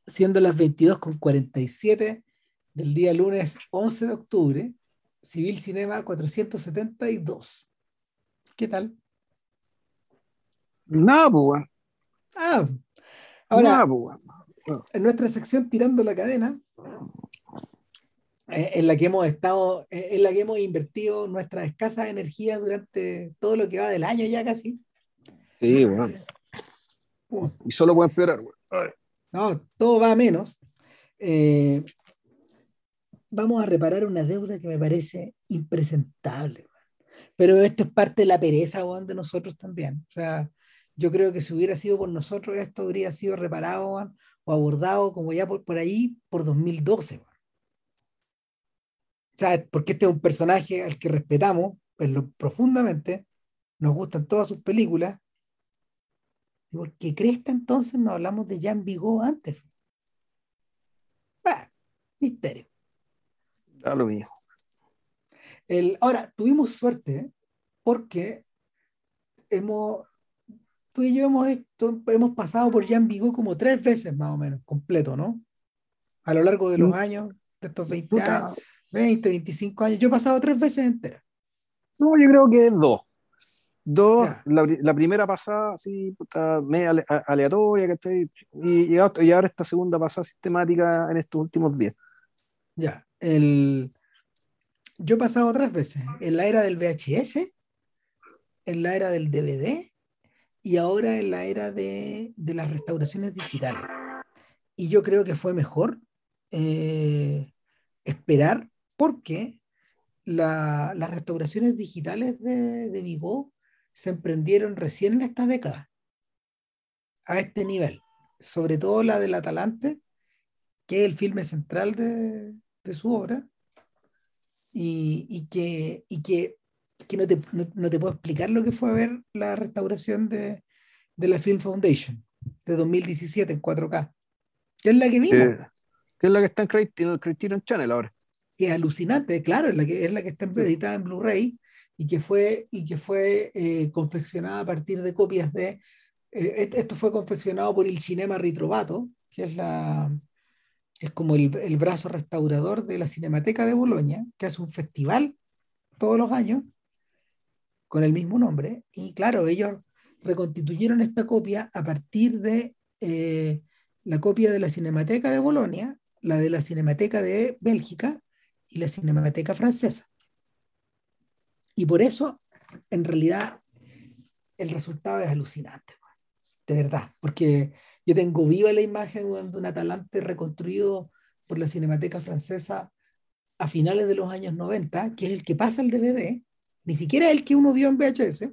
siendo las 22:47 del día lunes 11 de octubre, Civil Cinema 472. ¿Qué tal? Nada, pues, weón. Ah, Nada, ahora, pues, weón. en nuestra sección Tirando la Cadena, en la que hemos estado, en la que hemos invertido nuestras escasas energías durante todo lo que va del año ya casi. Sí, weón. Y solo puede empeorar, weón. Ay. No, todo va a menos. Eh, Vamos a reparar una deuda que me parece impresentable. Pero esto es parte de la pereza, weón, de nosotros también. O sea, yo creo que si hubiera sido por nosotros, esto habría sido reparado, weón, o abordado como ya por ahí, por 2012. Weón. O sea, porque este es un personaje al que respetamos profundamente, nos gustan todas sus películas, y porque cresta entonces no hablamos de Jean Vigo antes. Bah, misterio. Da lo mismo. Ahora, tuvimos suerte, porque hemos, tú y yo hemos pasado por Jean Vigo como 3 veces más o menos, completo, ¿no? A lo largo de los Mm, años, de estos 20 años, Puta. 20, 25 años, yo he pasado 3 veces enteras. No, yo creo que dos. Dos, Ya, la primera pasada, así, puta, media aleatoria, ¿cachai? Y ahora esta segunda pasada sistemática en estos últimos días. ya. Yo he pasado 3 veces, en la era del VHS, en la era del DVD y ahora en la era de las restauraciones digitales. Y yo creo que fue mejor eh, esperar porque las restauraciones digitales de Vigo se emprendieron recién en esta década, a este nivel. Sobre todo la del Atalante, que es el filme central de su obra, y que no te puedo explicar lo que fue ver la restauración de la Film Foundation de 2017 en 4K, que es la que vimos, Que, que es la que está en el Criterion Channel ahora. que es alucinante, claro, es la que está Sí. editada en Blu-ray y que fue confeccionada a partir de copias de. Esto fue confeccionado por el Cinema Ritrovato, que es como el brazo restaurador de la Cinemateca de Bolonia, que hace un festival todos los años con el mismo nombre. Y claro, ellos reconstituyeron esta copia a partir de la copia de la Cinemateca de Bolonia, la de la Cinemateca de Bélgica y la Cinemateca francesa. Y por eso, en realidad, el resultado es alucinante, de verdad, porque yo tengo viva la imagen de un Atalante reconstruido por la Cinemateca Francesa a finales de los años 90, que es el que pasa el DVD, ni siquiera el que uno vio en VHS,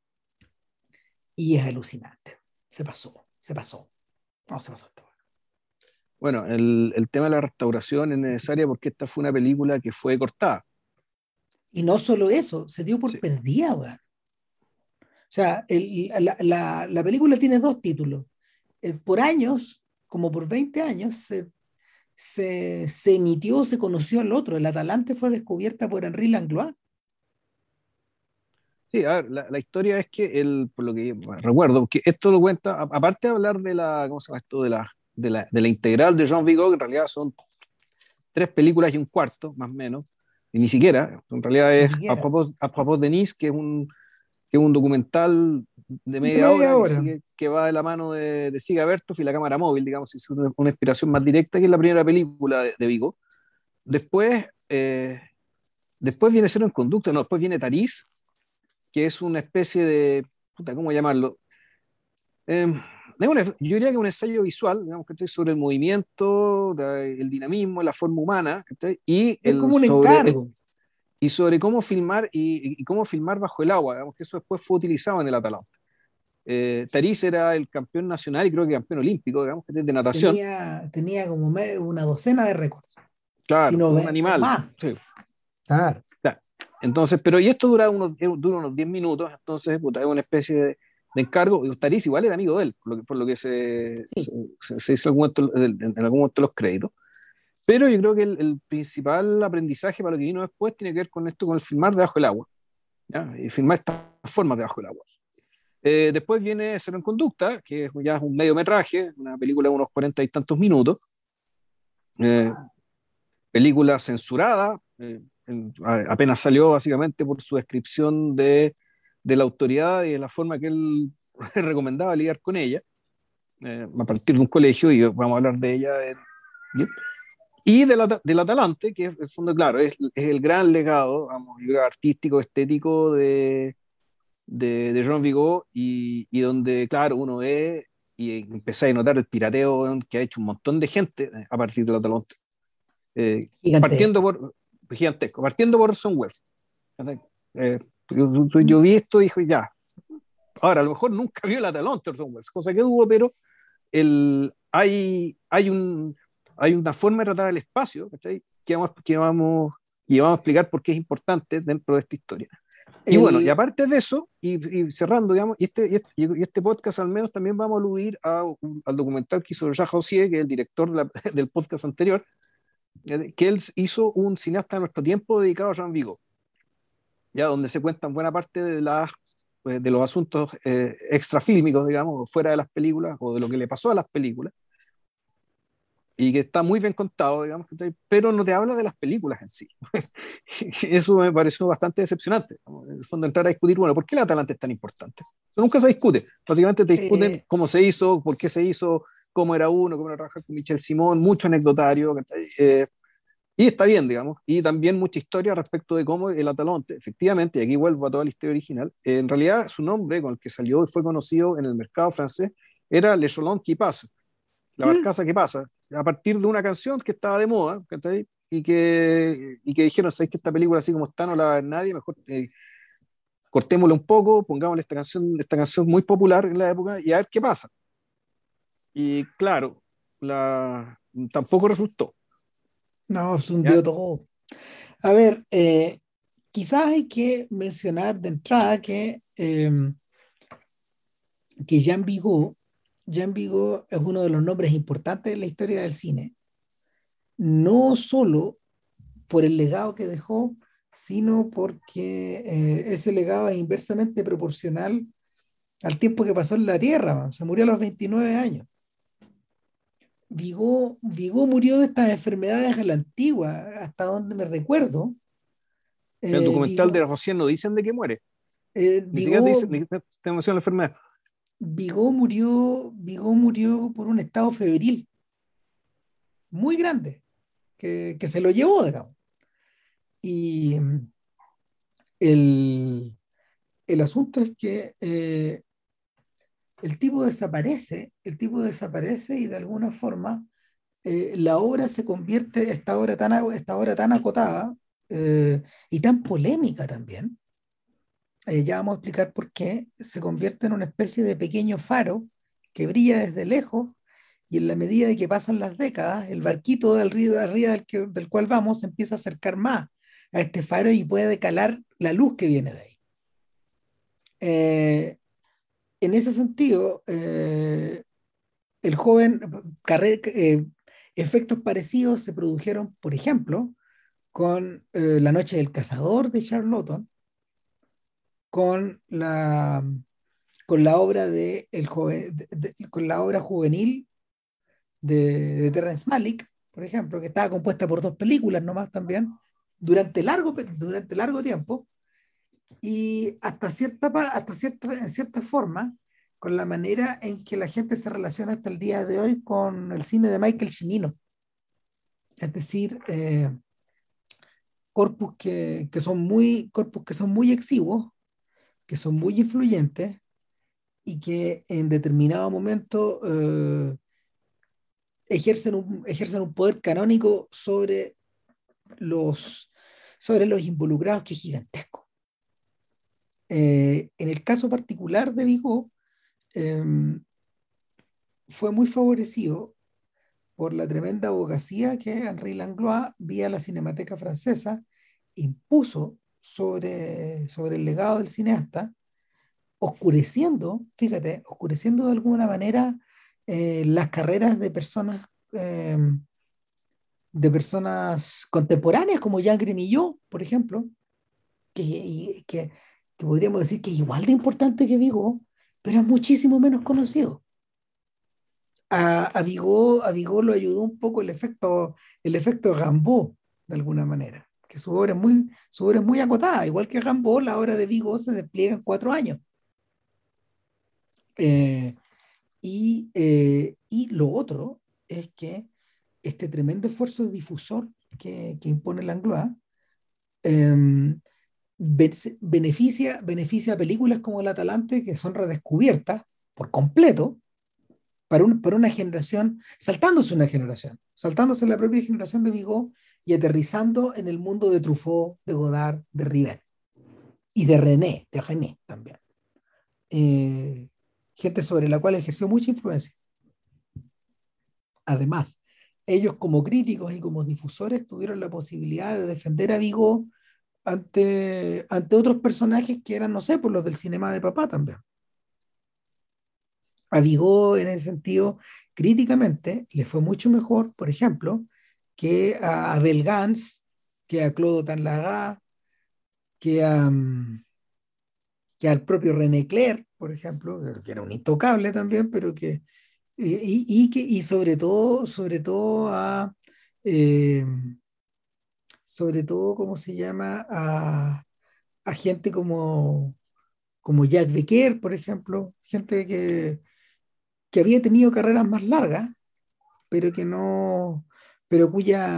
y es alucinante. Se pasó, se pasó. No, se pasó esto. Bueno, el tema de la restauración es necesaria porque esta fue una película que fue cortada. Y no solo eso, se dio por Sí. perdida, weón. O sea, la película tiene dos títulos. Por años, como por 20 años, se emitió, se conoció al otro. El Atalante fue descubierta por Henri Langlois. Sí, a ver, la historia es que por lo que bueno, recuerdo, que esto lo cuenta, aparte de hablar de la, ¿cómo se llama esto? De la integral de Jean Vigo, que en realidad son tres películas y un cuarto, más o menos, y ni siquiera, en realidad Ni es siquiera. A propós de Nice, que es un documental de De media media hora hora. que va de la mano de Siga Bertov y la cámara móvil, digamos, es una inspiración más directa que es la primera película de Vigo. Después, después viene Cero en Conducta, no, después viene Tariz, que es una especie de, puta, ¿cómo llamarlo? Eh, yo diría que es un ensayo visual, digamos, ¿cachai? Sobre el movimiento, el dinamismo, la forma humana, ¿cachai? Es como un encargo. Y sobre cómo filmar y cómo filmar bajo el agua, digamos que eso después fue utilizado en el Atalanta. Tariz era el campeón nacional y creo que campeón olímpico, digamos, que es de natación. Tenía como una docena de récords, si Claro, no un o animal. más. Sí, Claro. claro. Entonces, pero y esto dura unos 10 minutos, entonces puta, es una especie de encargo. Y Tariz igual era amigo de él, por lo que Sí. se hizo en algún momento los créditos. Pero yo creo que el principal aprendizaje para lo que vino después tiene que ver con esto, con el filmar debajo del agua, ¿ya? Y filmar estas formas debajo del agua. Después viene Cero en Conducta, que ya es un mediometraje, una película de unos 40 y tantos minutos, eh, película censurada, apenas salió básicamente por su descripción de la autoridad y de la forma que él recomendaba lidiar con ella, a partir de un colegio, y vamos a hablar de ella. ¿Bien? Y del Atalante, que es, en el fondo, claro, es el gran legado, vamos, yo creo, artístico, estético de Jean Vigo, y donde, claro, uno ve y empieza a notar el pirateo, weón, que ha hecho un montón de gente a partir del Atalante. Partiendo Gigantesco. por, gigantesco, partiendo por Orson Welles. Eh, yo vi esto y dije, ya. Ahora, a lo mejor nunca vio el Atalante Orson Welles, cosa que dudo, pero hay una forma de tratar el espacio, ¿cachai? Y vamos a explicar por qué es importante dentro de esta historia. Y bueno, y El, aparte de eso, y cerrando, digamos, y este podcast al menos también vamos a aludir al documental que hizo Jacques Rossier, que es el director del podcast anterior, que él hizo un cineasta de nuestro tiempo dedicado a Jean Vigo, ya donde se cuentan buena parte de los asuntos extrafílmicos, digamos, fuera de las películas o de lo que le pasó a las películas, y que está muy bien contado, digamos, pero no te habla de las películas en sí. Eso me pareció bastante decepcionante. En el fondo, entrar a discutir, bueno, ¿por qué el Atalante es tan importante? Nunca se discute. Básicamente te discuten eh, cómo se hizo, por qué se hizo, cómo era uno, cómo era trabajar con Michel Simón, mucho anecdotario, y está bien, digamos, y también mucha historia respecto de cómo el Atalante, efectivamente, y aquí vuelvo a toda la historia original, en realidad su nombre con el que salió y fue conocido en el mercado francés era Le Cholon qui passe, la barcaza que pasa, a partir de una canción que estaba de moda, ¿cachai? Y que dijeron, ¿sabes que esta película así como está no la va a ver nadie? Mejor cortémosla un poco, pongámosle esta canción muy popular en la época y a ver qué pasa. Y claro, tampoco resultó. no, se hundió ¿Ya? todo. A ver, quizás hay que mencionar de entrada que Jean Vigo es uno de los nombres importantes de la historia del cine, no solo por el legado que dejó, sino porque ese legado es inversamente proporcional al tiempo que pasó en la Tierra. Man. Se murió a los 29 años. Vigo murió de estas enfermedades a la antigua, hasta donde me recuerdo. En el documental de Vigo, Rocío no dicen de qué muere, ni siquiera te dicen, Vigo, ni te menciona la enfermedad. Vigo murió por un estado febril muy grande, que se lo llevó, digamos. Y el, el asunto es que el tipo desaparece y de alguna forma la obra se convierte, esta obra tan acotada y tan polémica también, ya vamos a explicar por qué, se convierte en una especie de pequeño faro que brilla desde lejos y en la medida de que pasan las décadas, el barquito del río de arriba del cual vamos se empieza a acercar más a este faro y puede calar la luz que viene de ahí. Eh, en ese sentido, el joven, efectos parecidos se produjeron, por ejemplo, con La Noche del Cazador de Charlotte, con la, con la obra de el joven, con la obra juvenil de Terrence Malick, por ejemplo, que estaba compuesta por dos películas nomás también, durante largo tiempo, y en cierta forma, con la manera en que la gente se relaciona hasta el día de hoy con el cine de Michael Cimino. Es decir, corpus que son muy exiguos, que son muy influyentes y que en determinado momento ejercen un poder canónico los, sobre los involucrados que es gigantesco. En el caso particular de Vigo, eh, fue muy favorecido por la tremenda abogacía que Henri Langlois, vía la Cinemateca Francesa, impuso sobre el legado del cineasta, oscureciendo de alguna manera las carreras de personas contemporáneas como Jean Grenillot, por ejemplo, que, que podríamos decir que es igual de importante que Vigo, pero es muchísimo menos conocido. A Vigo lo ayudó un poco el efecto Rimbaud, de alguna manera, que su obra es muy acotada, igual que Rimbaud, la obra de Vigo se despliega en 4 años. Eh, y lo otro es que este tremendo esfuerzo difusor que impone Langlois eh, beneficia a películas como El Atalante, que son redescubiertas por completo para una generación, saltándose la propia generación de Vigo y aterrizando en el mundo de Truffaut, de Godard, de Rivet y de René también. Eh, Gente sobre la cual ejerció mucha influencia. Además, ellos como críticos y como difusores tuvieron la posibilidad de defender a Vigo ante otros personajes que eran, no sé, por los del cinema de papá también. A Vigo, en ese sentido, críticamente, le fue mucho mejor, por ejemplo, que a Abel Gance, que a Claude Tanlaga, que, a, que al propio René Clair, por ejemplo, que era un intocable también, pero que, y eh, sobre todo, ¿cómo se llama? A gente como Jacques Becker, por ejemplo, gente que había tenido carreras más largas, pero que no, pero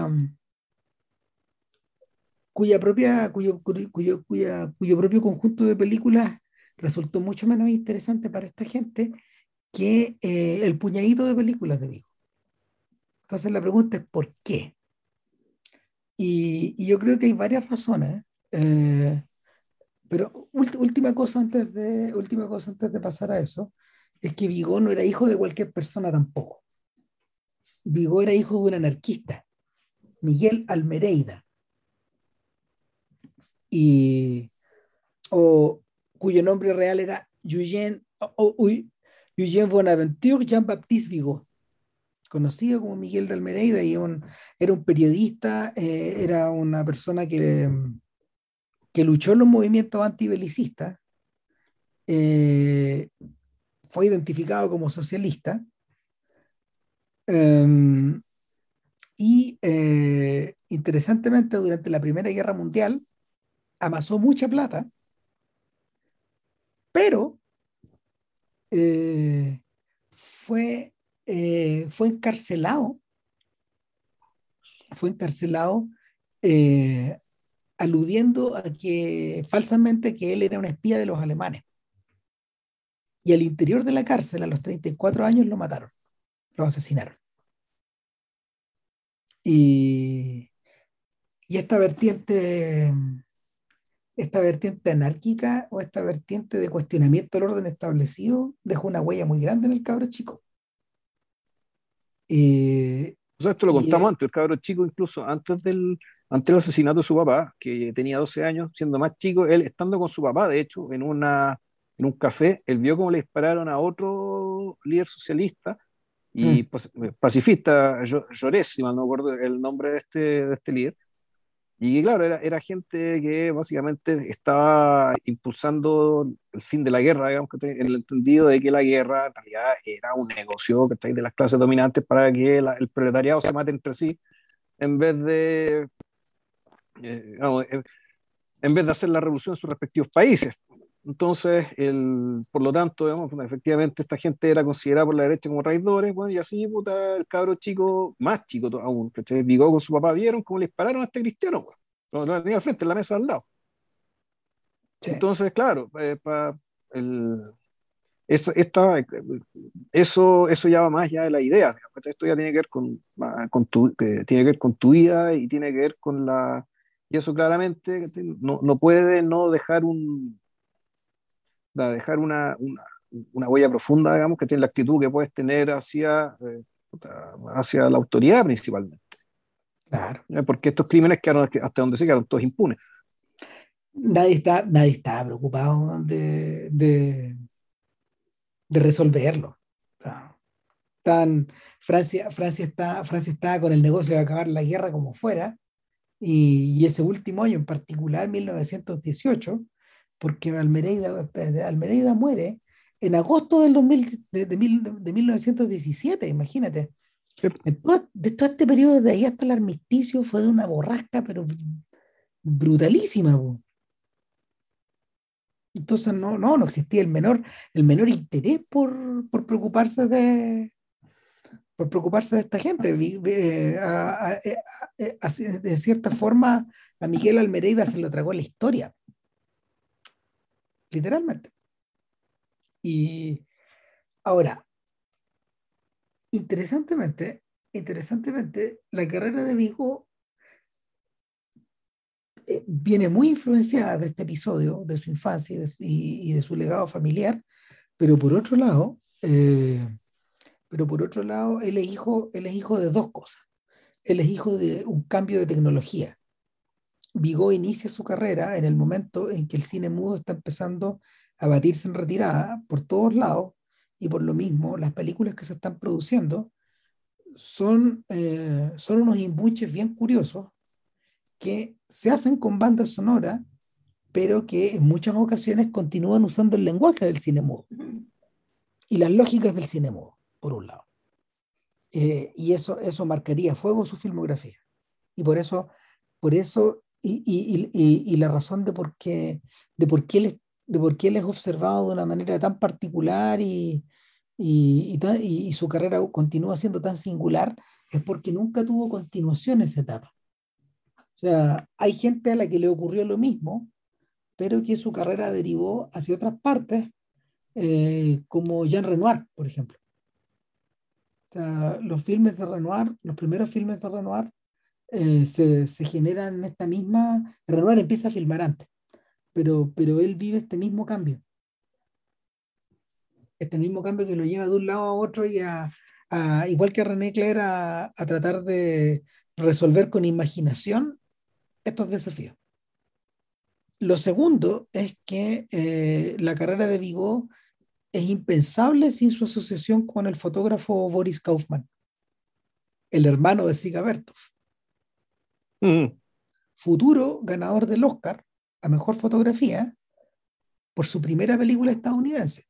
cuyo propio conjunto de películas resultó mucho menos interesante para esta gente que el puñadito de películas de Vigo. Entonces la pregunta es ¿por qué? Y yo creo que hay varias razones, pero última cosa antes de pasar a eso, es que Vigo no era hijo de cualquier persona tampoco. Vigo era hijo de un anarquista, Miguel Almereida, y, o, cuyo nombre real era Eugène Bonaventure Jean-Baptiste Vigo, conocido como Miguel de Almereida, era un periodista, era una persona que luchó en los movimientos antibelicistas, eh, fue identificado como socialista, eh, y interesantemente durante la Primera Guerra Mundial amasó mucha plata, pero eh, fue, fue encarcelado, fue encarcelado eh, aludiendo a que falsamente que él era un espía de los alemanes. Y al interior de la cárcel, a los 34 años, lo mataron, lo asesinaron. Y, y esta vertiente anárquica o esta vertiente de cuestionamiento del orden establecido dejó una huella muy grande en el cabro chico. Eh, O sea, esto lo y contamos antes, el cabro chico, incluso antes del asesinato de su papá, que tenía 12 años, siendo más chico, él estando con su papá, de hecho, en un café, él vio cómo le dispararon a otro líder socialista y mm, pues, pacifista, Llorés, si mal no me acuerdo el nombre de este líder. Y claro, era gente que básicamente estaba impulsando el fin de la guerra, digamos, en el entendido de que la guerra en realidad era un negocio, ¿cachai?, de las clases dominantes para que el proletariado se mate entre sí en vez de, vamos, en vez de hacer la revolución en sus respectivos países. Entonces, por lo tanto, digamos, efectivamente esta gente era considerada por la derecha como traidores, bueno, y así, puta, el cabro chico, más chico aún, ¿cachai?, Llegó con su papá, vieron cómo le dispararon a este cristiano, pues. Lo tenía al frente, en la mesa al lado. sí, Entonces, claro, el, esta, eso ya va más allá de la idea, digamos, esto ya tiene que ver tiene que ver con tu vida y tiene que ver con y eso claramente no puede no dejar dejar una huella profunda, digamos, que tiene la actitud que puedes tener hacia la autoridad principalmente. claro. Porque estos crímenes quedaron, hasta donde se quedaron todos impunes. Nadie está preocupado de resolverlo. O sea, Francia está con el negocio de acabar la guerra como fuera, y ese último año en particular, 1918, porque Almereida muere en agosto del 2000, de 1917, imagínate. Sí. De todo este periodo de ahí hasta el armisticio fue de una borrasca, pero brutalísima, po. Entonces no existía el menor interés por preocuparse de esta gente. De cierta forma, a Miguel Almeida se lo tragó la historia, literalmente. Y ahora, interesantemente, interesantemente, la carrera de Vigo viene muy influenciada de este episodio, de su infancia y de su legado familiar, pero por otro lado, él es hijo de dos cosas. Él es hijo de un cambio de tecnología. Vigo inicia su carrera en el momento en que el cine mudo está empezando a batirse en retirada por todos lados, y por lo mismo las películas que se están produciendo son unos imbuches bien curiosos que se hacen con banda sonora, pero que en muchas ocasiones continúan usando el lenguaje del cine mudo y las lógicas del cine mudo, por un lado. Y eso marcaría fuego su filmografía. Y por eso y la razón de por qué de por qué él es observado de una manera tan particular y su carrera continúa siendo tan singular, es porque nunca tuvo continuación esa etapa. O sea, hay gente a la que le ocurrió lo mismo, pero que su carrera derivó hacia otras partes, como Jean Renoir, por ejemplo. O sea, los primeros filmes de Renoir, se generan en esta misma. Renoir empieza a filmar antes, pero él vive este mismo cambio que lo lleva de un lado a otro igual que René Clair, a tratar de resolver con imaginación estos desafíos. Lo segundo es que la carrera de Vigo es impensable sin su asociación con el fotógrafo Boris Kaufman, el hermano de Siga Bertov, Mm. futuro ganador del Oscar a mejor fotografía por su primera película estadounidense,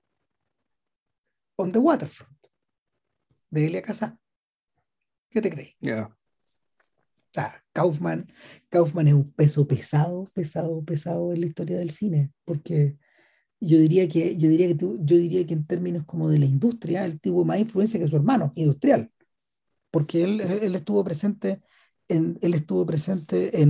On the Waterfront, de Elia Kazan. ¿Qué te crees? Yeah. O sea, Kaufman es un peso pesado, pesado, pesado en la historia del cine, porque yo diría que en términos como de la industria, él tuvo más influencia que su hermano industrial, porque él estuvo presente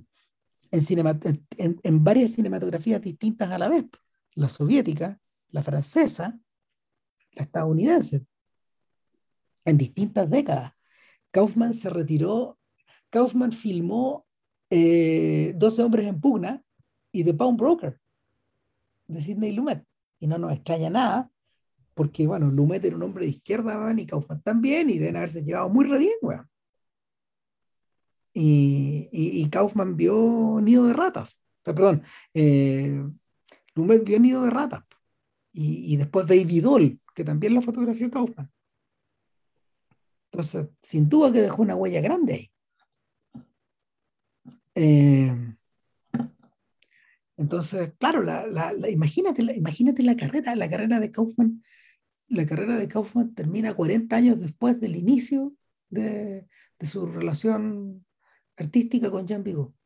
en varias cinematografías distintas a la vez: la soviética, la francesa, la estadounidense, en distintas décadas. Kaufman se retiró, Kaufman filmó 12 hombres en pugna y The Pawnbroker de Sidney Lumet. Y no nos extraña nada, porque bueno, Lumet era un hombre de izquierda, man, y Kaufman también, y deben haberse llevado muy re bien, weón. Y Kaufman vio Nido de Ratas. O sea, perdón, eh, Lumet vio Nido de Ratas. Y después Baby Doll, que también la fotografió Kaufman. Entonces, sin duda que dejó una huella grande ahí. Eh, entonces, claro, imagínate la carrera de Kaufman. La carrera de Kaufman termina 40 años después del inicio de su relación artística con Jean Vigo.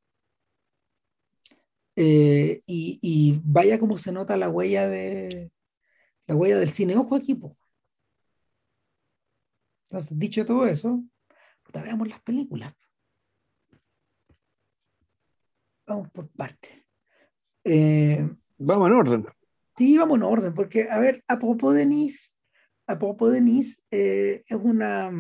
Y vaya como se nota la huella del cine ojo aquí, po. Entonces, dicho todo eso, puta, veamos las películas. Vamos por partes. Eh, Vamos en orden. sí, vamos en orden, porque, a ver, a propos de Nice, es una.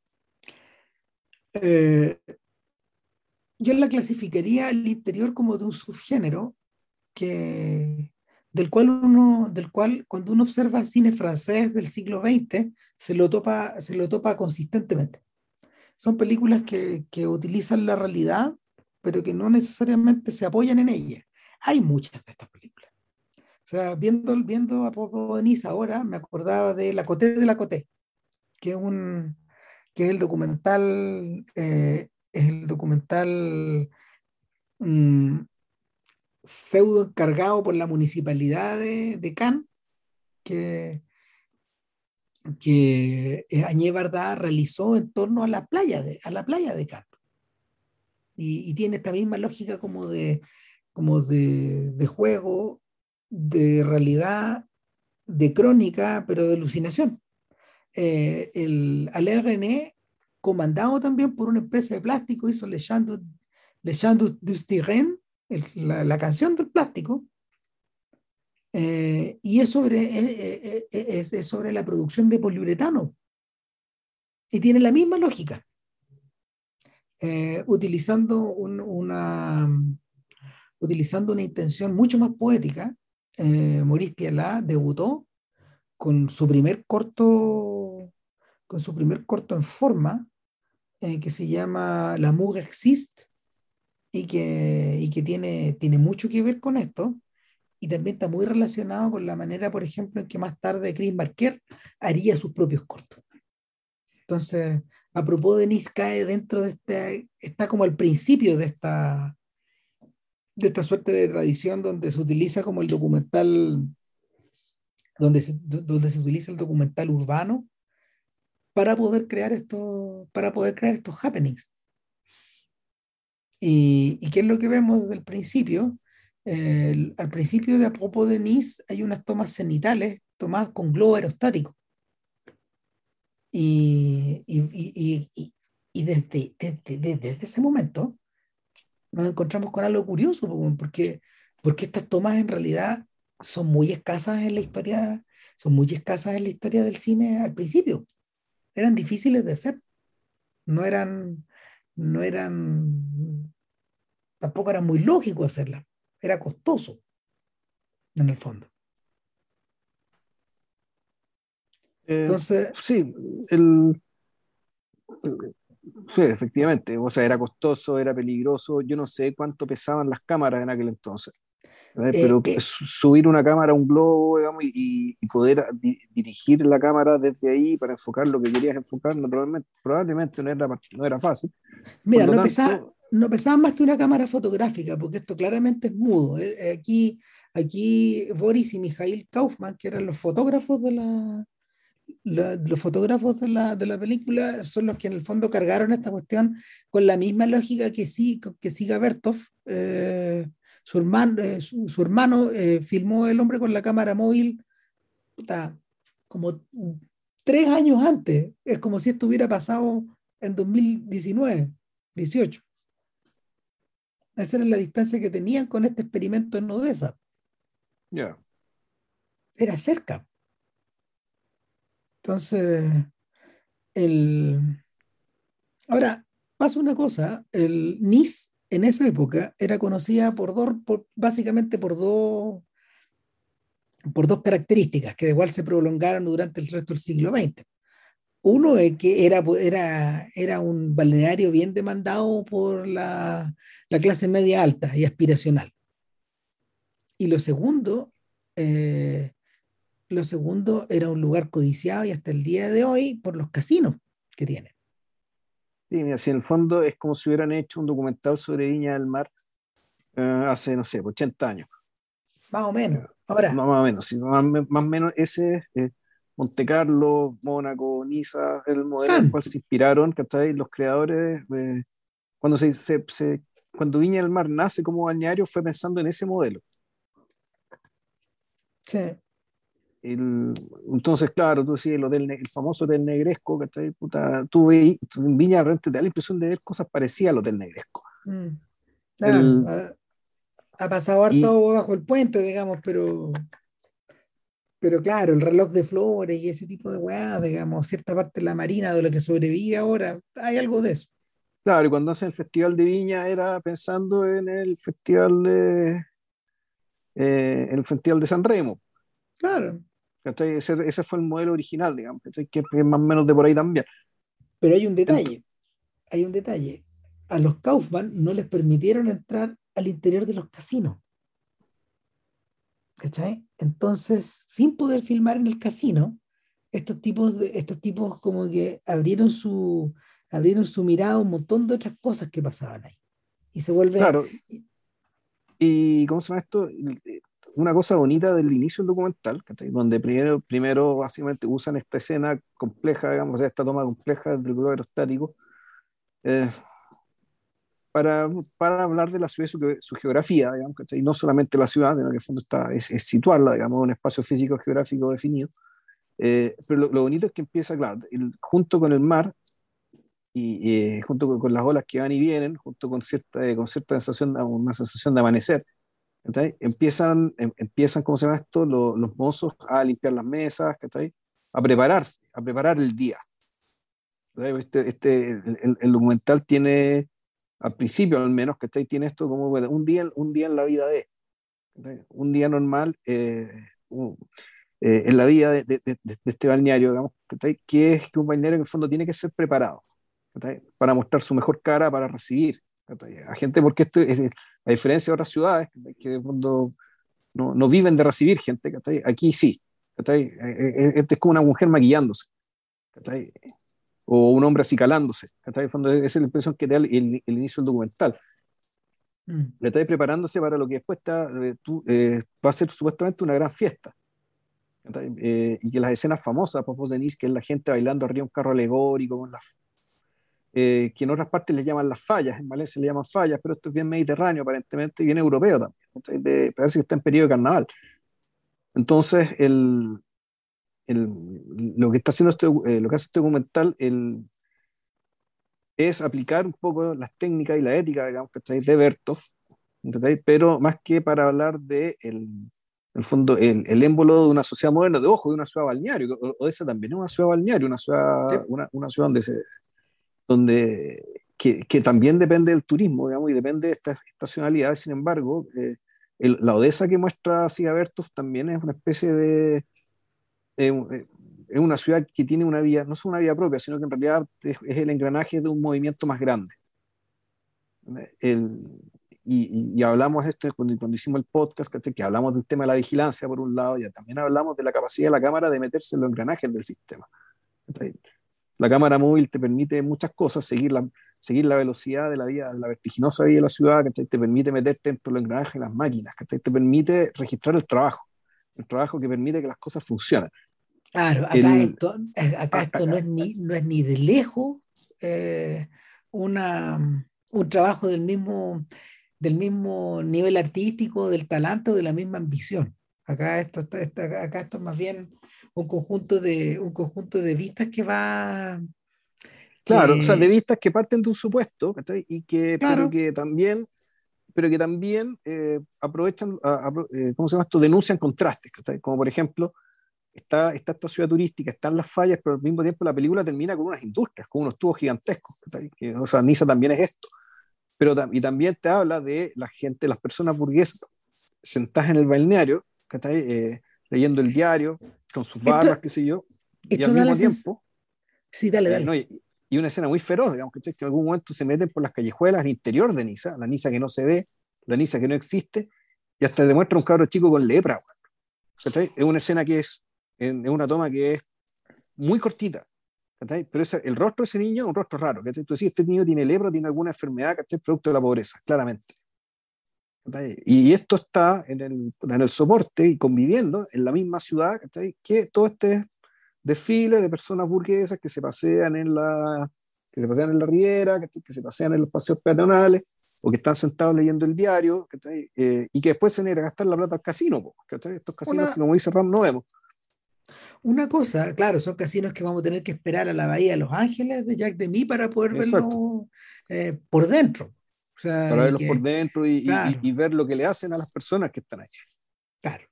eh, yo la clasificaría al interior como de un subgénero que, del cual cuando uno observa cine francés del siglo XX, se lo topa consistentemente. Son películas que utilizan la realidad, pero que no necesariamente se apoyan en ella. Hay muchas de estas películas. O sea, viendo a poco de Nice ahora, me acordaba de La Coté de la Coté, que es un, que es el documental, mm, pseudo encargado por la municipalidad de Cannes, que, que Añé Barda realizó en torno a la playa de Cannes. Y tiene esta misma lógica como de juego, de realidad, de crónica, pero de alucinación. Alain René, comandado también por una empresa de plástico, hizo Les Chants du Styrène, la canción del plástico, y es sobre la producción de poliuretano. Y tiene la misma lógica, utilizando utilizando una intención mucho más poética. Maurice Pialat debutó con su primer corto, con su primer corto en forma, que se llama L'amour existe, y que tiene mucho que ver con esto, y también está muy relacionado con la manera, por ejemplo, en que más tarde Chris Marker haría sus propios cortos. Entonces, a propósito, Denis cae dentro de está como al principio de esta suerte de tradición donde se utiliza como el documental, donde se utiliza el documental urbano para poder crear estos happenings. ¿Y qué es lo que vemos desde el principio? Al principio de A propos de Nice hay unas tomas cenitales tomadas con globo aerostático. Y desde ese momento nos encontramos con algo curioso, porque estas tomas en realidad son muy escasas en la historia, son muy escasas en la historia del cine al principio. Eran difíciles de hacer, no eran, no eran, tampoco era muy lógico hacerlas, era costoso en el fondo. Eh, Entonces, sí, el, sí, efectivamente, o sea, era costoso, era peligroso, yo no sé cuánto pesaban las cámaras en aquel entonces. eh, Pero eh, subir una cámara a un globo, digamos, y poder dirigir la cámara desde ahí para enfocar lo que querías enfocar, naturalmente, probablemente no era fácil. Por Mira, lo no tanto, pesaba más que una cámara fotográfica, porque esto claramente es mudo. Aquí Boris y Mikhail Kaufman, que eran los fotógrafos de la película, son los que en el fondo cargaron esta cuestión con la misma lógica que Siga Bertov. Su hermano filmó El hombre con la cámara móvil, puta, como 3 años antes. Es como si esto hubiera pasado en 2019, 18. Esa era la distancia que tenían con este experimento en Odessa. ya. Era cerca. Entonces, el... ahora pasa una cosa. El Nice en esa época era conocida básicamente por dos características que igual se prolongaron durante el resto del siglo XX. Uno es que era un balneario bien demandado por la clase media alta y aspiracional. Y eh, lo segundo era un lugar codiciado y hasta el día de hoy por los casinos que tiene. Sí, mira, si en el fondo es como si hubieran hecho un documental sobre Viña del Mar hace, no sé, 80 años. Más o Eh, menos. Ahora, Más o menos, sí, más o menos ese es Monte Carlo, Mónaco, Niza, el modelo en el Cannes. cual se inspiraron, ¿cachai? Los creadores, cuando cuando Viña del Mar nace como balneario, fue pensando en ese modelo. Sí. El- entonces, claro, tú decías el famoso Hotel Negresco, ¿cachai? Puta, tú en Viña realmente te da la impresión de ver cosas parecidas al Hotel Negresco. Mm, claro. El, Ha pasado y harto bajo el puente, digamos, pero claro, el reloj de flores y ese tipo de weá, digamos, cierta parte de la marina de lo que sobrevive ahora, hay algo de eso. claro, y cuando hacen el Festival de Viña era pensando en el Festival de San Remo. Claro. ¿Cachai? Ese fue el modelo original, digamos, ¿cachai? Que es más o menos de por ahí también. Pero hay un Ent- detalle, hay un detalle. A los Kaufman no les permitieron entrar al interior de los casinos, ¿cachai? Entonces, sin poder filmar en el casino, estos tipos como que abrieron su mirada a un montón de otras cosas que pasaban ahí. Y se vuelve, claro, y ¿cómo se llama esto? una cosa bonita del inicio del documental, ¿cachai? Donde primero básicamente usan esta escena compleja, digamos, o sea, esta toma compleja del globo aerostático, eh, para, para hablar de la ciudad y su geografía, digamos, ¿cachai? Y no solamente la ciudad, sino que en el fondo es situarla, digamos, en un espacio físico geográfico definido. Pero lo bonito es que empieza, claro, junto con el mar y junto con las olas que van y vienen, junto con cierta sensación, una sensación de amanecer, ¿cachai? Empiezan, ¿cómo se llama esto? Los mozos a limpiar las mesas, ¿cachai? A prepararse, a preparar el día. ¿Cachai? El documental tiene, al principio al menos, ¿cachai? Tiene esto como bueno, un día en la vida de, ¿cachai? Un día normal en la vida de este balneario, digamos, ¿cachai? Que es que un balneario en el fondo tiene que ser preparado, ¿cachai? Para mostrar su mejor cara, para recibir, ¿cachai? A gente, porque a diferencia de otras ciudades, ¿cachai? Que en el fondo no viven de recibir gente, ¿cachai? Aquí sí, ¿cachai? Este es como una mujer maquillándose, ¿cachai? O un hombre acicalándose, ¿cachai? En el fondo esa es la impresión que da el inicio del documental. Mm. Le está preparándose para lo que después va a ser supuestamente una gran fiesta. Y que las escenas famosas, Popos Denis, que es la gente bailando arriba de un carro alegórico, que en otras partes le llaman las fallas, en Valencia le llaman fallas, pero esto es bien mediterráneo aparentemente y bien europeo también. Parece que está en periodo de carnaval. Entonces, lo que está haciendo lo que hace este documental es aplicar un poco las técnicas y la ética, digamos, ¿cachai? De Bertov, ¿cachai? Pero más que para hablar de el fondo, el émbolo de una sociedad moderna, de ojo, de una ciudad balneario, Odessa también es una ciudad balneario, Sí. una ciudad donde que también depende del turismo, digamos, y depende de esta estacionalidad. Sin embargo, la Odessa que muestra Sigabertov también es una especie de es una ciudad que tiene una vía, no es una vía propia, sino que en realidad es el engranaje de un movimiento más grande. El, y hablamos esto cuando hicimos el podcast, ¿cachai? Que hablamos del tema de la vigilancia por un lado, y también hablamos de la capacidad de la cámara de meterse en los engranajes del sistema. ¿Cachai? La cámara móvil te permite muchas cosas, seguir la velocidad de la vía, de la vertiginosa vía de la ciudad, ¿cachai? Te permite meterte dentro de los engranajes de las máquinas, ¿cachai? Te permite registrar el trabajo que permite que las cosas funcionen. Claro, El, acá a- esto no es ni de lejos eh, un trabajo del mismo nivel artístico, del talento, de la misma ambición. Acá esto es más bien un conjunto de vistas claro, o sea, de que, vistas que parten de un supuesto, ¿cachai? claro, Pero que también aprovechan, ¿cómo se llama esto? Denuncian contrastes, ¿cachai? Como por ejemplo, está esta ciudad turística, están las fallas, pero al mismo tiempo la película termina con unas industrias, con unos tubos gigantescos, ¿cachai? O sea, Niza también es esto. Y también te habla de la gente, las personas burguesas sentadas en el balneario, ¿cachai? Leyendo el diario, con sus esto, barbas, qué sé yo, y al esto da la mismo sensación. tiempo, Sí, dale, no, dale. y una escena muy feroz, digamos, ¿cachai? Que en algún momento se meten por las callejuelas al interior de Niza, la Niza que no se ve, la Niza que no existe, y hasta demuestra un cabro chico con lepra, ¿cachai? Es una escena es una toma que es muy cortita, ¿cachai? Pero el rostro de ese niño es un rostro raro, ¿cachai? Tú decís, este niño tiene lepra, tiene alguna enfermedad, ¿cachai? Producto de la pobreza, claramente. ¿Cachai? Y esto está en el soporte y conviviendo en la misma ciudad, ¿cachai? Que todo este desfile de personas burguesas que se pasean en la Riviera, que se pasean en los paseos peatonales, o que están sentados leyendo el diario, y que después se van a ir a gastar la plata al casino, ¿cachai? Estos casinos que, Una, como dice Ram, no vemos. una cosa, claro, son casinos que vamos a tener que esperar a la Bahía de Los Ángeles de Jack Demy para poder Exacto. verlo por dentro. O sea, Para y verlos por que, dentro claro, y ver lo que le hacen a las personas que están ahí. claro.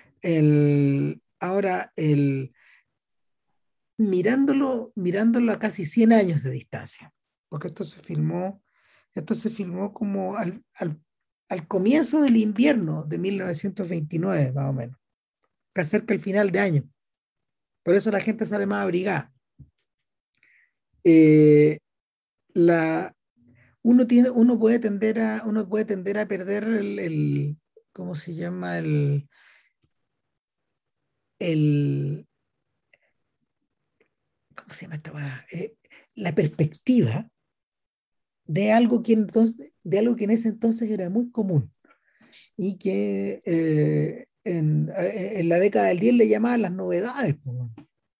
Ahora, mirándolo a casi 100 años de distancia, porque esto se filmó como al comienzo del invierno de 1929, más o menos, casi cerca al final de año. Por eso la gente sale más abrigada. Eh, la, uno puede tender a perder ¿cómo se llama? El, ¿Cómo se llama esta weá? La perspectiva de algo que en ese entonces era muy común y que en la década del 10 le llamaban las novedades, po, weón.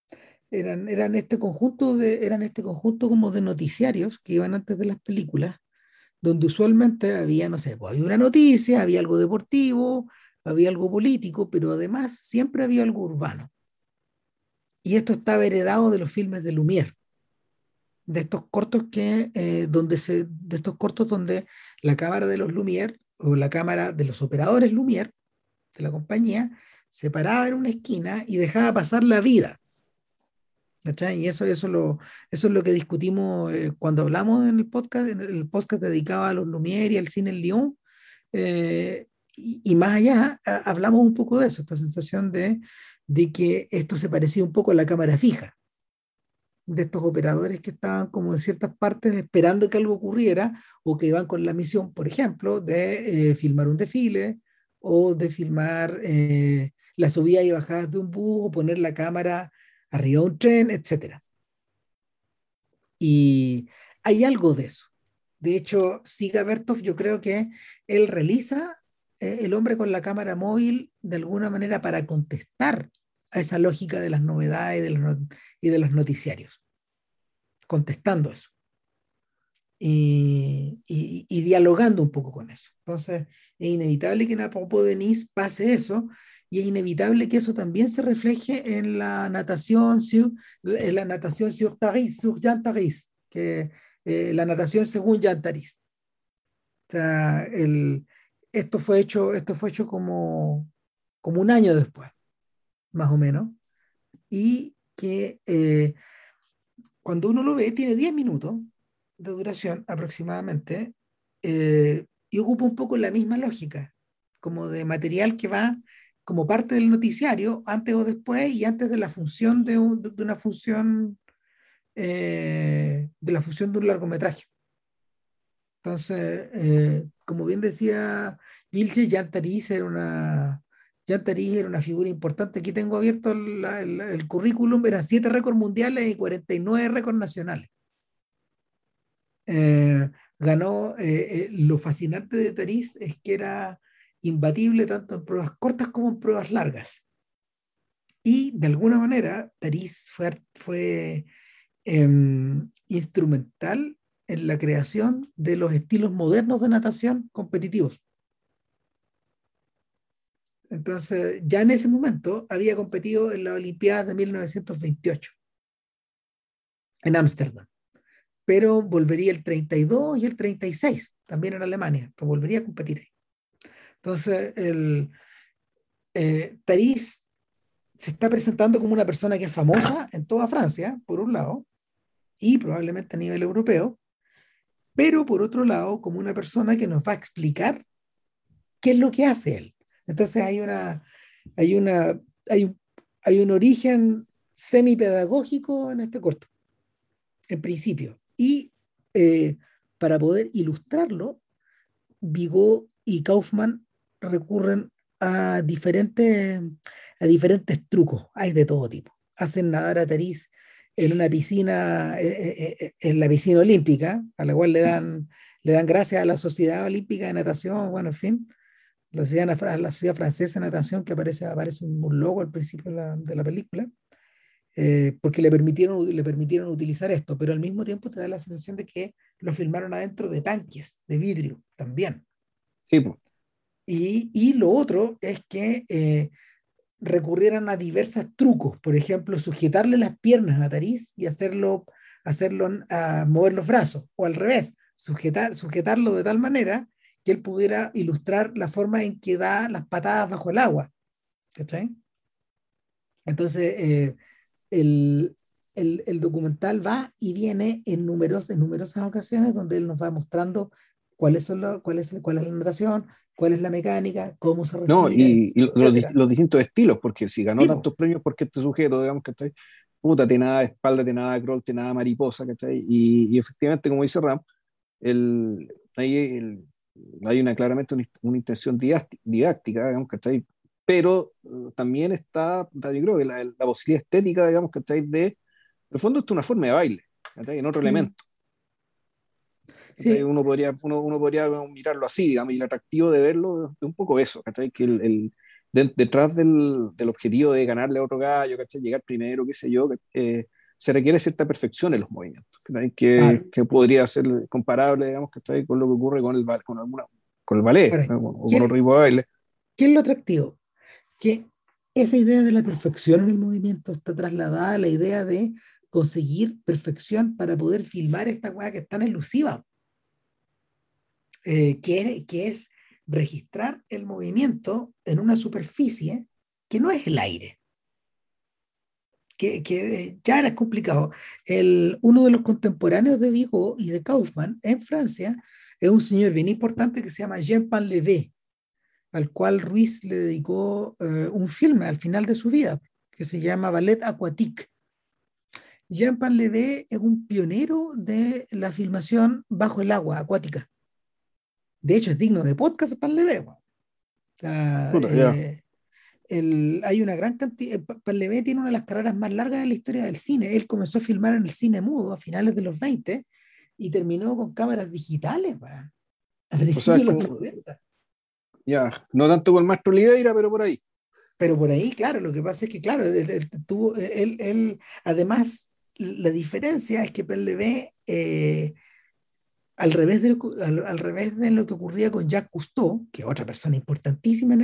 Eran este conjunto como de noticiarios que iban antes de las películas, donde usualmente había, no sé, pues había una noticia, había algo deportivo, había algo político, pero además siempre había algo urbano. Y esto estaba heredado de los filmes de Lumière, de estos cortos de estos cortos donde la cámara de los Lumière o la cámara de los operadores Lumière de la compañía se paraba en una esquina y dejaba pasar la vida. ¿Cachai? Y eso es lo que discutimos cuando hablamos en el podcast dedicado a los Lumière y al cine en Lyon. Y más allá, hablamos un poco de eso, esta sensación de que esto se parecía un poco a la cámara fija, de estos operadores que estaban como en ciertas partes esperando que algo ocurriera o que iban con la misión, por ejemplo, de filmar un desfile o de filmar la subida y bajada de un bus o poner la cámara arriba de un tren, etcétera. Y hay algo de eso. De hecho, Siga Bertov, yo creo que él realiza El hombre con la cámara móvil de alguna manera para contestar a esa lógica de las novedades y de los noticiarios, contestando eso y dialogando un poco con eso. Entonces, es inevitable que en Apopo Denis pase eso y es inevitable que eso también se refleje en la natación sur Jean Taris, que la natación según Jean Taris. O sea, esto fue hecho como un año después, más o menos, y que cuando uno lo ve tiene 10 minutos de duración aproximadamente, y ocupa un poco la misma lógica, como de material que va como parte del noticiario antes o después y antes de la función de una función, de la función de un largometraje. Entonces, como bien decía Vilche, Jean Therese era una figura importante. Aquí tengo abierto el currículum, eran 7 récords mundiales y 49 récords nacionales. Ganó, lo fascinante de Therese es que era imbatible tanto en pruebas cortas como en pruebas largas. Y de alguna manera, Therese fue instrumental en la creación de los estilos modernos de natación competitivos. Entonces, ya en ese momento había competido en la Olimpiada de 1928 en Ámsterdam, pero volvería el 32 y el 36 también en Alemania, que volvería a competir ahí. Entonces, Therese se está presentando como una persona que es famosa en toda Francia, por un lado, y probablemente a nivel europeo, pero por otro lado, como una persona que nos va a explicar qué es lo que hace él. Entonces hay una, hay un, hay un origen semipedagógico en este corto, en principio. Y para poder ilustrarlo, Vigo y Kaufman recurren a diferentes trucos. Hay de todo tipo. Hacen nadar a Therese en una piscina, en la piscina olímpica, a la cual le dan gracias a la Sociedad Olímpica de Natación, bueno, en fin, la Sociedad Francesa de Natación, que aparece un logo al principio de la película, porque le permitieron utilizar esto, pero al mismo tiempo te da la sensación de que lo filmaron adentro de tanques de vidrio también. Sí, pues. Y lo otro es que recurrieran a diversos trucos, por ejemplo, sujetarle las piernas a Tariz y hacerlo a mover los brazos, o al revés, sujetarlo de tal manera que él pudiera ilustrar la forma en que da las patadas bajo el agua. ¿Cachai? Entonces, el, el documental va y viene en numerosas ocasiones donde él nos va mostrando cuál es la natación, cuál es la mecánica, cómo se No, respira, etcétera. los distintos estilos, porque si ganó Sí, po. tantos premios, porque este sujeto, digamos, ¿cachai? Puta, te nada de espalda, te nada de crawl, te nada de mariposa, ¿cachai? Y efectivamente, como dice Ram, el, hay, el- hay claramente una intención didáctica, digamos, ¿cachai? Pero también está, puta, yo creo que la posibilidad estética, digamos, ¿cachai? En el fondo, esto es una forma de baile, ¿cachai? En otro Mm, elemento. ¿Cachai? sí, Uno podría mirarlo así, digamos, y el atractivo de verlo es un poco eso, ¿cachai? Que detrás del objetivo de ganarle a otro gallo, ¿cachai? Llegar primero, qué sé yo, se requiere cierta perfección en los movimientos, ¿cachai? Claro. Que podría ser comparable, digamos, ¿cachai? Con lo que ocurre con el ballet, Ahora, ¿no? O con otro ¿qué, tipo de baile. qué es lo atractivo? Que esa idea de la perfección en el movimiento está trasladada a la idea de conseguir perfección para poder filmar esta weá que es tan elusiva, que es registrar el movimiento en una superficie que no es el aire, que ya era complicado. Uno de los contemporáneos de Vigo y de Kaufman en Francia es un señor bien importante que se llama Jean Painlevé, al cual Ruiz le dedicó un filme al final de su vida, que se llama Ballet Aquatique. Jean Painlevé es un pionero de la filmación bajo el agua, acuática. De hecho, es digno de podcast Painlevé. O sea, Puta, ya. hay una gran cantidad. Painlevé tiene una de las carreras más largas de la historia del cine. Él comenzó a filmar en el cine mudo a finales de los 20 y terminó con cámaras digitales, a O sea, principios es de los como, 90. ya, no tanto con el maestro Oliveira, pero por ahí. Pero por ahí, claro, lo que pasa es que, claro, además, la diferencia es que PLB, al revés de lo que ocurría con Jacques Cousteau, que es otra persona importantísima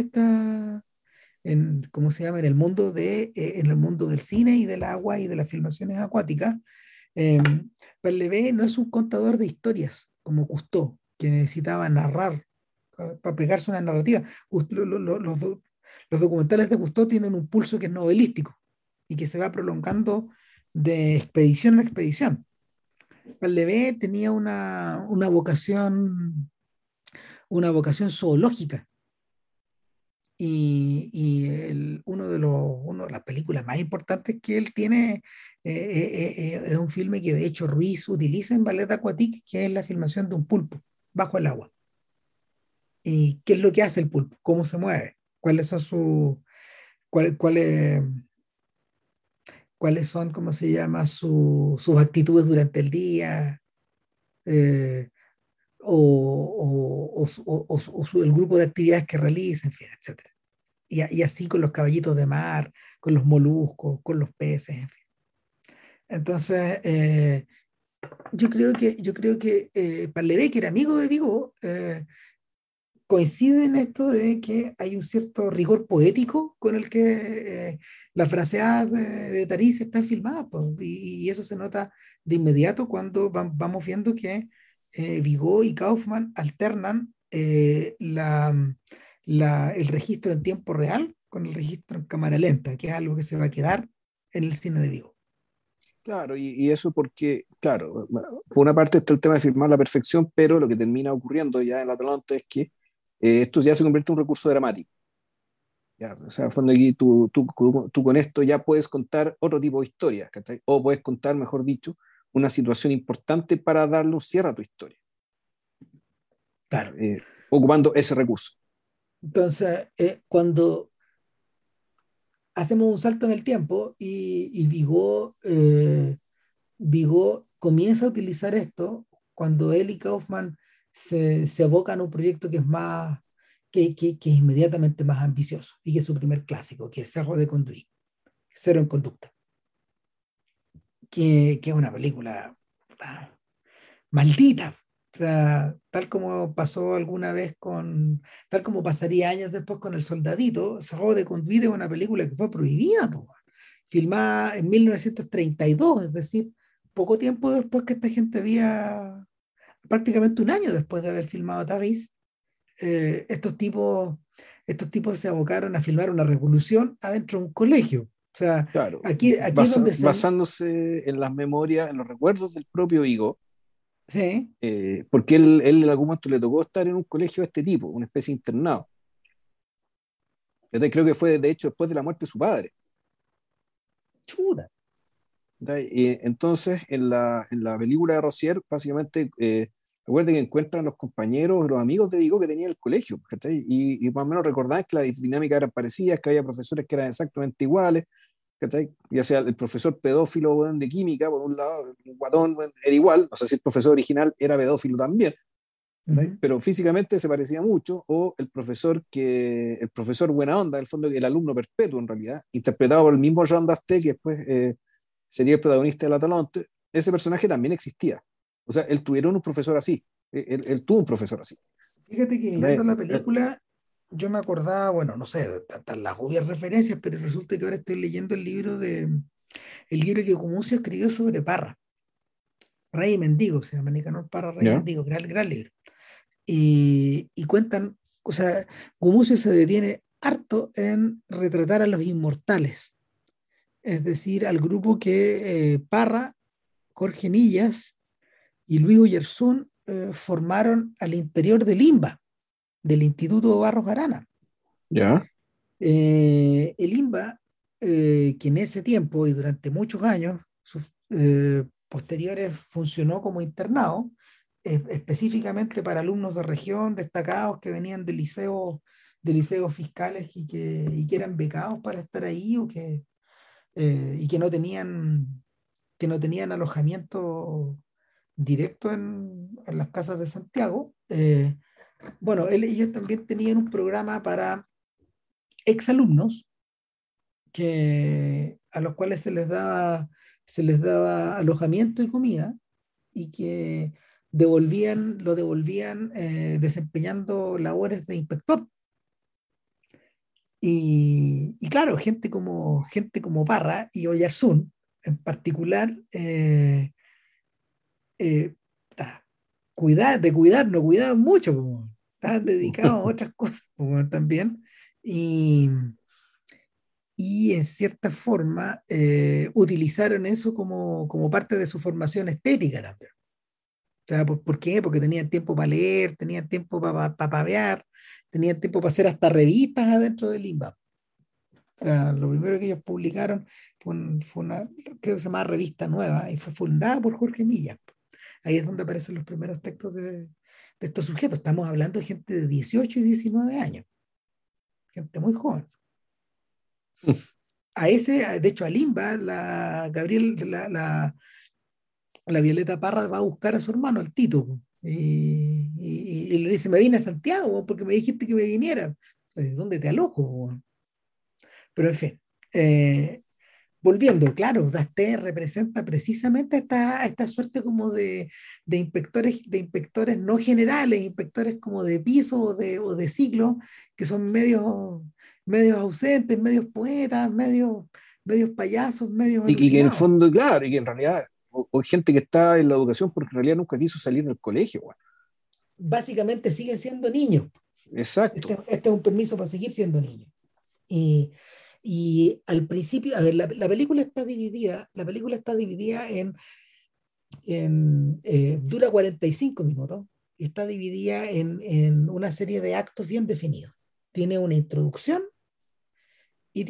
¿cómo se llama? En el mundo del cine y del agua y de las filmaciones acuáticas, eh, PLB no es un contador de historias como Cousteau, que necesitaba narrar para pegarse una narrativa. Los documentales de Cousteau tienen un pulso que es novelístico y que se va prolongando de expedición en expedición. Pallavé tenía una vocación zoológica una de las películas más importantes que él tiene es un filme que de hecho Ruiz utiliza en Ballet Aquatique, que es la filmación de un pulpo bajo el agua. ¿Y qué es lo que hace el pulpo? ¿Cómo se mueve? Cuál- cuáles, cuáles son, ¿cómo se llama? Sus actitudes durante el día, eh, el grupo de actividades que realiza, en fin, etcétera. Y así con los caballitos de mar, con los moluscos, con los peces, en fin. Entonces, yo creo que Parlevé, que era amigo de Vigo, coincide en esto de que hay un cierto rigor poético con el que las fraseadas de Tariz están filmadas, pues, y eso se nota de inmediato cuando vamos viendo que Vigo y Kaufman alternan el registro en tiempo real con el registro en cámara lenta, que es algo que se va a quedar en el cine de Vigo. Claro, y eso porque, claro, bueno, por una parte está el tema de firmar la perfección, pero lo que termina ocurriendo ya en la Atalanta es que esto ya se convierte en un recurso dramático. Ya, o sea, en el fondo aquí tú con esto ya puedes contar otro tipo de historia, ¿cachai? O puedes contar, mejor dicho, una situación importante para darle un cierre a tu historia, ya, Claro. ocupando ese recurso. Entonces, cuando hacemos un salto en el tiempo y Vigo comienza a utilizar esto cuando él y Kaufman se abocan a un proyecto que es que es inmediatamente más ambicioso y que es su primer clásico, que es Cerro de Conduí, Cero en Conducta, que es una película maldita. O sea, tal como pasaría años después con El Soldadito, Cerro de Conduí es una película que fue prohibida, po, filmada en 1932, es decir, poco tiempo después que esta gente había, prácticamente un año después de haber filmado Tavis, eh, estos tipos, estos tipos se abocaron a filmar una revolución adentro de un colegio. O sea, Claro, aquí es donde basándose en las memorias, en los recuerdos del propio Vigo, sí, porque él en algún momento le tocó estar en un colegio de este tipo, una especie de internado. Creo que fue, de hecho, después de la muerte de su padre. chuta, Entonces, en la película de Rosier, básicamente, recuerden que encuentran los compañeros, los amigos de Vigo que tenía el colegio, ¿cachai? Y más o menos recordaban que las dinámicas eran parecidas, que había profesores que eran exactamente iguales, ¿cachai? Ya sea el profesor pedófilo, bueno, de química, por un lado, el guatón, bueno, era igual, no sé si el profesor original era pedófilo también, Ujú. Pero físicamente se parecía mucho, o el profesor buena onda, en el fondo el alumno perpetuo en realidad, interpretado por el mismo Jean Dasté, que después sería el protagonista del Atalante. Ese personaje también existía. O sea, él tuvieron un profesor así, él tuvo un profesor así. Fíjate que mirando ¿Entendés? la película, yo me acordaba, bueno, no sé, de tantas las obvias referencias, pero resulta que ahora estoy leyendo el libro que Gumucio escribió sobre Parra, Rey y Mendigo, se llama Nicanor Parra, Rey y ¿Ya? Mendigo, gran, gran libro. Y cuentan, o sea, Gumucio se detiene harto en retratar a los inmortales, es decir, al grupo que Parra, Jorge Millas y Luis Oyarzún formaron al interior del INBA, del Instituto Barros Arana. ¿Ya? El INBA, que en ese tiempo y durante muchos años posteriores funcionó como internado, específicamente para alumnos de región destacados que venían de liceos fiscales y que eran becados para estar ahí y que no tenían alojamiento directo en las casas de Santiago. Bueno, ellos también tenían un programa para exalumnos a los cuales se les daba alojamiento y comida y que lo devolvían desempeñando labores de inspector. Y claro, gente como Parra y Oyarzún en particular, eh, ta, de cuidar, no cuidaban mucho, po, estaban dedicados a otras cosas po, también. Y, y en cierta forma utilizaron eso como parte de su formación estética también. O sea, ¿por qué? Porque tenían tiempo para leer, tenían tiempo para pavear, tenían tiempo para hacer hasta revistas adentro del INBA. O sea, lo primero que ellos publicaron fue una, creo que se llamaba Revista Nueva, y fue fundada por Jorge Millas. Ahí es donde aparecen los primeros textos de estos sujetos. Estamos hablando de gente de 18 y 19 años, gente muy joven. De hecho, a Limba, la Violeta Parra va a buscar a su hermano, al Tito, po, y le dice, me vine a Santiago porque me dijiste que me viniera. ¿Dónde te alojo, po? Pero en fin, eh, volviendo, claro, Dasté representa precisamente esta suerte como de inspectores no generales, inspectores como de piso o de ciclo, que son medios ausentes, medios poetas, medios payasos, medios Y que en el alucinados. fondo, claro, y que en realidad, o gente que está en la educación porque en realidad nunca quiso salir del colegio, güey. Básicamente siguen siendo niños. Exacto. Este es un permiso para seguir siendo niños. Y, y al principio, a ver, la película está dividida dura 45 minutos y está dividida en una serie de actos bien definidos. Tiene una introducción y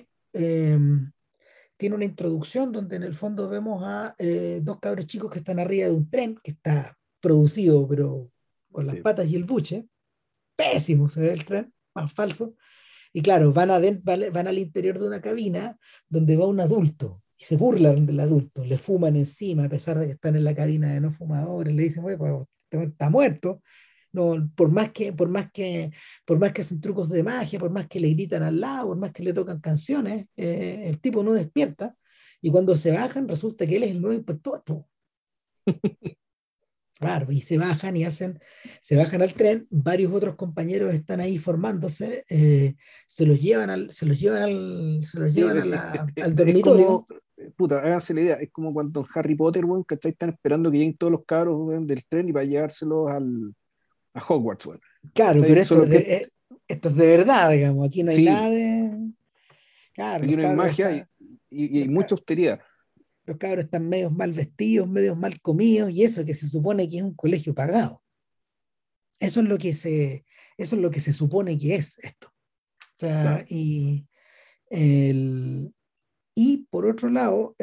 tiene una introducción donde en el fondo vemos a dos cabros chicos que están arriba de un tren que está producido, pero con las Sí. patas y el buche. Pésimo se ve el tren, más falso. Y claro, van al interior de una cabina donde va un adulto y se burlan del adulto, le fuman encima a pesar de que están en la cabina de no fumadores, le dicen, "Oye, pues, este está muerto". No, por más que hacen trucos de magia, por más que le gritan al lado, por más que le tocan canciones, el tipo no despierta. Y cuando se bajan, resulta que él es el nuevo inspector, po. Claro, y se bajan al tren, varios otros compañeros están ahí formándose, se los Sí, llevan al es dormitorio. como, puta, háganse la idea, es como cuando en Harry Potter, weón, ¿cachai? Están esperando que lleguen todos los cabros, weón, del tren y para llevárselos a Hogwarts, weón. Claro, pero ¿Cachai? Solo que esto es de verdad, digamos, aquí no hay nada sí, de... Claro, aquí no hay magia y hay los, mucha ca- austeridad. los cabros están medios mal vestidos, medios mal comidos, y eso que se supone que es un colegio pagado. Eso es lo que eso es lo que se supone que es esto. O sea, Claro. el, Y por otro lado,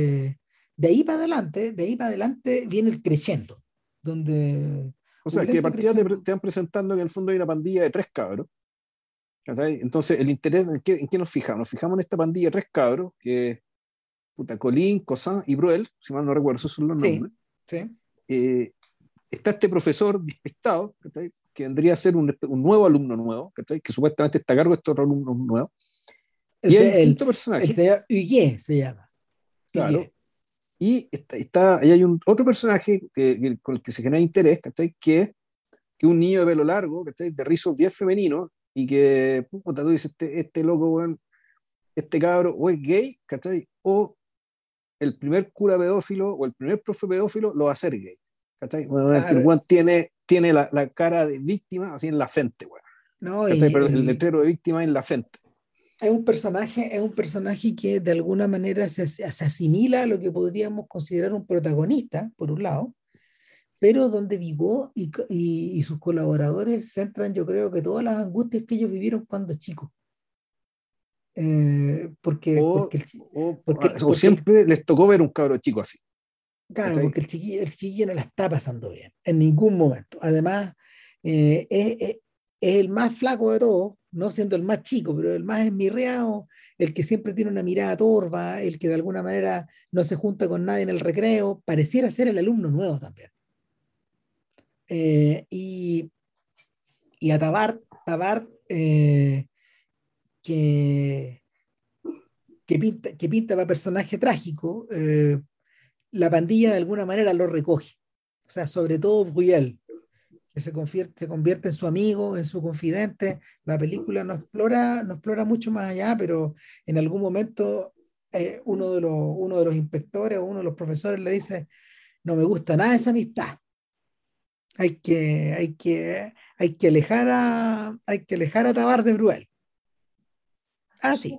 de ahí para adelante viene el creciendo, donde O sea, un que de lento partida creciendo. te van presentando que en el fondo hay una pandilla de tres cabros. ¿Cachai? Entonces, el interés, en qué nos fijamos? Nos fijamos en esta pandilla de tres cabros, que puta, Colín, Cosán y Bruel, si mal no recuerdo, esos son los Sí, nombres. sí. eh, está este profesor despistado, ¿cachai? Que vendría a ser un nuevo alumno nuevo, ¿cachai? Que supuestamente está a cargo de estos alumnos nuevos. Y hay un El, quinto el personaje, señor Huguet se llama. claro, Huguet. y ahí hay un otro personaje con el que se genera interés, ¿cachai? Que es un niño de pelo largo, ¿cachai? De rizos bien femeninos, y que, puta, tú dices, este loco, weón, este cabro, o es gay, ¿cachai? O el primer cura pedófilo o el primer profe pedófilo lo va a hacer gay, ¿cachai? Bueno, el Claro, weón tiene la cara de víctima así en la frente, weón, no, ¿cachai? Pero el letrero de víctima en la frente. es un personaje que de alguna manera se asimila a lo que podríamos considerar un protagonista, por un lado, pero donde Vigo y sus colaboradores centran, yo creo que todas las angustias que ellos vivieron cuando chicos. Eh, porque, O, porque, el, chi- o, porque, o porque el, siempre les tocó ver un cabro chico así, claro, ¿cachai? porque el chiquillo no la está pasando bien, en ningún momento. Además, es el más flaco de todos, no siendo el más chico, pero el más esmirreado, el que siempre tiene una mirada torva, el que de alguna manera no se junta con nadie en el recreo, pareciera ser el alumno nuevo también. Eh, y, y a Tabart que, que pinta para personaje trágico, la pandilla de alguna manera lo recoge. O sea, sobre todo Bruyel, que se convierte en su amigo, en su confidente. La película no explora mucho más allá, pero en algún momento uno de los inspectores o uno de los profesores le dice, no me gusta nada esa amistad. Hay que alejar a Tabar de Bruel. Ah, sí.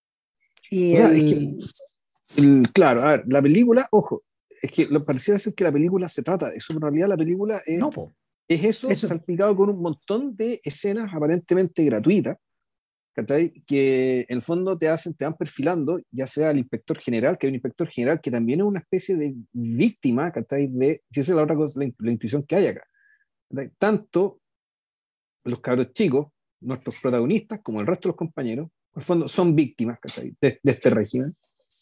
Y O sea, es que, el. claro, a ver, la película, ojo, es que lo parecía ser que la película se trata de eso, pero en realidad la película No, po. es eso Eso. salpicado con un montón de escenas aparentemente gratuitas, ¿cachai? Que en el fondo te van perfilando, ya sea el inspector general, que hay un inspector general que también es una especie de víctima, ¿cachai? Si esa es la otra cosa, la intuición que hay acá. ¿Cachai? Tanto los cabros chicos, nuestros protagonistas, como el resto de los compañeros, en el fondo son víctimas, ¿cachai? De este régimen,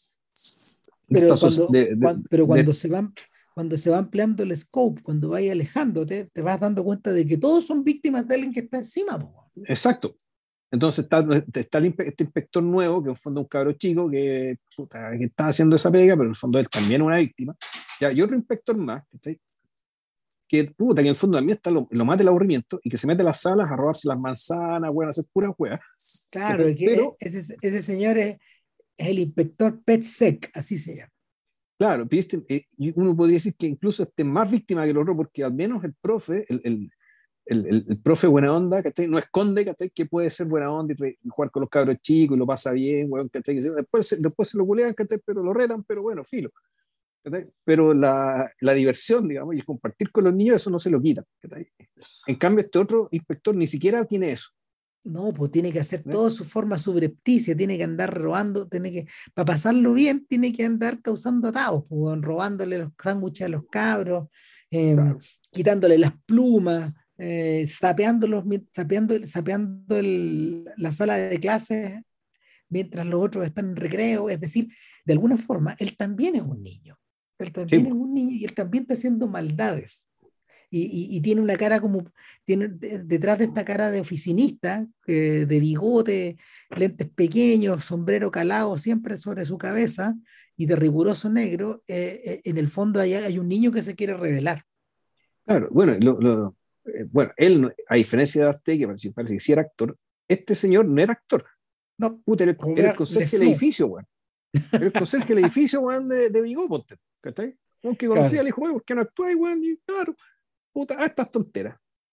de esta, Pero so- pero de- cuando se va ampliando el scope, cuando vayas alejándote, te vas dando cuenta de que todos son víctimas de alguien que está encima, po. exacto. Entonces está este inspector nuevo, que en el fondo es un cabro chico que, puta, que está haciendo esa pega, pero en el fondo él también es una víctima. Ya, y otro inspector más, ¿cachai? Que, puta, que en el fondo también está lo más del aburrimiento y que se mete a las salas a robarse las manzanas, bueno, a hacer puras hueas. Claro, es que Pero, ese señor es el inspector PetSec, así se llama. claro, ¿viste? Y uno podría decir que incluso este es más víctima que el otro, porque al menos el profe, el profe buena onda, ¿cachai? No esconde, ¿cachai? Que puede ser buena onda y jugar con los cabros chicos y lo pasa bien, weón, ¿cachai? Después se lo culean, ¿cachai? Pero lo retan, pero bueno, filo. ¿Cachai? Pero la diversión, digamos, y el compartir con los niños, eso no se lo quita, ¿cachai? En cambio, este otro inspector ni siquiera tiene eso. No, pues tiene que hacer ¿Cachai? todo su forma subrepticia, tiene que andar robando, para pasarlo bien, tiene que andar causando atados, pues, weón, robándole los sándwiches a los cabros, em, Claro. quitándole las plumas, sapeándolos, sapeando la sala de clases mientras los otros están en recreo. Es decir, de alguna forma, él también es un niño. Él Sí, también es pues, un niño y él también está haciendo maldades. Y tiene una cara como, detrás de esta cara de oficinista, de bigote, lentes pequeños, sombrero calado siempre sobre su cabeza y de riguroso negro, en el fondo hay un niño que se quiere revelar. claro. Bueno, bueno, él, a diferencia de Azteca, que parece que sí era actor, este señor no era actor. No, Puta, era el Robert conserje del Leflou, edificio, weón. Era el conserje del edificio, weón, de Vigo, ponte, ¿cachai? Aunque conocía, claro. le dijo, weón, ¿por qué no actúas, weón? Y claro, puta, estas tonteras.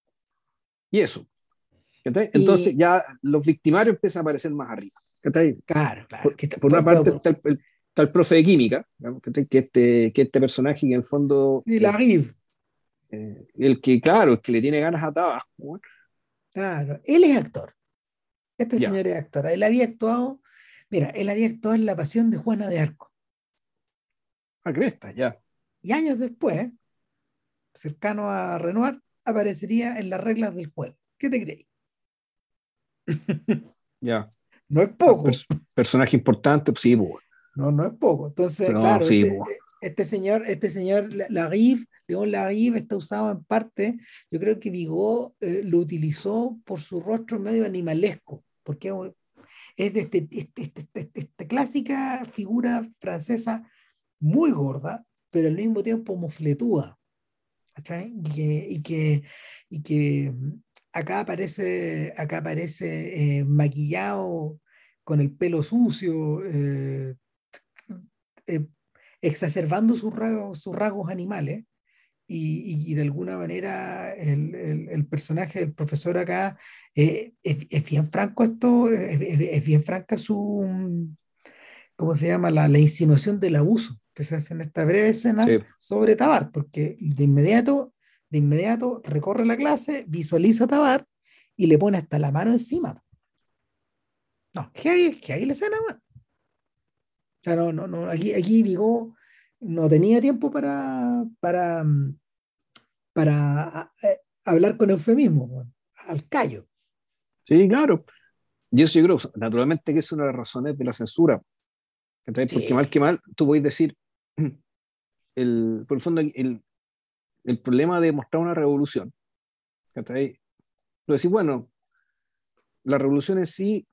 Y eso, ¿cachai? Entonces Y ya los victimarios empiezan a aparecer más arriba, ¿cachai? claro, claro. Por una parte está el profe de química, ¿no? ¿Cachai? Que este personaje que en el fondo, y la Rive, el que, claro, el que le tiene ganas a Tabasco, weón. claro. Él es actor. Este Ya, señor es actor. Él había actuado en La Pasión de Juana de Arco. a cresta, ya, Y años después, cercano a Renoir, aparecería en las reglas del juego. ¿Qué te crees? ya. No es Ah, poco, personaje importante, sí, pues, weón. no es poco. Entonces, No, claro, sí, pues, este señor, Larive, León Larive está usado en parte, yo creo que Vigo lo utilizó por su rostro medio animalesco, porque es de esta clásica figura francesa muy gorda, pero al mismo tiempo mofletuda, ¿cachai? Y que acá aparece maquillado con el pelo sucio, eh, exacerbando sus rasgos animales. Y de alguna manera el personaje del profesor acá es bien franco esto, es bien franca ¿cómo se llama? La insinuación del abuso que se hace en esta breve escena Sí, sobre Tabar, porque de inmediato recorre la clase, visualiza a Tabar y le pone hasta la mano encima. No, que ahí la escena, man. O sea, no, aquí Vigo no tenía tiempo para hablar con eufemismo, man, al callo. sí, claro. Y eso yo creo, naturalmente, que es una de las razones de la censura. ¿Cachai? Porque mal Sí, que mal, tú podés decir, por el fondo, el problema de mostrar una revolución. ¿Cachai? Lo decir, bueno, la revolución en sí,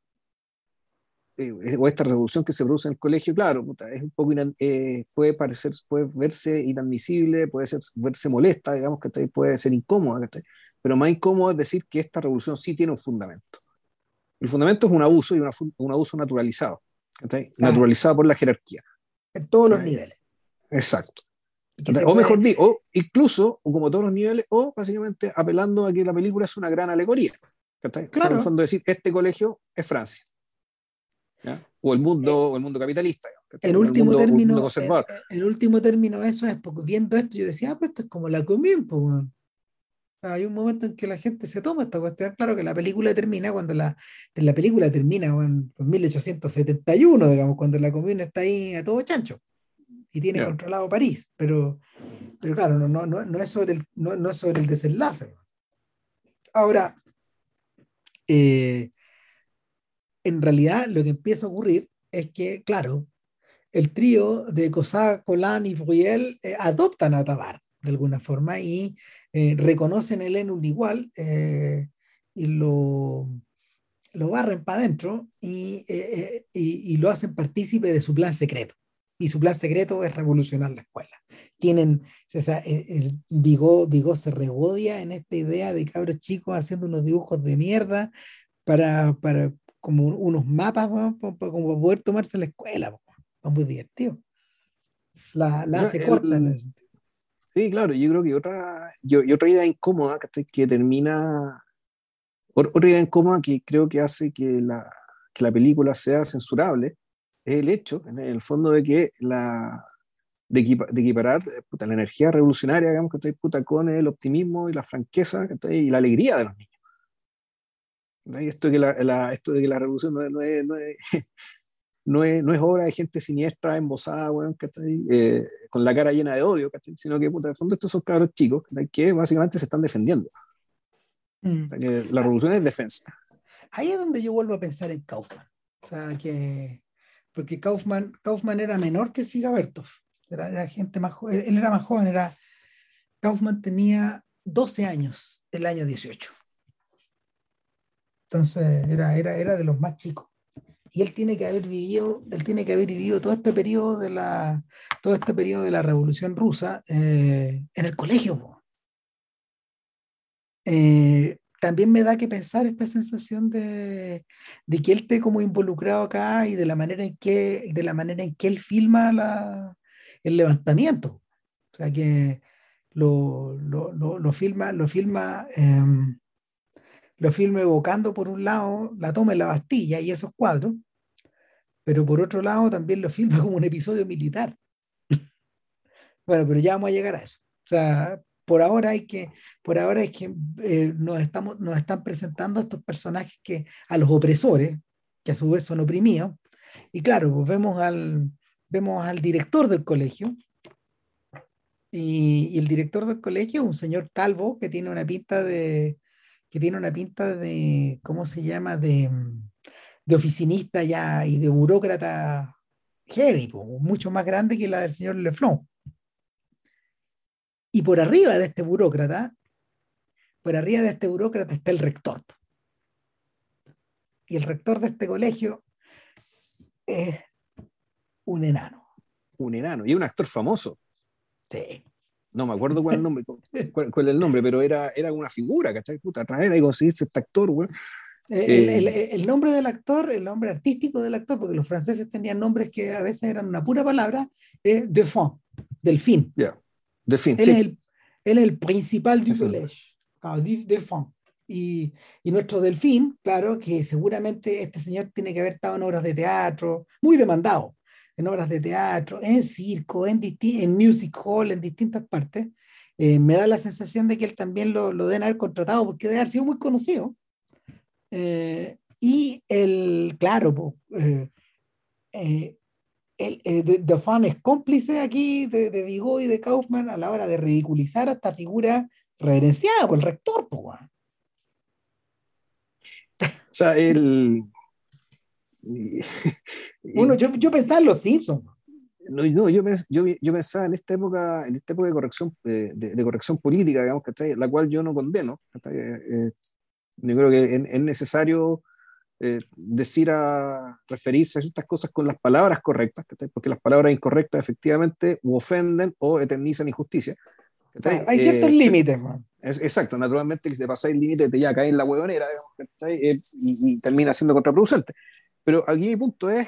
o esta revolución que se produce en el colegio, claro, puta, es un poco puede parecer, puede verse inadmisible, verse molesta, digamos, que puede ser incómoda, ¿cachai? Pero más incómodo es decir que esta revolución sí tiene un fundamento. El fundamento es un abuso y un abuso naturalizado, ¿cachai? claro, Naturalizado por la jerarquía. en todos los ¿Cachai? niveles. Exacto. Y que se O mejor puede, dicho, o incluso, o como todos los niveles, o básicamente apelando a que la película es una gran alegoría. ¿Cachai? O sea, en el claro, fondo decir, este colegio es Francia. ¿Ya? eh, O el mundo capitalista, en ¿cachai? último O el mundo término, conservador. en último término eso es, porque viendo esto yo decía, pues esto es como la común, pues, weón. Hay un momento en que la gente se toma esta cuestión. Claro que la película termina cuando la película termina weón, en 1871, digamos, cuando la comuna está ahí a todo chancho y tiene Ya. controlado París. Pero claro, no es no es sobre el desenlace. Ahora, eh, en realidad lo que empieza a ocurrir es que, claro, el trío de Cossack, Collin y Bruyel adoptan a Tabar de alguna forma y reconocen el Enul igual y lo barren para adentro y lo hacen partícipe de su plan secreto. Y su plan secreto es revolucionar la escuela. O sea, Vigo se regodia en esta idea de cabros chicos haciendo unos dibujos de mierda para como unos mapas, weón, como poder tomarse la escuela. Weón. Es muy divertido. O La sea, hace corta en ese sentido. sí, claro, yo creo que y otra idea incómoda, ¿cachai? Que termina, otra idea incómoda que creo que hace que la película sea censurable, es el hecho, en el fondo, de que de equiparar puta, la energía revolucionaria, digamos, que estoy puta, con el optimismo y la franqueza, ¿cachai? Y la alegría de los niños. ¿Cachai? Esto de que la revolución no es obra de gente siniestra, embosada, weón, ¿cachai? Con la cara llena de odio, ¿cachai? Sino que, puta, de fondo, estos son cabros chicos, ¿cachai? Que básicamente se están defendiendo. Mm. Que la Ah, revolución es defensa. ahí es donde yo vuelvo a pensar en Kaufman. O sea, porque Kaufman era menor que Siga Bertov. Era gente más joven, él era más joven, Kaufman tenía 12 años el año 18. Entonces era de los más chicos. Y él tiene que haber vivido todo este periodo de la Revolución Rusa en el colegio. Po. También me da que pensar esta sensación de que él esté como involucrado acá y de la manera en que él filma el levantamiento. O sea que lo filma evocando por un lado la toma de la Bastilla y esos cuadros, pero por otro lado también lo filma como un episodio militar. Bueno, pero ya vamos a llegar a eso. O sea, por ahora hay que nos están presentando a estos personajes a los opresores, que a su vez son oprimidos. Y claro, pues vemos al director del colegio, y el director del colegio es un señor calvo que tiene una pinta de, ¿cómo se llama? De oficinista ya y de burócrata heavy, po, mucho más grande que la del señor Leflon. Y por arriba de este burócrata, por arriba de este burócrata está el rector. Y el rector de este colegio es un enano. Un enano, y un actor famoso. Sí. No me acuerdo cuál es el nombre, cuál es el nombre, pero era una figura, ¿cachai? Puta, traer y conseguirse este actor, güey. El nombre del actor, el nombre artístico del actor, porque los franceses tenían nombres que a veces eran una pura palabra, es Delfin, Delfín. Ya, de fin, Él es sí. el principal du Eso. collège, claro, Delfin. Y nuestro Delfín, claro, que seguramente este señor tiene que haber estado en obras de teatro, muy demandado, en obras de teatro, en circo, en music hall, en distintas partes. Me da la sensación de que él también lo deben haber contratado porque debe haber sido muy conocido. Y el, claro, eh, Dauphin es cómplice aquí de Vigo y de Kaufman a la hora de ridiculizar a esta figura reverenciada por el rector. Po, O sea, y- uno, y- yo pensaba en los Simpsons. no, no, yo pensaba en esta época de corrección, de corrección política, digamos, ¿cachai? La cual yo no condeno, ¿cachai? Yo creo que es necesario referirse a estas cosas con las palabras correctas, ¿cachai? Porque las palabras incorrectas efectivamente o ofenden o eternizan injusticia. Claro, ¿Cachai? hay ciertos límites, man. Exacto, naturalmente que si te pasáis el límite te ya caes en la huevonera, digamos, ¿cachai? Y termina siendo contraproducente. Pero aquí mi punto es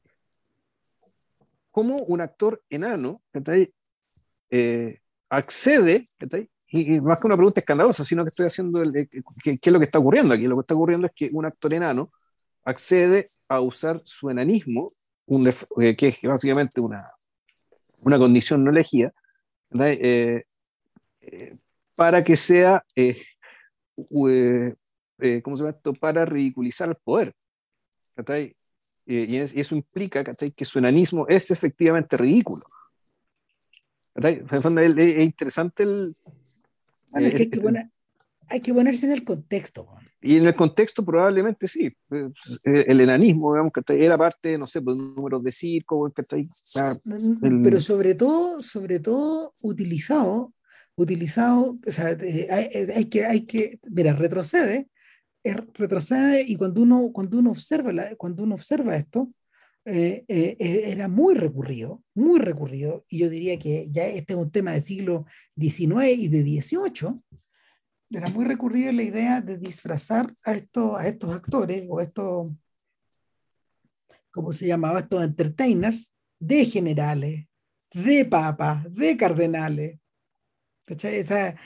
cómo un actor enano, ¿cachai? Eh, accede, ¿cachai? Y más que una pregunta escandalosa, sino que estoy haciendo qué es lo que está ocurriendo aquí. Lo que está ocurriendo es que un actor enano accede a usar su enanismo, que es básicamente una condición no elegida, eh, para que sea, ¿cómo se llama esto? Para ridiculizar el poder. Y eso implica, ¿cachai? Que su enanismo es efectivamente ridículo. Es interesante Bueno, es que eh, eh, hay que ponerse en el contexto, man. y en el contexto probablemente sí. El enanismo, digamos, que era parte, no sé, pues, números de circo, ¿cachai? O sea, Pero el, sobre todo utilizado, o sea, hay que, mira, retrocede y cuando uno observa, cuando uno observa esto, era muy recurrido, y yo diría que ya este es un tema del siglo XIX y de XVIII, era muy recurrido la idea de disfrazar a estos actores o estos, ¿cómo se llamaba? Estos entertainers de generales, de papas, de cardenales. ¿Cachai?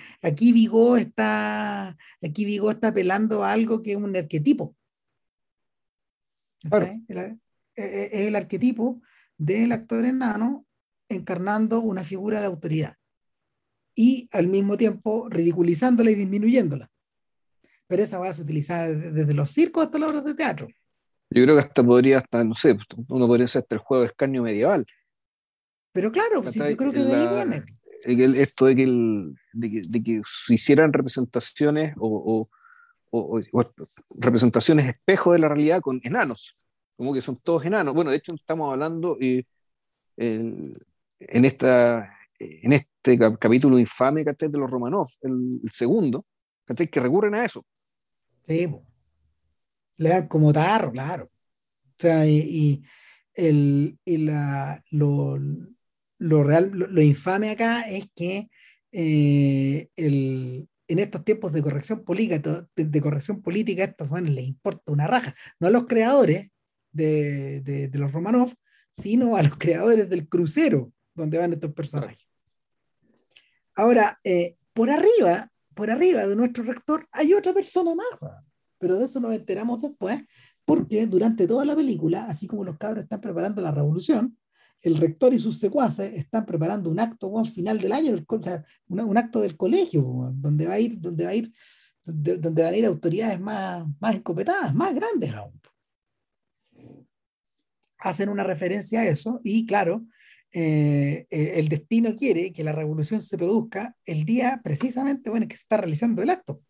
Aquí Vigo está apelando a algo que es un arquetipo. claro, ¿Cachai? Es el arquetipo del actor enano encarnando una figura de autoridad y al mismo tiempo ridiculizándola y disminuyéndola. Pero esa va a ser utilizada desde los circos hasta las obras de teatro. yo creo que hasta podría, hasta, no sé, uno podría hacer hasta el juego de escarnio medieval. Pero claro, pues sí, yo ¿Cachai? creo que de ahí viene. Esto de que se hicieran representaciones o representaciones espejo de la realidad con enanos, como que son todos enanos. Bueno, de hecho estamos hablando el- en, en este capítulo infame, ¿cachai? De los Romanov, el segundo, ¿cachai? Que recurren a eso. Sí, po. Le dan como tarro, claro. O sea, y lo infame acá es que en estos tiempos de corrección política, de corrección política, a estos jóvenes les importa una raja, no a los creadores de los Romanov, sino a los creadores del crucero donde van estos Claro. personajes. Ahora, por arriba de nuestro rector hay otra persona más, weón. Pero de eso nos enteramos después, porque durante toda la película, así como los cabros están preparando la revolución, el rector y sus secuaces están preparando un acto, weón, final del año, o sea, un acto del colegio, weón, donde van a ir autoridades más encopetadas, más grandes aún. Hacen una referencia a eso y claro, el destino quiere que la revolución se produzca el día precisamente, bueno, que se está realizando el acto.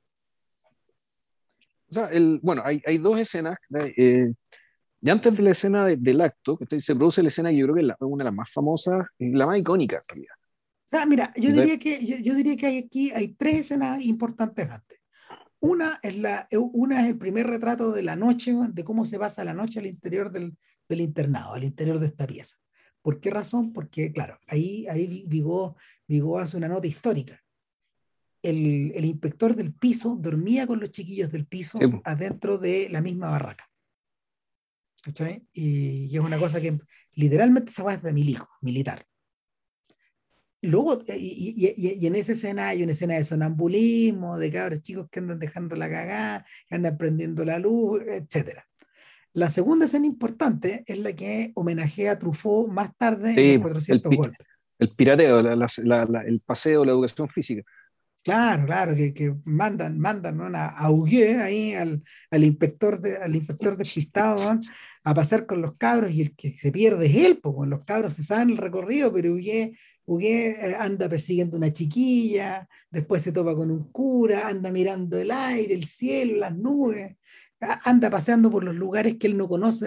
O sea, bueno, hay dos escenas. Y antes de la escena del acto, se produce la escena que yo creo que es una de las más famosas y la más icónica en realidad. sea, mira, Y de- yo diría que hay aquí hay tres escenas importantes antes. Una es el primer retrato de la noche, weón, de cómo se pasa la noche al interior del internado, al interior de esta pieza. ¿Por qué razón? Porque, claro, ahí Vigo hace una nota histórica. El inspector del piso dormía con los chiquillos del sí, piso po. adentro de la misma barraca. ¿Cachai? Y es una cosa que literalmente se va desde militar. Luego, y en esa escena hay una escena de sonambulismo, de cabros chicos que andan dejando la cagada, que andan prendiendo la luz, etcétera. La segunda escena importante es la que homenajea a Truffaut más tarde en los Sí, 400 golpes. el pirateo, el paseo, la educación física. Claro, claro, que mandan ¿no? a Augier ahí al inspector despistado, ¿no? A pasar con los cabros y el que se pierde es él, pues los cabros se saben el recorrido, pero Augier anda persiguiendo una chiquilla, después se topa con un cura, anda mirando el aire, el cielo, las nubes, anda paseando por los lugares que él no conoce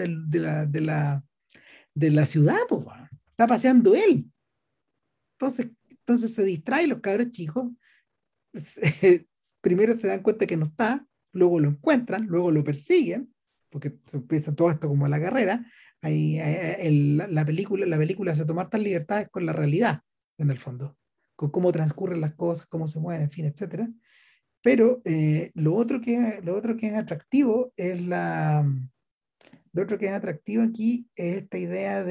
de la ciudad, pues, weón. Está paseando él. Entonces se distrae los cabros chicos primero se dan cuenta que no está, luego lo encuentran, luego lo persiguen, porque se empieza todo esto como a la carrera. La película se toma tan libertades con la realidad, en el fondo, con cómo transcurren las cosas, cómo se mueven, en fin, etcétera. Pero lo otro que es atractivo es lo otro que es atractivo aquí es esta idea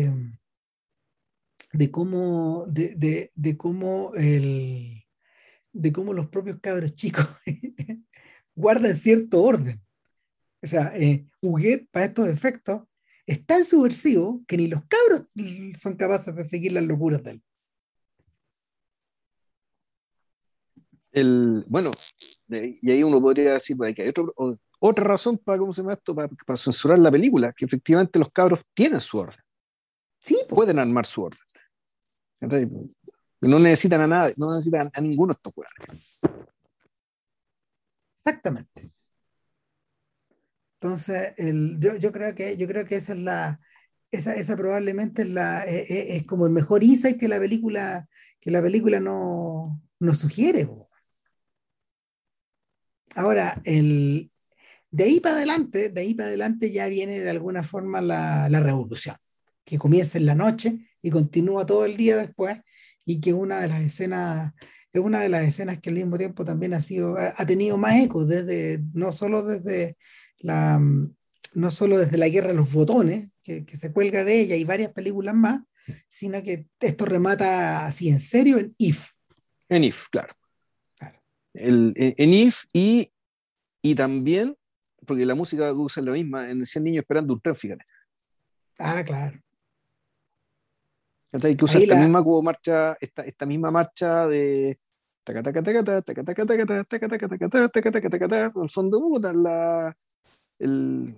de cómo de cómo los propios cabros chicos guardan cierto orden. O sea, Huguet, para estos efectos, es tan subversivo que ni los cabros son capaces de seguir las locuras de él. Bueno, y ahí uno podría decir pues, que hay otra razón para, ¿cómo se llama esto? Para censurar la película, que efectivamente los cabros tienen su orden, Sí, pues, pueden armar su orden. ¿Cachai? No necesitan a nada, no necesitan a ninguno de estos jugadores. exactamente. Entonces, yo creo que esa probablemente es como el mejor insight que la película no sugiere. Po. Ahora, de ahí para adelante ya viene de alguna forma la revolución, que comienza en la noche y continúa todo el día después, y que es una de las escenas que al mismo tiempo también ha tenido más eco, la, no solo desde la guerra de los botones, que se cuelga de ella y varias películas más, sino que esto remata así en serio en If. En If, claro. Claro. En If y también, porque la música usa la misma, en 100 niños esperando un tren, fíjate. Ah, claro. ¿Cachai? Que O sea, usa esta misma como marcha, esta misma marcha de taca, taca, taca, taca, taca, taca, taca, taca, taca, taca, taca, taca, taca, taca, taca, taca, en el fondo, puta, el,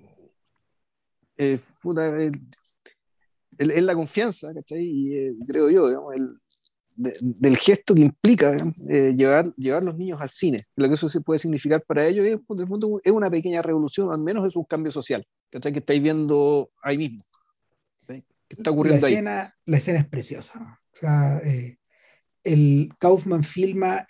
puta, es la confianza, ¿cachai? Y creo yo, digamos, del gesto que implica llevar los niños al cine, lo que eso se puede significar para ellos es, en el fondo, es una pequeña revolución, al menos es un cambio social, ¿cachai? Que estáis viendo ahí mismo, ¿cachai? Que está ocurriendo ahí. la escena es preciosa. ¿No? O sea, el Kaufman filma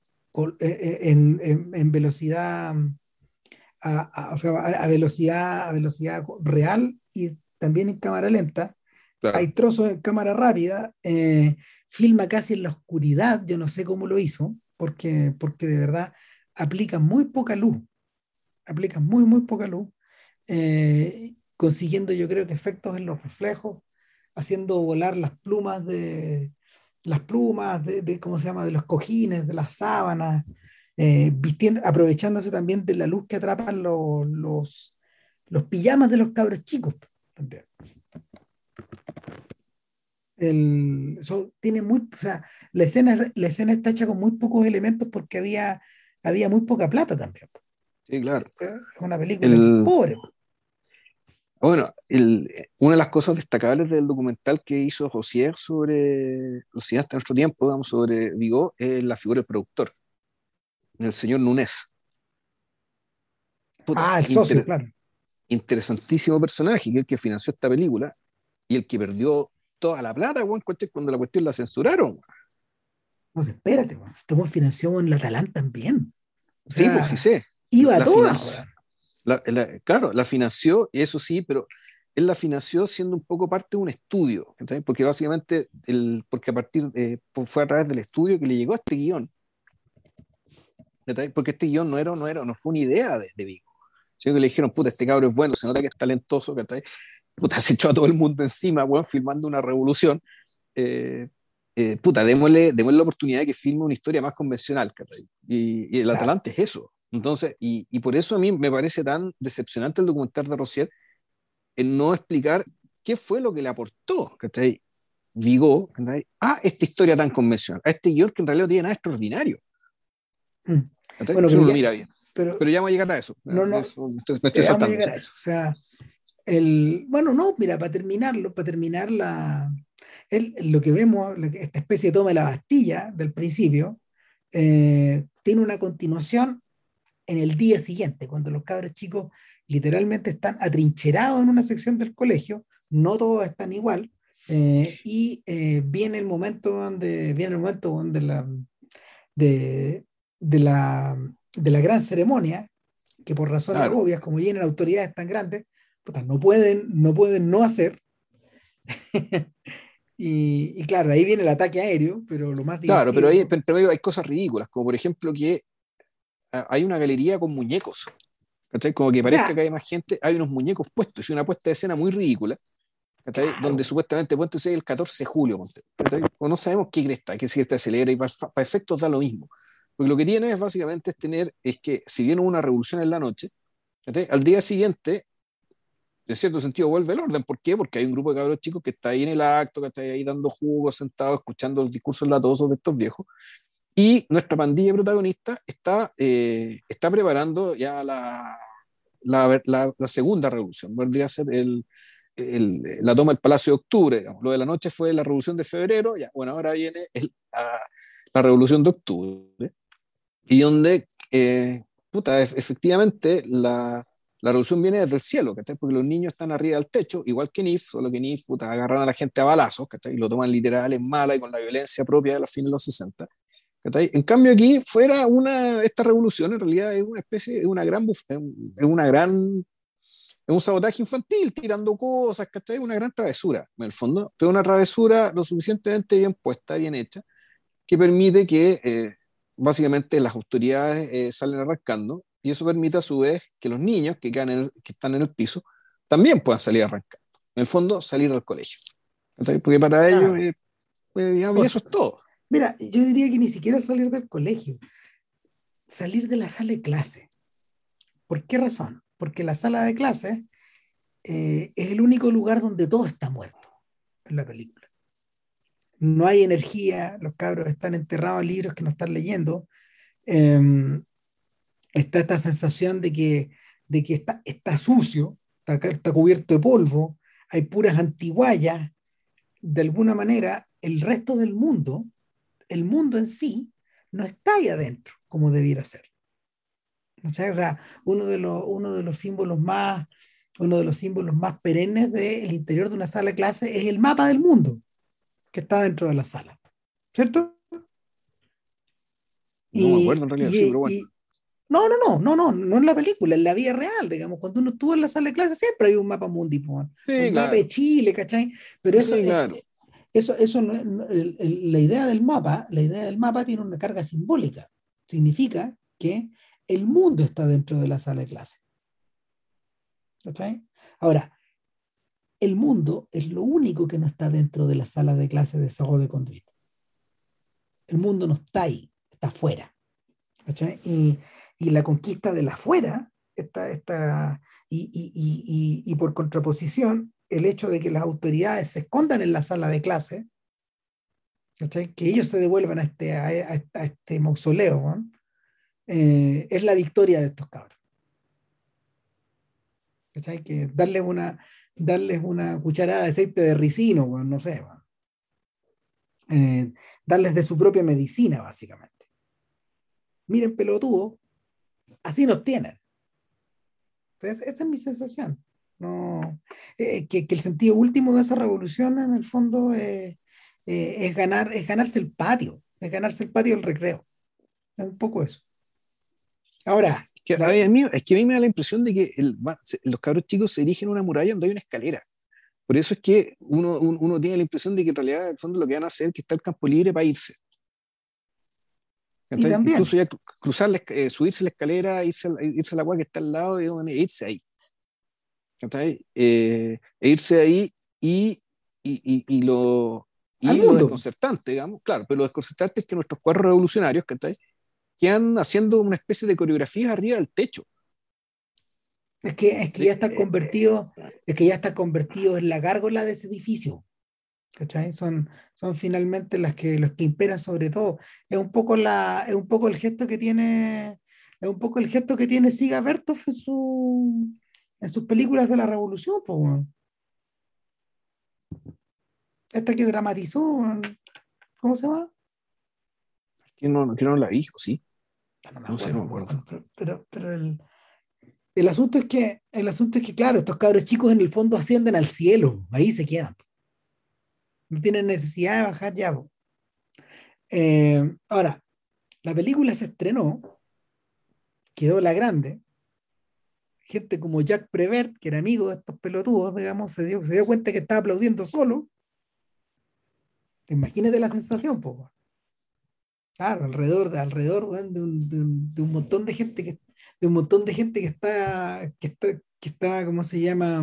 en velocidad, o sea, a velocidad real y también en cámara lenta. Claro. Hay trozos en cámara rápida, filma casi en la oscuridad, yo no sé cómo lo hizo, porque de verdad aplica muy poca luz, aplica muy poca luz, consiguiendo yo creo que efectos en los reflejos, haciendo volar ¿cómo se llama? De los cojines, de las sábanas, aprovechándose también de la luz que atrapan los pijamas de los cabros chicos también. Tiene o sea, la escena está hecha con muy pocos elementos porque había muy poca plata también. Sí, claro. Es una película que es El, pobre. bueno, una de las cosas destacables del documental que hizo Josier sobre los cineastas de nuestro tiempo, digamos, sobre Vigo, es la figura del productor, el señor Núñez. Puta, Ah, el socio, claro. interesantísimo personaje, que es el que financió esta película y el que perdió toda la plata, weón, cuando la cuestión la censuraron. No sé, espérate, weón, estamos financiados en la Atalanta también. O Sí, pues sí sea, sé. iba a La todas, financió, weón. claro, la financió, y eso sí, pero él la financió siendo un poco parte de un estudio, ¿entendés? Porque básicamente, porque a partir fue a través del estudio que le llegó este guión, ¿entendés? Porque este guión no fue una idea de Vigo, sino que le dijeron, puta, este cabro es bueno, se nota que es talentoso, ¿entendés? Puta, se echó a todo el mundo encima, weón, filmando una revolución. eh, Puta, démosle la oportunidad de que filme una historia más convencional, ¿cachai? Y el Claro. Atalante es eso. Entonces, y por eso a mí me parece tan decepcionante el documental de Rosier en no explicar qué fue lo que le aportó, ¿cachai? Vigo, ¿cachai? A esta historia tan convencional, a este guión que en realidad no tiene nada extraordinario, Mm. ¿cachai? Bueno, Si pero uno lo ya, mira bien. pero Pero ya vamos a llegar a eso. no, no, Eso me estoy vamos a saltando, llegar ¿sí? a eso. O sea, el, bueno, no, mira, para terminar lo que vemos, esta especie de toma de la Bastilla del principio, tiene una continuación en el día siguiente, cuando los cabros chicos literalmente están atrincherados en una sección del colegio, no todos están igual, viene el momento donde de, de la gran ceremonia, que por razones Claro, obvias, como vienen autoridades tan grandes, puta, no pueden no hacer. Y claro, ahí viene el ataque aéreo, pero lo más claro, pero divertido, pero hay cosas ridículas, como por ejemplo que hay una galería con muñecos, ¿cachai? Como que o parezca que sea, hay más gente, hay unos muñecos puestos, y una puesta de escena muy ridícula, ¿cachai? Donde claro, supuestamente puede ser el 14 de julio, ponte, ¿cachai? O no sabemos qué cresta, qué si esta celebra, y para efectos da lo mismo. Porque lo que tiene es básicamente es que si viene una revolución en la noche, ¿cachai? Al día siguiente, en cierto sentido, vuelve el orden. ¿Por qué? Porque hay un grupo de cabros chicos que está ahí en el acto, que está ahí dando jugos, sentados, escuchando los discursos latosos de estos viejos. Y nuestra pandilla protagonista está preparando ya la segunda revolución. Vendría a ser la toma del Palacio de Octubre. Digamos. Lo de la noche fue la revolución de febrero. Ya, bueno, ahora viene la revolución de octubre. Y donde, puta, efectivamente, la revolución viene desde el cielo, ¿cachai? Porque los niños están arriba del techo, igual que NIF, solo que NIF, puta, agarran a la gente a balazos, ¿cachai? Y lo toman literal en mala y con la violencia propia de los fines de los 60. ¿Cachai? En cambio aquí esta revolución en realidad es una especie, es una gran, es un sabotaje infantil, tirando cosas, ¿cachai? Una gran travesura, en el fondo, pero una travesura lo suficientemente bien puesta, bien hecha, que permite que básicamente las autoridades salen arrancando, y eso permite a su vez que los niños que están en el piso también puedan salir arrancando. En el fondo, salir del colegio. ¿Cachai? Porque para ellos, claro. digamos, y O eso sea, es todo. mira, yo diría que ni siquiera salir del colegio, salir de la sala de clase. ¿Por qué razón? Porque la sala de clase es el único lugar donde todo está muerto en la película. No hay energía, los cabros están enterrados en libros que no están leyendo. eh, Está esta sensación de que está sucio, está cubierto de polvo, hay puras antiguallas. De alguna manera, el resto del mundo, el mundo en sí, no está ahí adentro como debiera ser. ¿Cachai? O sea, uno de los símbolos más perennes del interior de una sala de clase es el mapa del mundo que está dentro de la sala, ¿cierto? No me acuerdo en realidad, sí, pero bueno. No en la película, en la vida real, digamos, cuando uno estuvo en la sala de clase siempre hay un mapa mundi, po, Sí, un mapa de claro. Chile, ¿cachai? Pero Sí, claro. eso no, la idea del mapa tiene una carga simbólica. Significa que el mundo está dentro de la sala de clase, ¿cachai? Ahora, el mundo es lo único que no está dentro de la sala de clase de Cerro de Conduita. El mundo no está ahí, está afuera. ¿Cachai? Y la conquista de la afuera, y por contraposición, el hecho de que las autoridades se escondan en la sala de clase, ¿cachai? Que ellos se devuelvan a este mausoleo, ¿no? Es la victoria de estos cabros. ¿Cachai? Que darles una cucharada de aceite de ricino, bueno, no sé, bueno, darles de su propia medicina, básicamente. Miren, pelotudo, así nos tienen. Entonces, esa es mi sensación. No, que el sentido último de esa revolución, en el fondo, es ganarse el patio. es ganarse el patio del recreo. Es un poco eso. Ahora, Es que a mí me da la impresión de que los cabros chicos se dirigen a una muralla donde hay una escalera. Por eso es que uno tiene la impresión de que en realidad, en el fondo, lo que van a hacer es que está el campo libre para irse. y ¿Cachai? también, Incluso ya subirse la escalera, irse a la agua que está al lado e irse ahí. ¿Cachai? E irse ahí y, y al lo mundo. desconcertante, digamos, claro, pero lo desconcertante es que nuestros cuadros revolucionarios, ¿cachai? Quedan haciendo una especie de coreografías arriba del techo. Es que ¿Sí? ya está convertido, es que ya está convertido en la gárgola de ese edificio. ¿Cachai? Son finalmente los que imperan sobre todo. Es un poco el gesto que tiene, es un poco el gesto que tiene Siga Bertov en sus películas de la Revolución, po, weón. Esta que dramatizó, weón, ¿cómo se llama? Que no la vi, ¿o sí? No me No sé, no acuerdo, me acuerdo. weón, pero el asunto es que, claro, estos cabros chicos en el fondo ascienden al cielo, ahí se quedan. No tienen necesidad de bajar ya, po. Ahora, la película se estrenó, quedó la grande. Gente como Jack Prevert, que era amigo de estos pelotudos, digamos, se dio cuenta que estaba aplaudiendo solo. Imagínate la sensación, po. Claro, alrededor, weón, de un montón de gente de un montón de gente que está, ¿cómo se llama?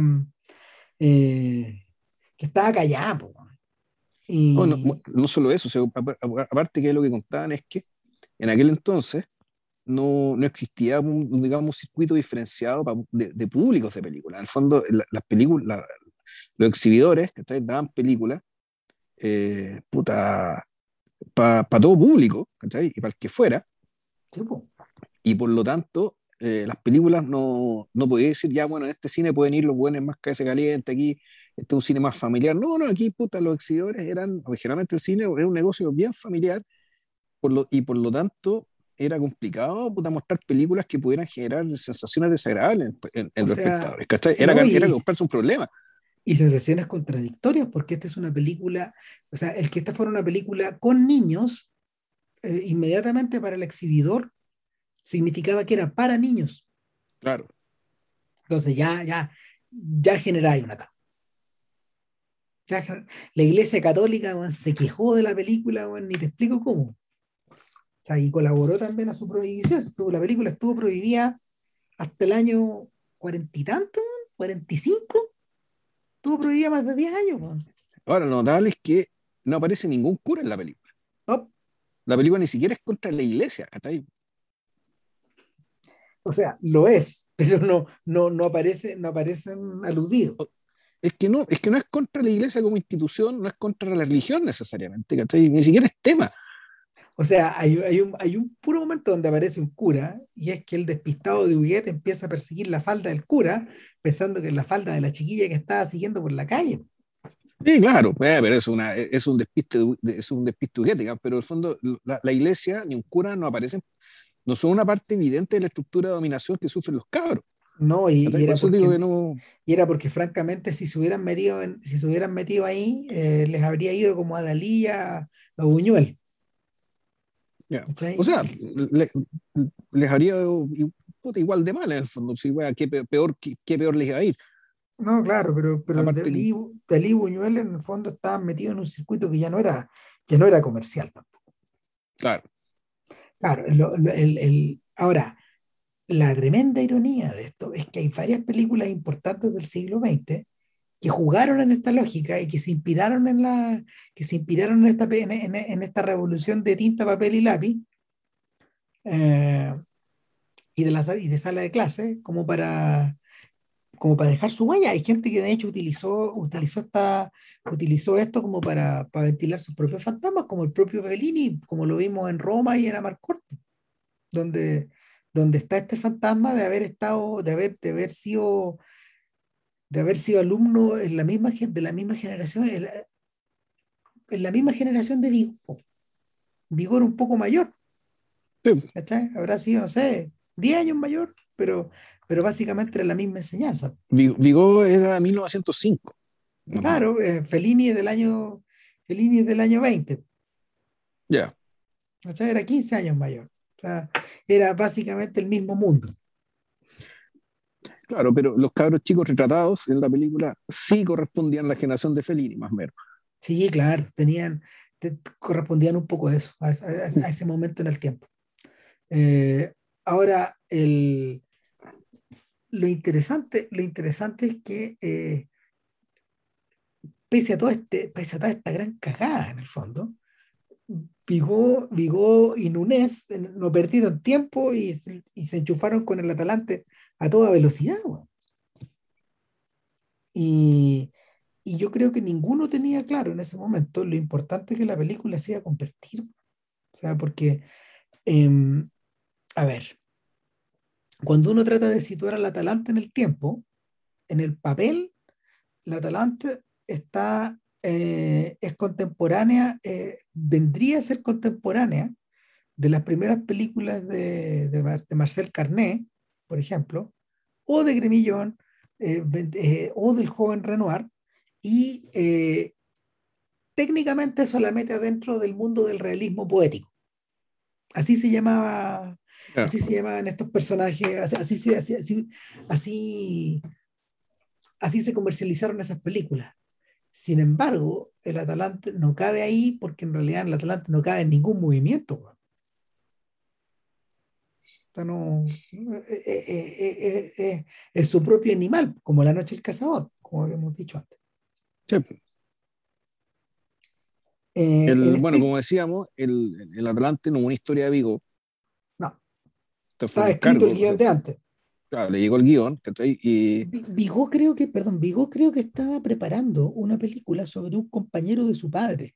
Que estaba callada, po. No, no, Y, no solo eso, o sea, aparte que lo que contaban es que en aquel entonces no existía digamos, un circuito diferenciado de públicos de películas. En el fondo, las películas, los exhibidores que daban películas para todo público, ¿cachai? Y para el que fuera, sí, po. y por lo tanto, las películas no podía decir, ya, bueno, en este cine pueden ir los buenos más cabeza caliente, aquí este es un cine más familiar. No, no, aquí, puta, los exhibidores eran, originalmente el cine era un negocio bien familiar, y por lo tanto era complicado, puta, mostrar películas que pudieran generar sensaciones desagradables O en los sea, espectadores, ¿cachai? no, Era comprarse un problema. y sensaciones contradictorias, porque esta es una película, o sea, el que esta fuera una película con niños, inmediatamente para el exhibidor significaba que era para niños. Claro. Entonces ya generáis una tapa. La Iglesia Católica, weón, se quejó de la película, weón, ni te explico cómo. O sea, y colaboró también a su prohibición. La película estuvo prohibida hasta el año cuarenta y tanto, weón, 45. Estuvo prohibida más de 10 años, weón. Ahora, lo notable es que no aparece ningún cura en la película. No, La película ni siquiera es contra la iglesia, ¿cachai? o sea, lo es, pero no aparece, no aparecen aludidos. Es que no es contra la iglesia como institución, no es contra la religión necesariamente, ¿cachai? Ni siquiera es tema. O sea, hay un puro momento donde aparece un cura y es que el despistado de Huguet empieza a perseguir la falda del cura, pensando que es la falda de la chiquilla que estaba siguiendo por la calle. Sí, claro, pero es un despiste digamos, pero en el fondo la iglesia ni un cura no aparecen, no son una parte evidente de la estructura de dominación que sufren los cabros. No, ¿Cachai? Por eso digo que no. y era porque francamente si se hubieran metido ahí, les habría ido como a Dalí y a Buñuel. Ya. O ¿Cachai? sea, les haría puta, igual de mal en el fondo. Si, wea, qué peor les iba a ir. No, claro, pero Aparte, Dalí y Buñuel en el fondo estaban metidos en un circuito que ya no era comercial. claro, Claro, ahora, la tremenda ironía de esto es que hay varias películas importantes del siglo XX que jugaron en esta lógica y que se inspiraron que se inspiraron en esta revolución de tinta, papel y lápiz, eh, y de sala de clase como para dejar su huella. Hay gente que de hecho utilizó esto como para ventilar sus propios fantasmas, como el propio Bellini, como lo vimos en Roma y en Amarcorte, donde, donde está este fantasma de haber estado, de haber sido alumno en de la misma generación, en la misma generación de Vigor, Vigor un poco mayor, sí, ¿cachai? Habrá sido, no sé, 10 años mayor, pero básicamente era la misma enseñanza. Vigo era 1905, más o menos. Claro, Fellini es del año 20. Ya. ¿cachai? Era 15 años mayor. O sea, era básicamente el mismo mundo. Claro, pero los cabros chicos retratados en la película sí correspondían a la generación de Fellini, más o menos. Sí, claro, correspondían un poco a eso, a ese momento en el tiempo. Ahora, lo interesante es que pese a toda esta gran cagada en el fondo, Vigó y Núñez no perdieron tiempo y se enchufaron con el Atalante a toda velocidad, weón. Y, y yo creo que ninguno tenía claro en ese momento lo importante que la película se iba a convertir. O sea, porque, em, a ver, cuando uno trata de situar al Atalante en el tiempo, en el papel, la Atalante es contemporánea, vendría a ser contemporánea de las primeras películas de Marcel Carné, por ejemplo, o de Gremillón, o del joven Renoir, y técnicamente eso la mete adentro del mundo del realismo poético. Así se llamaba, Ya. así se llamaban estos personajes, así, así se comercializaron esas películas. Sin embargo, el Atalante no cabe ahí porque en realidad el Atalante no cabe en ningún movimiento, weón. Sea, no, es su propio animal, como la noche del cazador, como habíamos dicho antes. Sí. En Bueno, estricto, como decíamos, el Atlante no hubo una historia de Vigo, no, esto fue un estaba escrito el encargo, o sea, guión de antes. claro, le llegó el guión, ¿cachai? Y Vigó creo que estaba preparando una película sobre un compañero de su padre,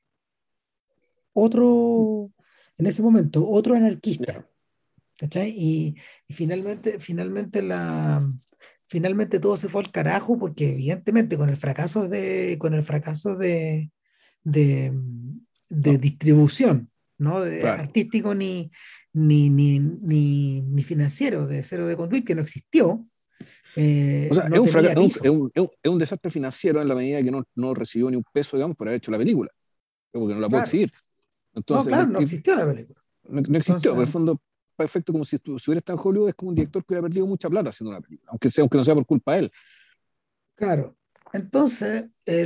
otro, en ese momento, otro anarquista, ya, ¿cachai? Y finalmente todo se fue al carajo porque evidentemente con el fracaso de, de no, distribución, ¿no? De claro. artístico ni financiero de Cero de Conduit, que no existió, O sea, no tenía piso. es un desastre financiero en la medida que no recibió ni un peso, digamos, por haber hecho la película, porque no la puede Claro, exhibir. no, Entonces, claro, no existió la película. no existió, pero en Entonces, el fondo, perfecto, como si hubiera estado en Hollywood, es como un director que hubiera perdido mucha plata haciendo una película, aunque no sea por culpa de él. claro, entonces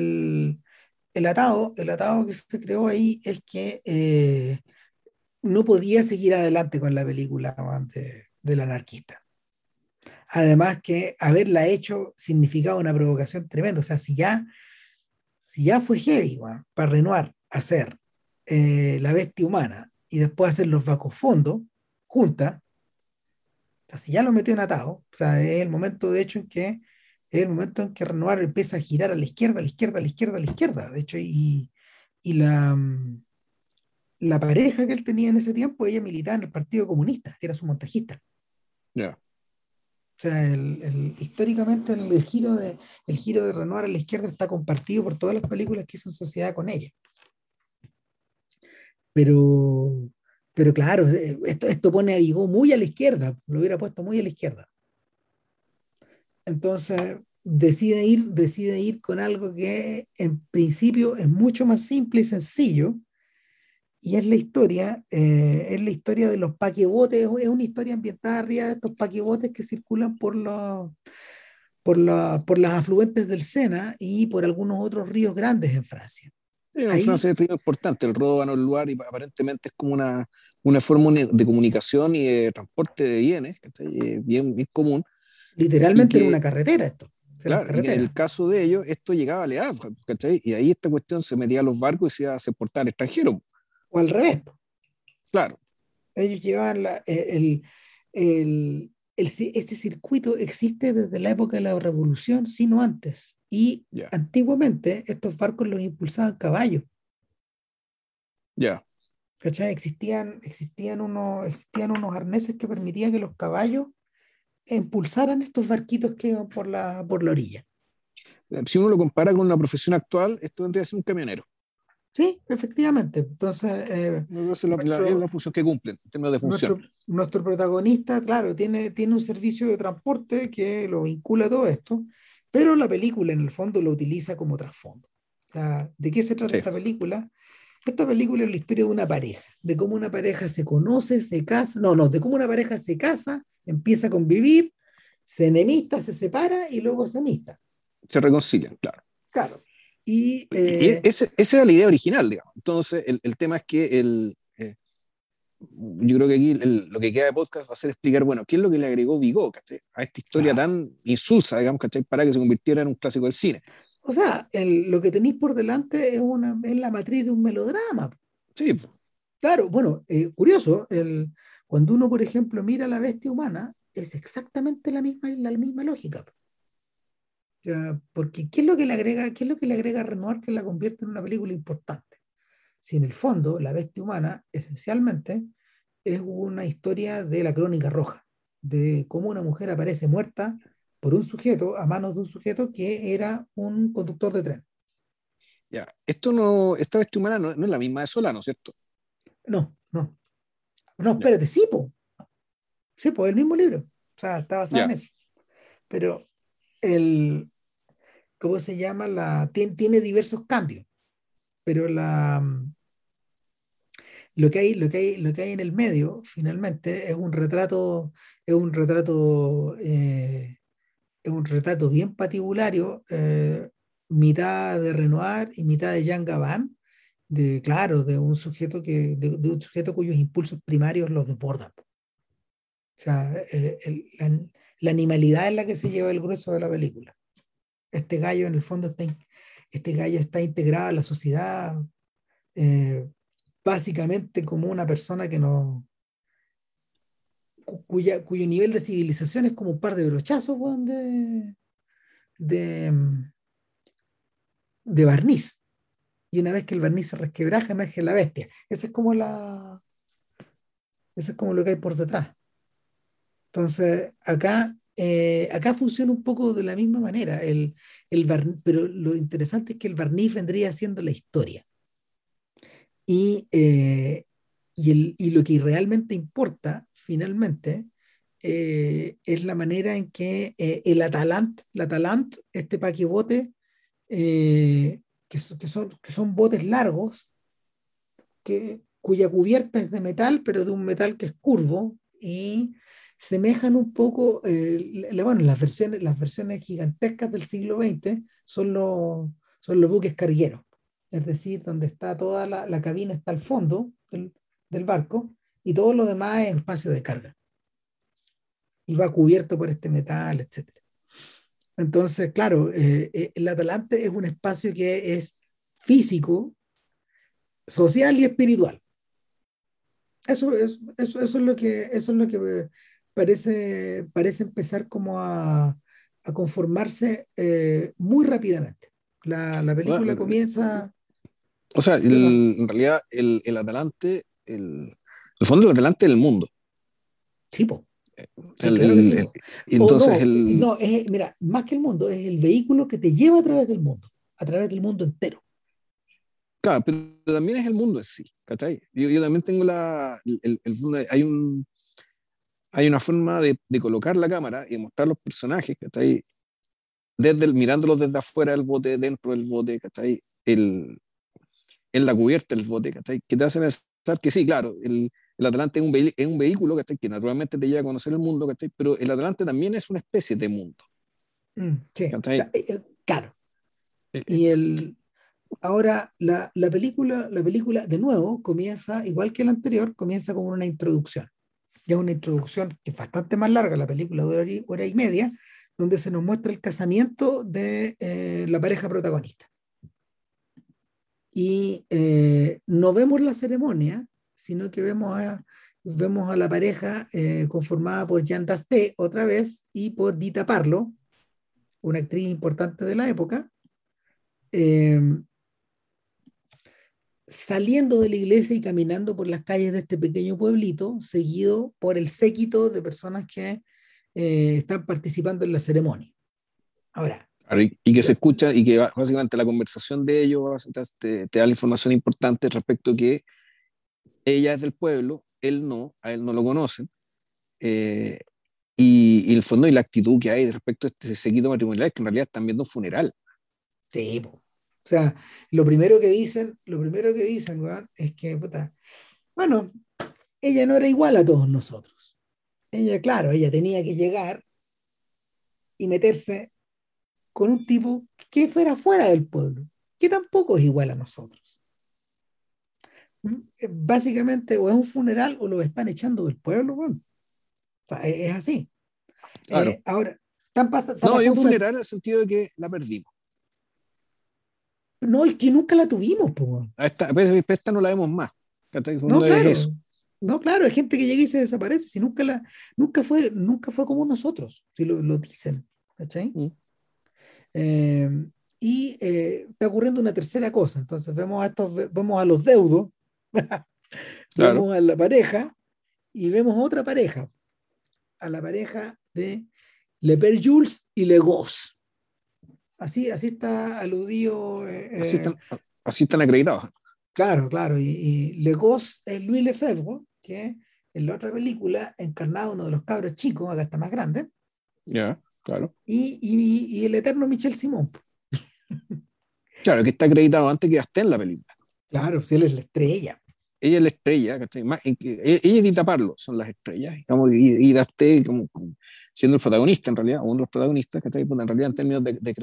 el atado que se creó ahí es que no podía seguir adelante con la película del anarquista. Además que haberla hecho significaba una provocación tremenda. O sea, si ya fue heavy, weón, para Renoir hacer La Bestia Humana y después hacer Los Bajos Fondos juntas, o sea, si ya lo metió en atado, o sea, es el momento de hecho es el momento en que Renoir empieza a girar a la izquierda, a la izquierda, a la izquierda, a la izquierda. De hecho, y la pareja que él tenía en ese tiempo, ella militaba en el Partido Comunista, que era su montajista. Ya. O sea, históricamente el giro de Renoir a la izquierda está compartido por todas las películas que hizo en sociedad con ella. Pero, pero claro, esto pone a Vigo muy a la izquierda, lo hubiera puesto muy a la izquierda. Entonces decide ir con algo que en principio es mucho más simple y sencillo, y es la historia de los paquebotes, es una historia ambientada arriba de estos paquebotes que circulan por las afluentes del Sena y por algunos otros ríos grandes en Francia. En Ahí, Francia es río importante, el Ródano, el lugar, y aparentemente es como una forma de comunicación y de transporte de bienes, ¿cachai? Bien, bien común, y literalmente era una que, carretera esto, eran claro, y que en el carreteras, caso de ellos, esto llegaba a Le Havre, ¿cachai? Y ahí esta cuestión se metía a los barcos y se exportaba al extranjero, o al revés. claro, Ellos llevaban este circuito existe desde la época de la Revolución, sino antes. Y ya, antiguamente estos barcos los impulsaban caballos. ya. ¿Cachai? Existían unos arneses que permitían que los caballos impulsaran estos barquitos que iban por la orilla. Si uno lo compara con la profesión actual, esto vendría a ser un camionero. Sí, efectivamente. Entonces, Esa es la nuestro, función que cumplen en términos de función. nuestro protagonista, claro, tiene un servicio de transporte que lo vincula a todo esto, pero la película en el fondo lo utiliza como trasfondo. O sea, ¿de qué se trata Sí. esta película? Esta película es la historia de una pareja, de cómo una pareja se conoce, se casa, no, de cómo una pareja se casa, empieza a convivir, se enemista, se separa y luego se amista. Se reconcilian, claro. Claro. Y Esa era la idea original, digamos. Entonces, el tema es que yo creo que aquí lo que queda de podcast va a ser explicar, bueno, qué es lo que le agregó Vigo, ¿cachai? A esta historia claro. tan insulsa, digamos, ¿cachai? Para que se convirtiera en un clásico del cine. O sea, lo que tenéis por delante es la matriz de un melodrama. Sí, Claro, bueno, curioso, cuando uno, por ejemplo, mira La bestia humana, es exactamente la misma lógica. O sea, porque ¿qué es lo que le agrega a Renoir que la convierte en una película importante? Si en el fondo, La bestia humana, esencialmente, es una historia de la crónica roja, de cómo una mujer aparece muerta por un sujeto, a manos de un sujeto que era un conductor de tren. ya. Esto no, esta bestia humana no es la misma de Solano, ¿cierto? No, no, no, Ya, espérate, sí, po, el mismo libro. O sea, está basada en ya. eso. Pero el, ¿cómo se llama? Tiene diversos cambios, pero lo que hay en el medio, finalmente, es un retrato bien patibulario, mitad de Renoir y mitad de Jean Gabin, claro, de un sujeto cuyos impulsos primarios los desbordan. O sea, la animalidad es la que se lleva el grueso de la película. Este gallo, en el fondo, este gallo está integrado a la sociedad, eh, básicamente como una persona que no, cuyo nivel de civilización es como un par de brochazos, weón, de, de barniz. Y una vez que el barniz se resquebraja, emerge la bestia. Eso es como lo que hay por detrás. Entonces, acá funciona un poco de la misma manera. Pero lo interesante es que el barniz vendría siendo la historia. Y, y lo que realmente importa, finalmente, es la manera en que el Atalant, este paquebote, que son botes largos, cuya cubierta es de metal, pero de un metal que es curvo, y semejan un poco, bueno, las versiones gigantescas del siglo XX son los buques cargueros, es decir, donde está toda la cabina está al fondo del barco y todo lo demás es espacio de carga y va cubierto por este metal, etcétera. Entonces, claro, el Atalante es un espacio que es físico, social y espiritual. Eso es lo que parece empezar como a conformarse muy rápidamente. La película Bueno, comienza, o sea, perdón, en realidad el Atalante, el fondo del Atalante es el mundo. sí, po, sí, El, claro que el- sí, el- po. y O entonces, no, no, mira, más que el mundo, es el vehículo que te lleva a través del mundo entero. claro, pero también es el mundo en sí, ¿cachai? Yo también tengo hay una forma de colocar la cámara y mostrar los personajes, ¿cachai? Mirándolos desde afuera del bote, dentro del bote, ¿cachai? En la cubierta del bote, ¿cachai? Que te hacen pensar que sí, claro, el Atlante es un vehículo, ¿cachai? Que naturalmente te lleva a conocer el mundo, ¿cachai? Pero el Atlante también es una especie de mundo, Sí, ¿cachai? claro. Eh, eh, Y ahora la película, de nuevo, comienza, igual que la anterior, comienza con una introducción. Ya una introducción que es bastante más larga, la película de hora y media, donde se nos muestra el casamiento de la pareja protagonista. Y no vemos la ceremonia, sino que vemos a la pareja conformada por Jean Dasté otra vez y por Dita Parlo, una actriz importante de la época, eh, saliendo de la iglesia y caminando por las calles de este pequeño pueblito, seguido por el séquito de personas que están participando en la ceremonia. Ahora, y que se la- escucha y que básicamente la conversación de ellos te da la información importante respecto a que ella es del pueblo, él no, a él no lo conocen, eh, y el fondo y la actitud que hay respecto a este seguido matrimonial, que en realidad están viendo un funeral. sí, po. O sea, lo primero que dicen, weón, es que, puta, bueno, ella no era igual a todos nosotros. Ella, claro, ella tenía que llegar y meterse con un tipo que fuera fuera del pueblo, que tampoco es igual a nosotros. Básicamente, o es un funeral o lo están echando del pueblo, weón. O sea, es así. Claro. Ahora, está No, hay un pasando una. funeral en el sentido de que la perdimos. No, es que nunca la tuvimos, po, weón. A esta no la vemos más. ¿Cachai? No, Fondo es eso. claro. No, claro, hay gente que llega y se desaparece, si nunca fue como nosotros, si lo dicen, ¿cachai? Mm, Eh, está ocurriendo una tercera cosa. Entonces vemos a los deudos, claro. vemos a la pareja y vemos otra pareja, a la pareja de Le Père Jules y Le Gosse. Así está aludido. Así están, así están acreditados. Claro, claro. Y Le Gosse es Louis Lefebvre, que en la otra película encarnaba uno de los cabros chicos, acá está más grande, Ya, claro. y el eterno Michel Simon. Claro, que está acreditado antes que esté en la película. Claro, si él es la estrella. Ella es la estrella, ¿cachai? Ella y Dita Parlo son las estrellas, digamos, y Dasté como siendo el protagonista en realidad, o uno de los protagonistas, ¿cachai? Puta, en realidad en términos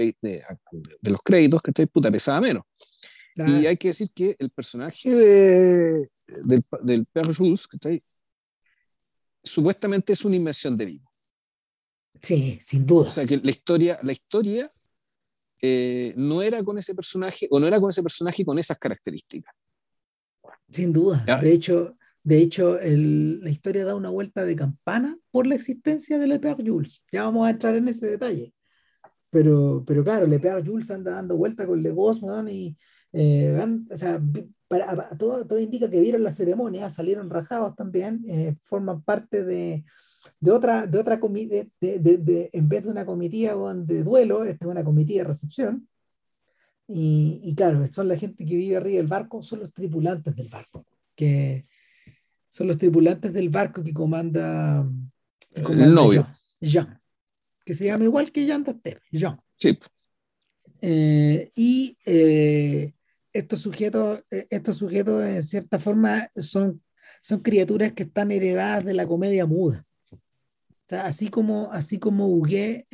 de los créditos, ¿cachai? Puta, pesaba menos. Y Claro. hay que decir que el personaje del Père Jules, ¿cachai? Supuestamente es una invención de Vigo. Sí, sin O duda, sea que la historia no era con ese personaje, o no era con ese personaje con esas características. sin duda. ¿Ya? De hecho, la historia da una vuelta de campana por la existencia de Le Père Jules. Ya vamos a entrar en ese detalle. Pero claro, Le Père Jules anda dando vuelta con Legos, weón, y o sea, todo indica que vieron la ceremonia, salieron rajados también, forman parte de otra comitiva, en vez de una comitiva, weón, de duelo, esta es una comitiva de recepción. Y claro, son la gente que vive arriba del barco, son los tripulantes del barco, que son los tripulantes del barco que El comanda novio. Jean, que se llama Claro. igual que Jean Dastem, Jean. Sí, Y estos sujetos en cierta forma son criaturas que están heredadas de la comedia muda. O sea, así como Huguet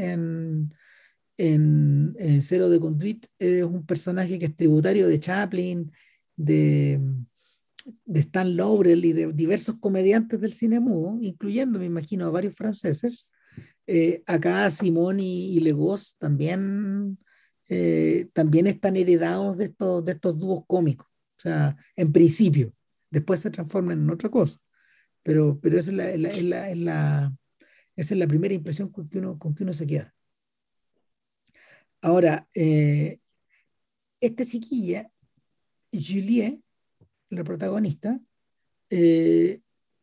en Cero de Conduit es un personaje que es tributario de Chaplin, de, de Stan Laurel y de diversos comediantes del cine mudo, incluyendo, me imagino, a varios franceses. Acá Simón y Legos también están heredados de estos dúos cómicos. O sea, en principio, después se transforman en otra cosa. Pero esa es la primera impresión con que uno se queda. Ahora, esta chiquilla, Juliet, la protagonista, eh,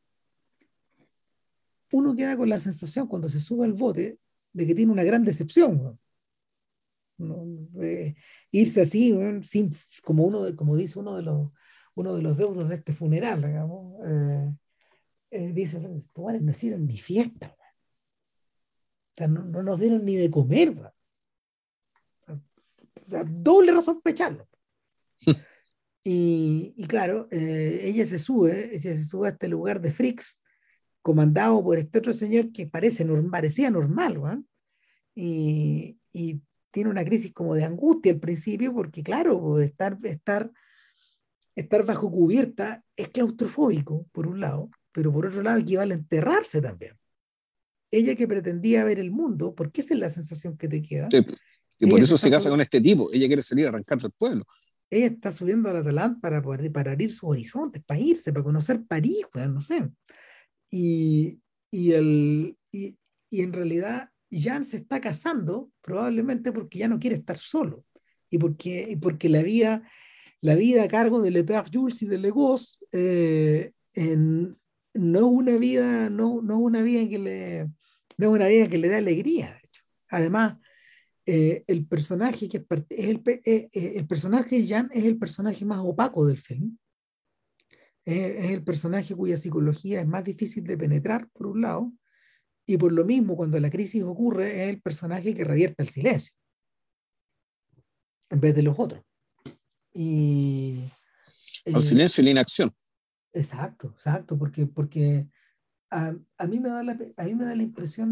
uno queda con la sensación cuando se sube al bote de que tiene una gran decepción, ¿no? ¿No? Irse así, ¿no? Como dice uno de los deudos de este funeral, digamos, dice, estos guanes no hicieron ni fiesta, ¿no? O sea, no nos dieron ni de comer, ¿no? O sea, doble razón para echarlo. Y claro, ella se sube a este lugar de freaks, comandado por este otro señor que parecía normal, ¿no? Y tiene una crisis como de angustia al principio, porque claro, pues, estar bajo cubierta es claustrofóbico, por un lado, pero por otro lado equivale a enterrarse también. Ella que pretendía ver el mundo, porque esa es la sensación que te queda, sí. Y por ella se eso está, se casa sub- con este tipo. Ella quiere salir a arrancarse al pueblo. ella está subiendo al Atalante para abrir sus horizontes, para irse, para conocer París, pues, no sé. Y, y, el, y, y en realidad Jan se está casando probablemente porque ya no quiere estar solo y porque la vida a cargo de Le Père Jules y de Legos no es una vida, no es una vida no es una vida que le dé alegría, de hecho. Además, el personaje que el personaje de Jan es el personaje más opaco del film. Es el personaje cuya psicología es más difícil de penetrar, por un lado, y por lo mismo, cuando la crisis ocurre, es el personaje que revierte el silencio, en vez de los otros. Y Al eh, silencio y la inacción. exacto, exacto, porque a mí me da a mí me da la impresión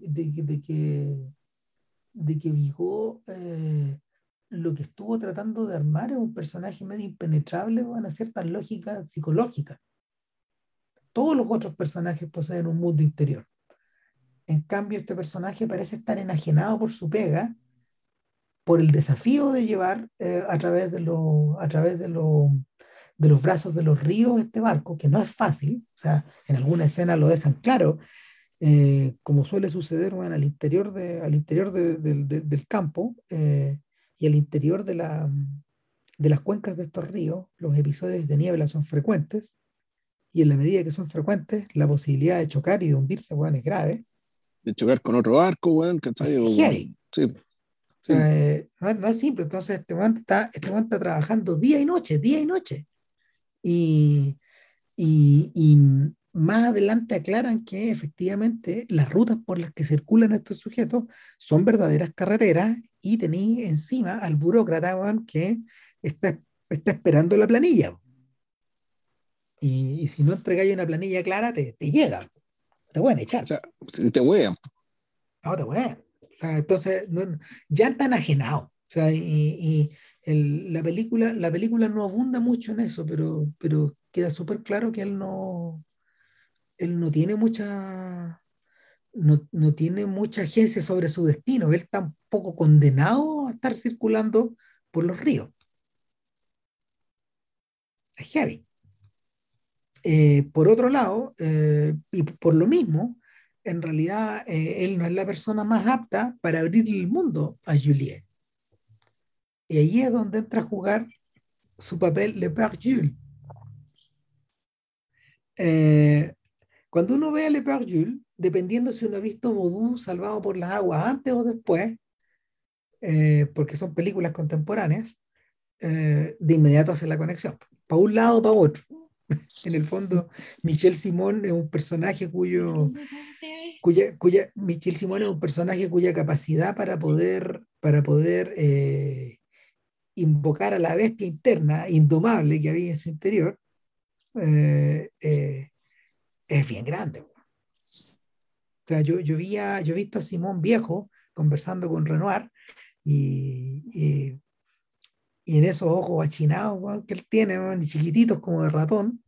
de que Vigo lo que estuvo tratando de armar es un personaje medio impenetrable van a ciertas lógicas psicológicas. Todos los otros personajes poseen un mundo interior. En cambio, este personaje parece estar enajenado por su pega, por el desafío de llevar a través de los brazos de los ríos este barco, que no es fácil. O sea, en alguna escena lo dejan claro, como suele suceder, bueno, al interior del campo y al interior de las cuencas de estos ríos, los episodios de niebla son frecuentes y en la medida que son frecuentes, la posibilidad de chocar y de hundirse, bueno, es grave, De chocar con otro barco, weón, ¿cachai? es O heavy. sí, O sí. sea, no es simple. Entonces, este man está trabajando día y noche, día y noche. Y, y más adelante aclaran que efectivamente las rutas por las que circulan estos sujetos son verdaderas carreteras y tení encima al burócrata, weón, que está, está esperando la planilla. Y si no entregáis una planilla clara, te llega, te pueden O echar. sea, si te wean. No, te pueden. O sea, entonces, ya están ajenados. O sea, la película no abunda mucho en eso, pero queda súper claro que él no tiene no tiene mucha agencia sobre su destino. Él está un poco condenado a estar circulando por los ríos. Es heavy. Por otro lado, y por lo mismo, en realidad él no es la persona más apta para abrir el mundo a Juliet. Y ahí es donde entra a jugar su papel Le Père Jules. Eh, Cuando uno ve a Le Père Jules, dependiendo si uno ha visto Vodú Salvado por las Aguas antes o después, porque son películas contemporáneas, de inmediato hace la conexión, para un lado o para otro. En el fondo, Michel Simon es un personaje Michel Simon es un personaje cuya capacidad para poder invocar a la bestia interna, indomable que había en su interior, eh, eh, es bien grande. O sea, yo he visto a Simón viejo conversando con Renoir y, y, y en esos ojos achinados, weón, que él tiene, weón, y chiquititos como de ratón,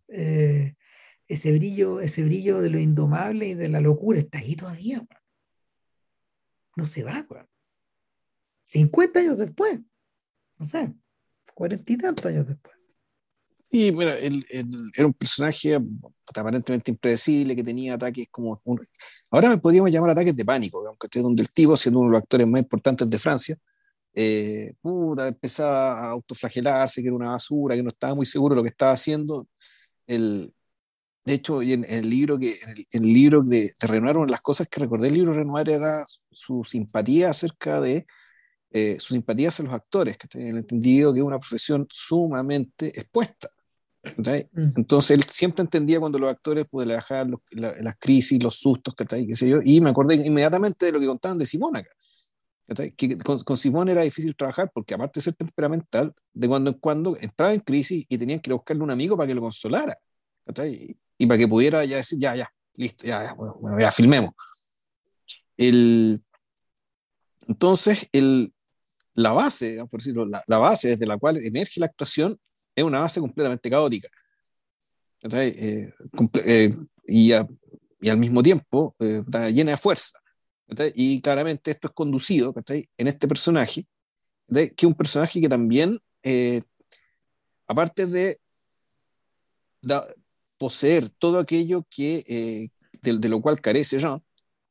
ese brillo de lo indomable y de la locura está ahí todavía, weón. No se va, weón. 50 años después, no sé, 40 y tantos años después. Y mira, era un personaje aparentemente impredecible que tenía ataques ahora me podríamos llamar ataques de pánico, aunque esté donde el tipo, siendo uno de los actores más importantes de Francia, empezaba a autoflagelarse, que era una basura, que no estaba muy seguro de lo que estaba haciendo. El, de hecho, y en el libro en el libro de Renoir, una de las cosas que recordé del libro de Renoir era su simpatía acerca de su simpatía hacia los actores, que tienen entendido que es una profesión sumamente expuesta. ¿Cachai? Mm. Entonces él siempre entendía cuando los actores pues, le bajaban las crisis, los sustos, ¿cachai? ¿Qué sé yo? Y me acordé inmediatamente de lo que contaban de Simón acá. ¿Cachai? Que con Simón era difícil trabajar porque aparte de ser temperamental, de cuando en cuando entraba en crisis y tenían que ir a buscarle un amigo para que lo consolara. ¿Cachai? Y para que pudiera ya decir, ya, ya, listo, ya, ya, bueno, ya filmemos. El, entonces, la base, por decirlo, la base desde la cual emerge la actuación es una base completamente caótica. ¿Cachai? Y, y, al mismo tiempo está llena de fuerza. ¿Cachai? Y claramente esto es conducido, ¿cachai? En este personaje, ¿cachai? Que es un personaje que también, aparte de da, poseer todo aquello de lo cual carece Jean,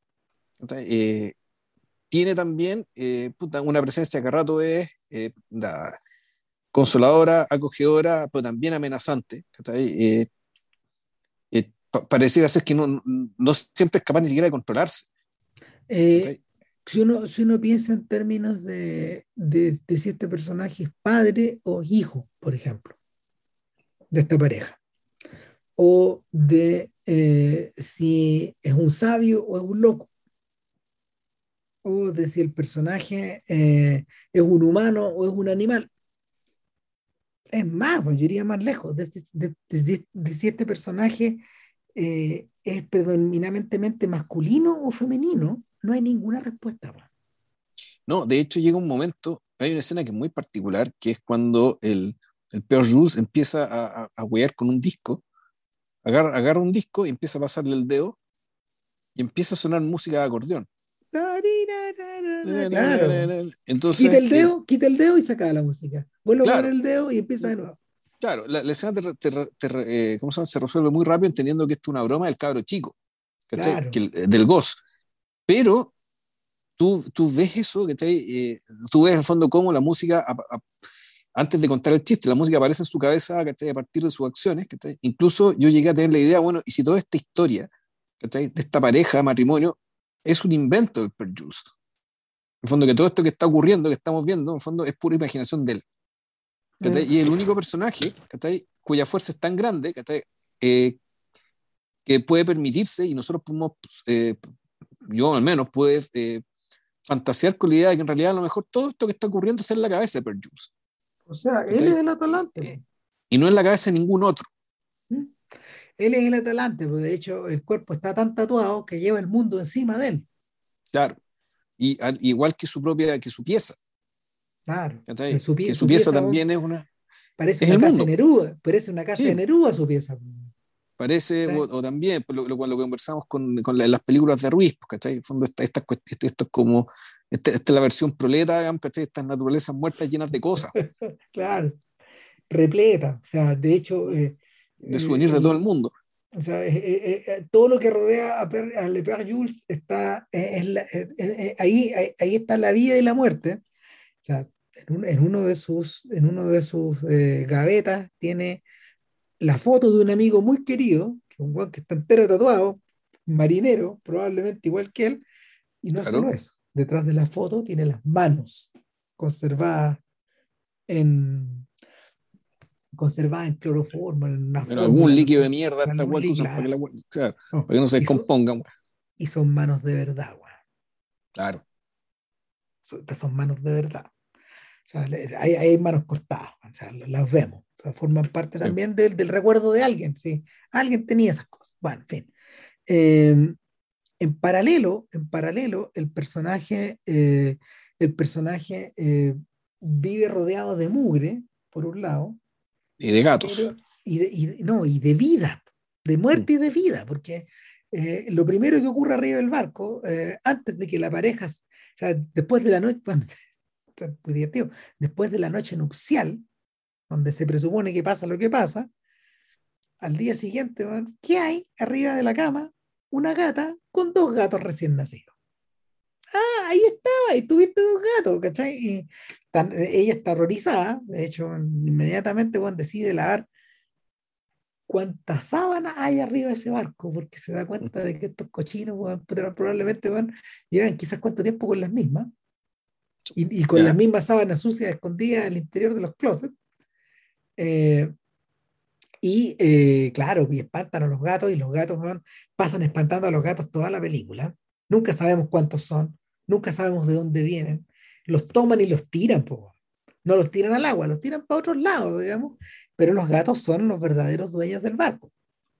tiene también una presencia que a rato es consoladora, acogedora, pero también amenazante. Pareciera ser que no siempre es capaz ni siquiera de controlarse. Eh, ¿Cachai? si uno piensa en términos de si este personaje es padre o hijo, por ejemplo, de esta pareja, o de si es un sabio o es un loco, o de si el personaje es un humano o es un animal. Es más, pues yo iría más lejos. De si este personaje es predominantemente masculino o femenino, no hay ninguna respuesta, pues. No, de hecho llega un momento, hay una escena que es muy particular, que es cuando el Peor Jules empieza a huear con un disco, agarra un disco y empieza a pasarle el dedo y empieza a sonar música de acordeón. Claro. Entonces, Quita el dedo y saca la música. Vuelve a poner claro, el dedo y empieza de nuevo. claro, la escena ¿cómo se llama? Se resuelve muy rápido entendiendo que esto es una broma del cabro chico, ¿cachai? Claro. Del Ghost. Pero tú ves eso, ¿cachai? Tú ves en el fondo cómo la música, antes de contar el chiste, la música aparece en su cabeza, ¿cachai? A partir de sus acciones, ¿cachai? Incluso yo llegué a tener la idea, bueno, y si toda esta historia, ¿cachai? De esta pareja, matrimonio, es un invento del Perjules. En el fondo, que todo esto que está ocurriendo, que estamos viendo, en el fondo es pura imaginación de él. Mm. ¿Cachai? Y el único personaje, ¿cachai? Cuya fuerza es tan grande, ¿cachai? Eh, que puede permitirse, y nosotros podemos, yo al menos, puede fantasear con la idea de que en realidad a lo mejor todo esto que está ocurriendo está en la cabeza de Perjules. O sea, él es ¿Cachai? el Atalante, Eh, po. y no en la cabeza de ningún otro. ¿Mm? Él es el Atalante, pues de hecho el cuerpo está tan tatuado que lleva el mundo encima de él. Claro. Igual que su propia, que su pieza. Claro. ¿Cachai? Que su Su pieza pieza también parece es una el casa de mundo. Neruda, parece una casa de Sí, Neruda su pieza. parece, ¿Cachai? o también, por lo que conversamos con las películas de Ruiz, pues, ¿cachai? En el fondo, esto es como, esta es la versión proleta, digamos, ¿cachai? Estas naturalezas muertas llenas de cosas, Claro, repleta. O sea, de hecho, de souvenirs de todo el mundo. o sea, todo lo que rodea a Le Père Jules está ahí está la vida y la muerte. O sea, en uno de sus gavetas tiene la foto de un amigo muy querido, que es un weón que está entero tatuado, un marinero, probablemente igual que él, y no solo Claro, eso, detrás de la foto tiene las manos conservadas en, conservadas en cloroformo, en una en algún fórmula, no líquido sé, de mierda, esta algún cual que usan líquido, claro, no, para que no se y, descompongan. y son manos de verdad, weón. Claro. Estas son manos de verdad. O sea, hay manos cortadas, o sea, las vemos. O sea, forman parte Sí. también del recuerdo de alguien, ¿sí? Alguien tenía esas cosas. Bueno, en fin. Eh, en paralelo, el personaje vive rodeado de mugre, por un lado, Y de gatos. pero no, y de vida, de Mm. muerte y de vida, porque lo primero que ocurre arriba del barco, antes de que la pareja, o sea, después de la noche, bueno, está muy divertido, después de la noche nupcial, donde se presupone que pasa lo que pasa, al día siguiente, weón, ¿qué hay arriba de la cama? Una gata con dos gatos recién nacidos. Ah, ahí estaba, y tuviste dos gatos, ¿cachai? Y ella está horrorizada, de hecho, inmediatamente Juan decide lavar cuántas sábanas hay arriba de ese barco, porque se da cuenta de que estos cochinos, weón, probablemente llevan quizás cuánto tiempo con las mismas, y con las Ya. mismas sábanas sucias escondidas al interior de los closets. Eh, claro, y espantan a los gatos y los gatos, weón, pasan espantando a los gatos toda la película. Nunca sabemos cuántos son, nunca sabemos de dónde vienen. Los toman y los tiran, po. No los tiran al agua, los tiran para otros lados, digamos, pero los gatos son los verdaderos dueños del barco.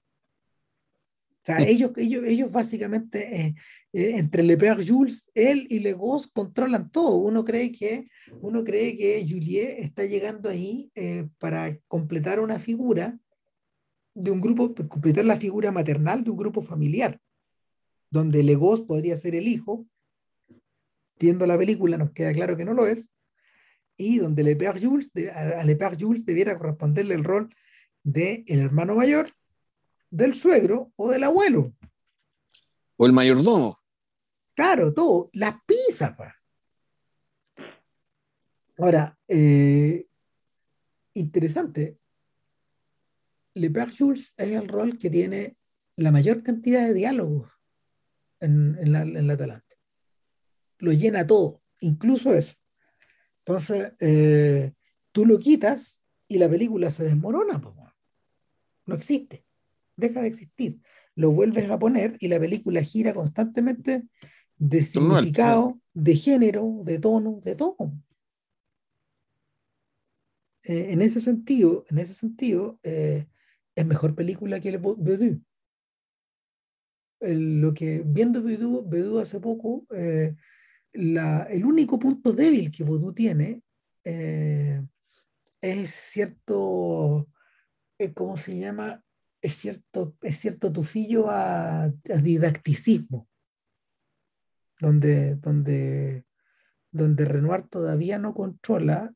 O sea, Mm. ellos básicamente, entre Le Père Jules, él y Legos controlan todo. Uno cree que Juliet está llegando ahí para completar una figura de un grupo, completar la figura maternal de un grupo familiar, donde Legos podría ser el hijo, viendo la película nos queda claro que no lo es, y donde a Le Père Jules debiera corresponderle el rol de el hermano mayor, del suegro o del abuelo. O el mayordomo. Claro, todo, las pizzas, pa. Ahora, interesante, Le Père Jules es el rol que tiene la mayor cantidad de diálogos en la Atalante. Lo llena todo, incluso eso. Entonces, tú lo quitas y la película se desmorona, po, weón. No existe, deja de existir. Lo vuelves a poner y la película gira constantemente de Torno a él. significado, de género, de tono, de todo. es mejor película que Voodoo. Lo que viendo Voodoo hace poco, el único punto débil que Voodoo tiene eh, es cierto, ¿cómo se llama? Es cierto tufillo a didacticismo, donde Renoir todavía no controla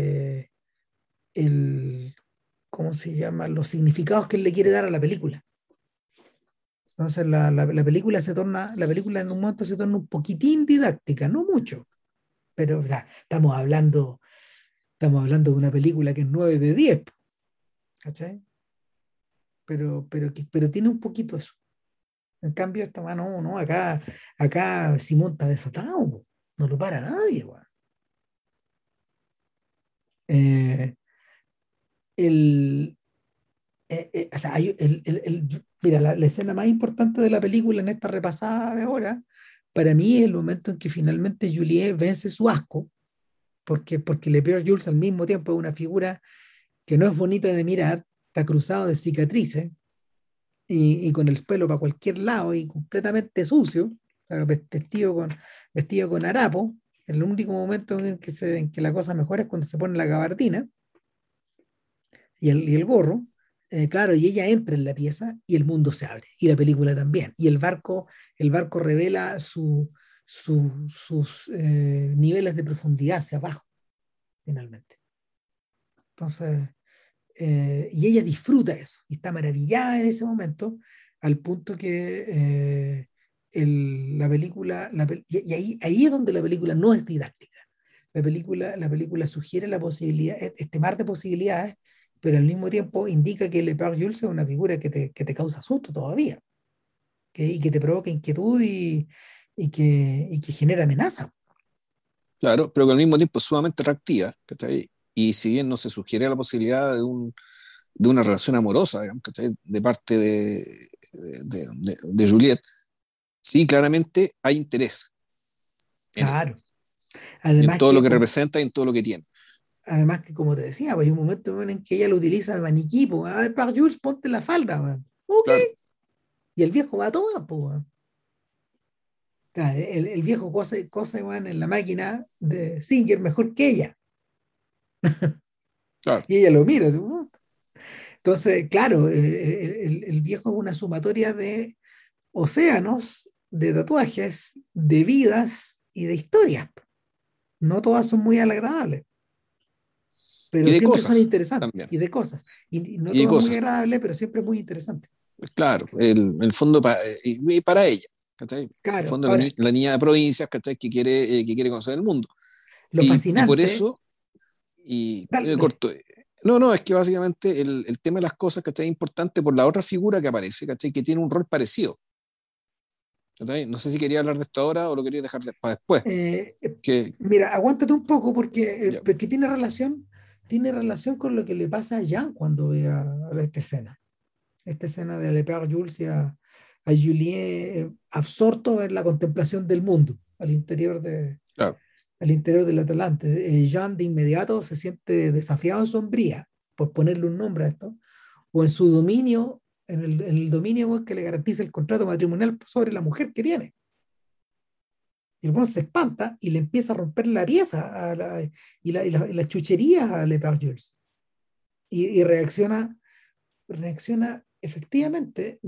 el, ¿cómo se llama? Los significados que él le quiere dar a la película. Entonces la película en un momento se torna un poquitín didáctica, no mucho, pero o sea, estamos hablando de una película que es 9 de 10, ¿cachai? Pero tiene un poquito eso. En cambio, esta mano, no, acá Simón está desatado, po. No lo para nadie, weón. Eh, el, o sea, mira, la escena más importante de la película en esta repasada de ahora, para mí es el momento en que finalmente Juliet vence su asco, porque Le Peur Jules al mismo tiempo es una figura que no es bonita de mirar, está cruzado de cicatrices y con el pelo para cualquier lado y completamente sucio, o sea, vestido con harapo. El único momento en que la cosa mejora es cuando se pone la gabardina y el gorro. Claro, y ella entra en la pieza y el mundo se abre, y la película también. Y el barco revela sus niveles de profundidad hacia abajo, finalmente. Entonces, y ella disfruta eso, y está maravillada en ese momento, al punto que la película, y ahí es donde la película no es didáctica. La película sugiere la posibilidad, este mar de posibilidades, pero al mismo tiempo indica que Le Père Jules es una figura que te causa susto todavía, y que te provoca inquietud y que genera amenaza. Claro, pero que al mismo tiempo es sumamente reactiva, ¿cachai? Y si bien no se sugiere la posibilidad de una relación amorosa, digamos, ¿cachai? De parte de Juliet, sí, claramente hay interés en ella, Claro. y en Además todo lo que, que representa y en todo lo que tiene. Además que, como te decía, pues, hay un momento, weón, en que ella lo utiliza de maniquí, pues, a ver, par Jules, ponte la falda, weón. Ok. Claro, Y el viejo va a todas, pues, weón. O sea, el viejo cose, weón, en la máquina de Singer mejor que ella. claro, Y ella lo mira, así, "What?". Entonces, claro, el viejo es una sumatoria de océanos, de tatuajes, de vidas y de historias. No todas son muy agradables, y pero de siempre son cosas interesantes, también, y de cosas. Y no y de todas muy cosas, agradables, pero siempre muy interesantes. claro, el fondo y para ella, ¿cachai? En el Claro, fondo ahora, la niña de provincias, ¿cachai? Que quiere conocer el mundo. lo Y por fascinante, eso, y dale, dale. corto, no, no, es que básicamente el tema de las cosas, ¿cachai? Es importante por la otra figura que aparece, ¿cachai? Que tiene un rol parecido, ¿cachai? No sé si quería hablar de esto ahora o lo quería dejar para después, Eh, eh, que Mira, aguántate un poco ya, porque tiene relación con lo que le pasa a Jean cuando ve a esta escena de Le Père Jules a Julien, absorto en la contemplación del mundo claro, al interior del Atlante. Jean de inmediato se siente desafiado en su hombría, por ponerle un nombre a esto, o en su dominio, en el dominio, weón, que le garantiza el contrato matrimonial sobre la mujer que tiene. Y el weón se espanta y le empieza a romper la pieza y las chucherías a Le Père Jules. Y reacciona efectivamente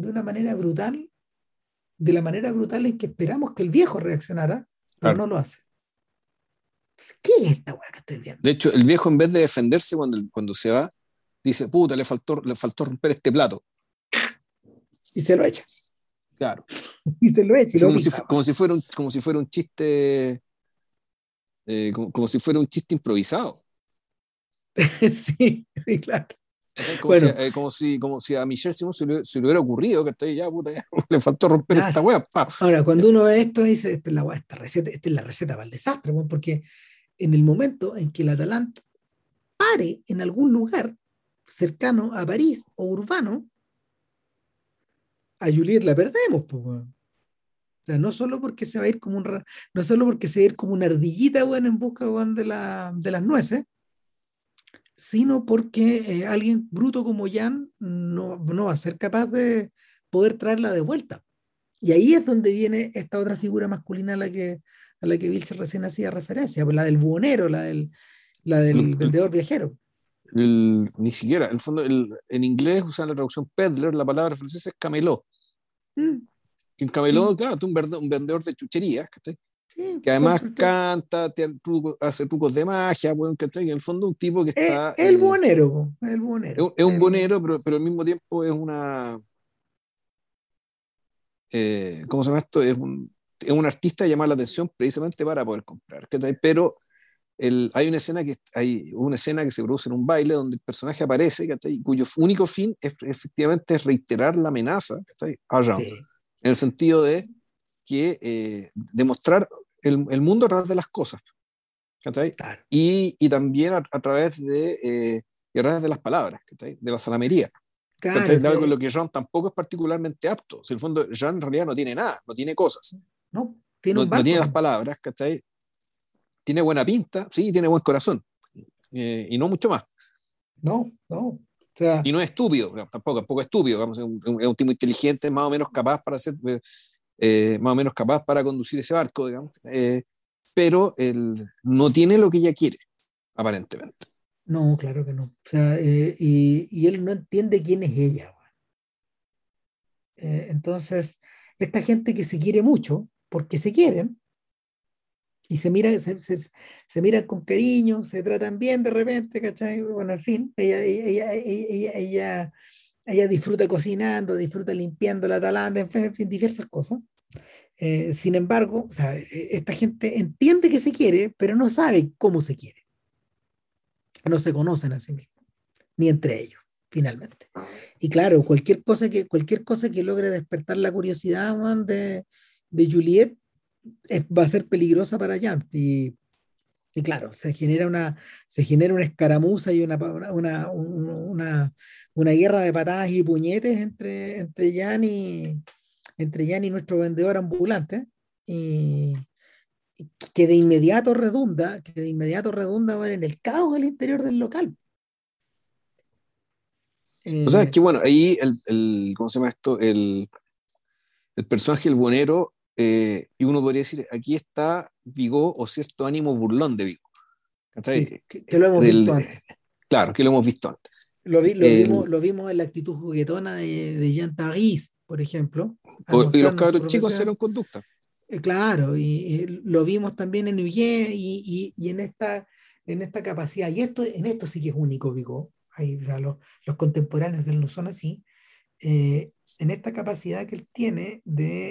de la manera brutal en que esperamos que el viejo reaccionara, pero claro. no lo hace. Entonces, ¿qué es esta weá que estoy viendo? De hecho, el viejo en vez de defenderse cuando se va, dice, puta, le faltó romper este plato. Y se lo echa. Claro. Y se lo echa y Así lo pisa. como si fuera un chiste, como si fuera un chiste improvisado. Sí, sí, claro. ¿Cachai? Bueno, Como si a Michelle Simon se le hubiera ocurrido que estoy ya, puta, ya, le faltó romper esta nada. wea. Pa. Ahora, cuando uno ve esto, dice, esta es la weá, esta es la receta para el desastre, weón, porque en el momento en que el Atalanta pare en algún lugar cercano a París o urbano, a Juliet la perdemos, pues, weón. O sea, no solo porque se va a ir como una ardillita, weón, en busca, weón, de las nueces, sino porque alguien bruto como Jan no va a ser capaz de poder traerla de vuelta. Y ahí es donde viene esta otra figura masculina a la que Vilche recién hacía referencia, pues la del buhonero, la El- del el- vendedor viajero. ni siquiera, en el fondo, en inglés usan la traducción peddler, la palabra francesa es camelot. Mm, Que el sí, camelot, claro, tú un vendedor de chucherías, ¿cachai? sí, Que además canta, hace trucos de magia, bueno, ¿cachai? En el fondo un tipo que está, el buhonero, po, el buhonero. es un bonero, pero al mismo tiempo es ¿cómo se llama esto? Es un artista que llama la atención precisamente para poder comprar, ¿cachai? Pero hay una escena que se produce en un baile donde el personaje aparece, ¿cachai? Cuyo único fin es efectivamente es reiterar la amenaza, ¿cachai? A Jean, Sí, en el sentido de que demostrar mundo a través de las cosas, ¿cachai? claro, Y también a través de las palabras, ¿cachai? De la salamería, ¿cachai? claro, De algo en sí, lo que Jean tampoco es particularmente apto. Si en el fondo Jean en realidad no tiene nada, no tiene cosas, no, tiene no, un no barco, tiene las no, palabras, ¿cachai? Tiene buena pinta, sí, tiene buen corazón, y no mucho más. no, no, o sea, Y no es estúpido, tampoco es estúpido, digamos, es un tipo inteligente, más o menos capaz para hacer, más o menos capaz para conducir ese barco, digamos, pero él no tiene lo que ella quiere, aparentemente. no, claro que no, o sea, y él no entiende quién es ella. Entonces, esta gente que se quiere mucho, porque se quieren, y se miran con cariño, se tratan bien de repente, ¿cachai? Bueno, en fin, ella disfruta cocinando, disfruta limpiando la talanda, en fin, diversas cosas. Sin embargo, o sea, esta gente entiende que se quiere, pero no sabe cómo se quiere. No se conocen a sí mismos, ni entre ellos, finalmente. Y claro, cualquier cosa que logre despertar la curiosidad, man, de Juliet va a ser peligrosa para Jan. Y claro, se genera una escaramuza y una guerra de patadas y puñetes entre Jan y nuestro vendedor ambulante. Y, y que de inmediato redunda, bueno, en el caos al interior del local. O sea, es Eh, que bueno, ahí ¿cómo se llama esto? El personaje, el buhonero, y uno podría decir, aquí está Vigo o cierto ánimo burlón de Vigo. sí, ¿Cachai? que lo hemos visto antes. Claro, que lo hemos visto antes. Vimos, El, lo vimos en la actitud juguetona de Jean Tarris, por ejemplo, al y los mostrarnos su cabros chicos profesión. cero conducta. Claro, y lo vimos también en Huguet y en esta capacidad. En esto sí que es único, Vigo. Ahí, o sea, los contemporáneos de él no son así. En esta capacidad que él tiene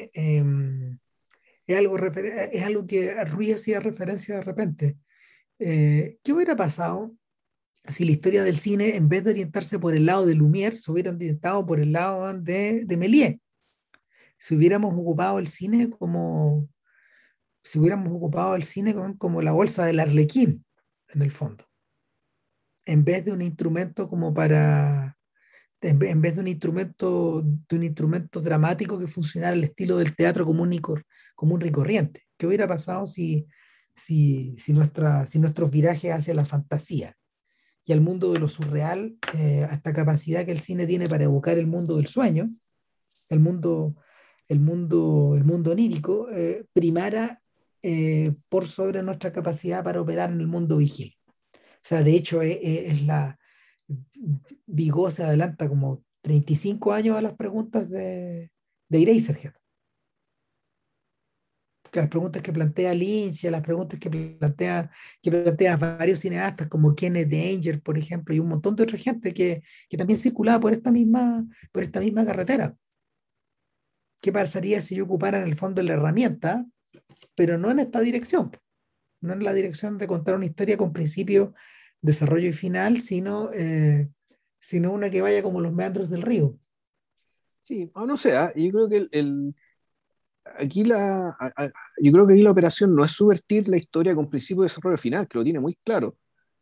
es algo que Ruiz hacía referencia de repente. ¿Qué hubiera pasado si la historia del cine, en vez de orientarse por el lado de Lumière, se hubiera orientado por el lado de Méliès? Si hubiéramos ocupado el cine como, si hubiéramos ocupado el cine como la bolsa del Arlequín, en el fondo, en vez de un instrumento como para, en vez de un instrumento dramático que funcionara al estilo del teatro común y corriente. ¿Qué hubiera pasado si nuestros virajes hacia la fantasía y al mundo de lo surreal, a esta capacidad que el cine tiene para evocar el mundo del sueño, el mundo, el mundo onírico, primara por sobre nuestra capacidad para operar en el mundo vigil? O sea, de hecho, Vigo se adelanta como 35 años a las preguntas de Eraserhead. Que las preguntas que plantea Lynch y a las preguntas que plantea varios cineastas como Kenneth Danger, por ejemplo, y un montón de otra gente que también circulaba por esta misma carretera. ¿Qué pasaría si yo ocupara en el fondo la herramienta, pero no en esta dirección? No en la dirección de contar una historia con principio, desarrollo y final, sino una que vaya como los meandros del río. Sí, o no sé, yo creo que aquí yo creo que aquí la operación no es subvertir la historia con principio de desarrollo final, que lo tiene muy claro.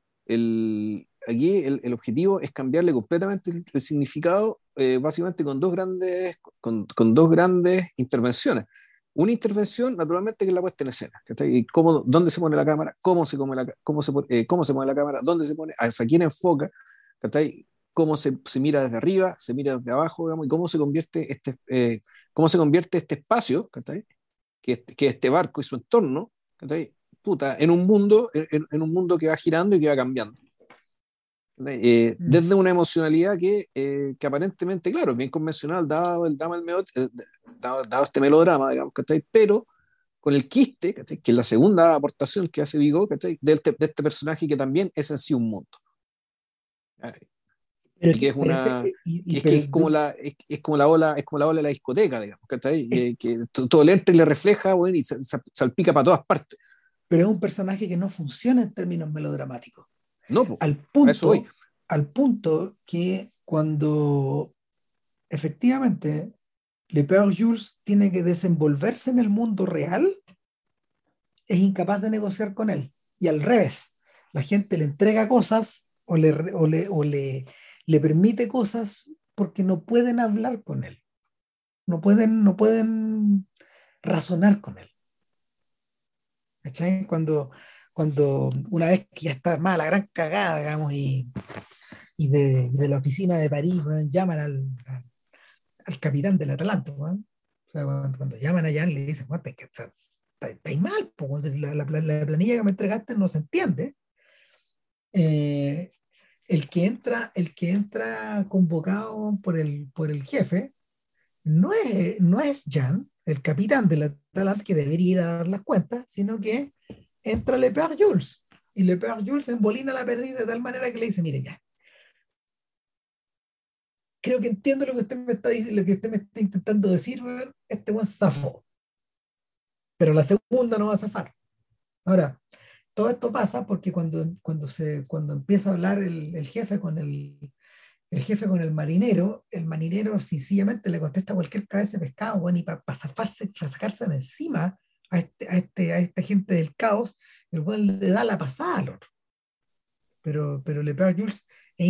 Aquí el objetivo es cambiarle completamente el significado, básicamente con dos grandes intervenciones. una intervención, naturalmente, que es la puesta en escena. ¿Cachai? Y cómo, dónde se pone la cámara, cómo se mueve la cámara, dónde se pone, hacia quién enfoca, ¿cachai? Cómo se mira desde arriba, se mira desde abajo, digamos, y cómo se convierte este espacio, ¿cachai? Que este barco y su entorno, ¿cachai? Puta, en un mundo que va girando y que va cambiando. Mm. Desde una emocionalidad que aparentemente, claro, es bien convencional, dado este melodrama, digamos, ¿cachai? Pero con el quiste, ¿cachai? Que es la segunda aportación que hace Vigo, ¿cachai? De este personaje que también es en sí un mundo. ¿Cachai? Y que es que es como es como es como la ola de la discoteca, digamos, ¿cachai? es- Que todo le entra y le refleja, bueno, y salpica para todas partes. pero es un personaje que no funciona en términos melodramáticos. No, pues, Al a eso voy. punto, al punto que cuando efectivamente Le Père Jules tiene que desenvolverse en el mundo real, es incapaz de negociar con él. Y al revés, la gente le entrega cosas le permite cosas porque no pueden hablar con él, no pueden razonar con él. ¿Cachai? Cuando una vez que ya está más la gran cagada, digamos, y de la oficina de París, weón, llaman al capitán del Atalanta, weón. O sea, cuando llaman allá le dicen, "Weón, estáis mal, po, weón, la planilla que me entregaste no se entiende". Eh, el que entra convocado por el jefe no es Jan, el capitán del Atalanta, que debería ir a dar las cuentas, sino que entra Le Père Jules. Y Le Père Jules embolina la pérdida de tal manera que le dice, mire ya, creo que entiendo lo que usted me está diciendo, lo que usted me está intentando decir, weón, este buen zafó, pero la segunda no va a zafar. Ahora, todo esto pasa porque cuando empieza a hablar el jefe con el marinero sencillamente le contesta cualquier cabeza de pescado, bueno, y para sacarse de encima a esta gente del caos, el buen le da la pasada al otro. Pero Le Père Jules es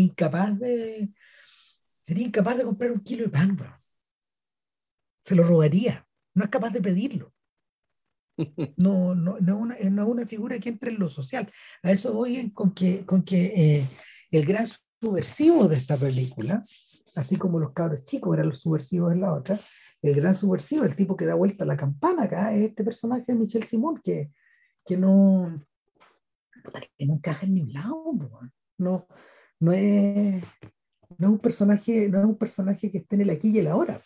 sería incapaz de comprar un kilo de pan, bro. Se lo robaría, no es capaz de pedirlo. No es una figura que entre en lo social. A eso voy con que el gran subversivo de esta película, así como los cabros chicos eran los subversivos en la otra, el gran subversivo, el tipo que da vuelta a la campana acá, es este personaje de Michel Simón que no, que no encaja en ningún lado, po. No, no es, no es un personaje que esté en el aquí y el ahora.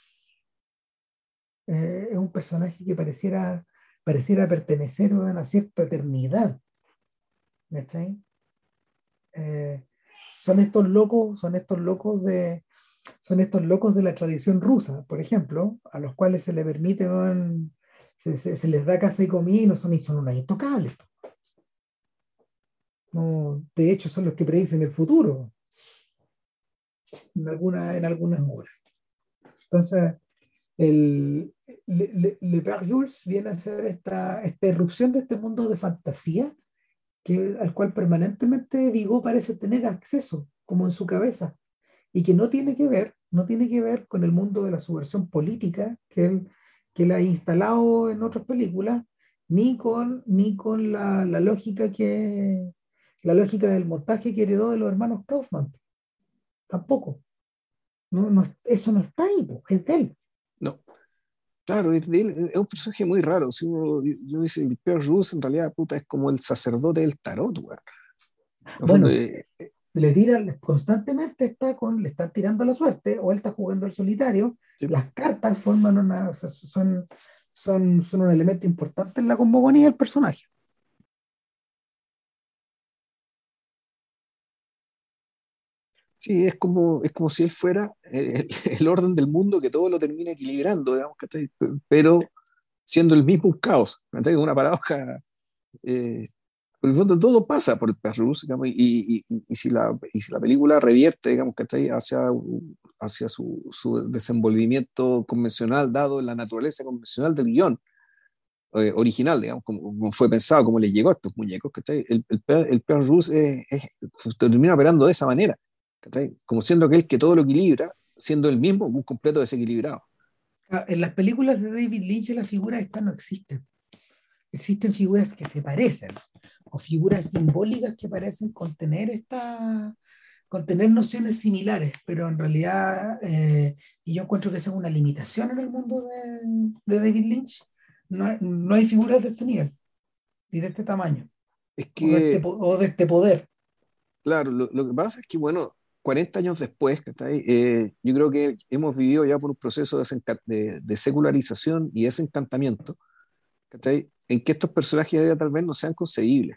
Es un personaje que pareciera pertenecer a una cierta eternidad. ¿Cachai? Eh, son estos locos de la tradición rusa, por ejemplo, a los cuales se les permite, se les da casa y comida y son unas intocables. No, de hecho, son los que predicen el futuro en algunas obras. Entonces, Le Père Jules viene a ser esta irrupción de este mundo de fantasía al cual permanentemente Vigo parece tener acceso, como en su cabeza, y que no tiene que ver con el mundo de la subversión política que él ha instalado en otras películas, ni con la lógica del montaje que heredó de los hermanos Kaufman, tampoco. Eso no está ahí, po, es de él. No, claro, es un personaje muy raro. Si yo dice, el Pierre Russe en realidad, puta, es como el sacerdote del tarot, weón. En el fondo, Bueno, constantemente le están tirando la suerte, o él está jugando al solitario, sí. las cartas o sea, son un elemento importante en la cosmogonía del personaje. Sí, es como si él fuera el orden del mundo que todo lo termina equilibrando, digamos, ¿cachai? Pero siendo el mismo un caos, ¿cachai? Una paradoja. eh, por el fondo todo pasa por el Perrus, digamos, y si la película revierte, digamos, ¿cachai? Hacia su desenvolvimiento convencional, dado la naturaleza convencional del guión original, digamos, como fue pensado, como les llegó a estos muñecos, ¿cachai? El Perrus termina operando de esa manera, ¿cachai? Como siendo aquel que todo lo equilibra, siendo el mismo un completo desequilibrado. En las películas de David Lynch las figuras estas no existen. Existen figuras que se parecen o figuras simbólicas que parecen contener nociones similares, pero en realidad, y yo encuentro que esa es una limitación en el mundo de David Lynch, no hay figuras de este nivel y de este tamaño Es que, o de este poder. claro, lo que pasa es que, bueno, 40 años después, ¿cachai? Yo creo que hemos vivido ya por un proceso de secularización y desencantamiento, ¿cachai? En que estos personajes ya tal vez no sean concebibles,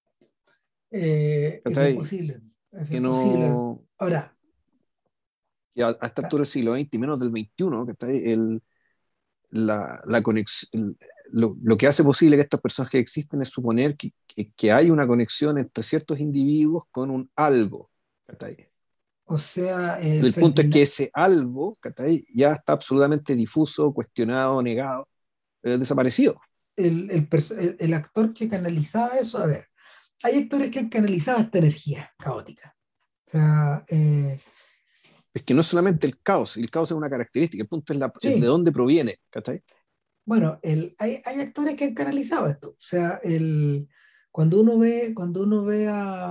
Es bien ¿cachai? posible, es Que bien posible. no, Ahora, que a esta ah, altura del siglo XX y menos del XXI, ¿cachai? La conexión, lo que hace posible que estos personajes existen es suponer que hay una conexión entre ciertos individuos con un algo, ¿cachai? o sea, El punto es que ese algo, ¿cachai? Ya está absolutamente difuso, cuestionado, negado, desaparecido. el actor que canalizaba eso, a ver, hay actores que han canalizado esta energía caótica. O sea, Es que no es solamente el caos es una característica, el punto es de sí, dónde proviene, ¿cachai? bueno, hay actores que han canalizado esto. O sea, cuando uno ve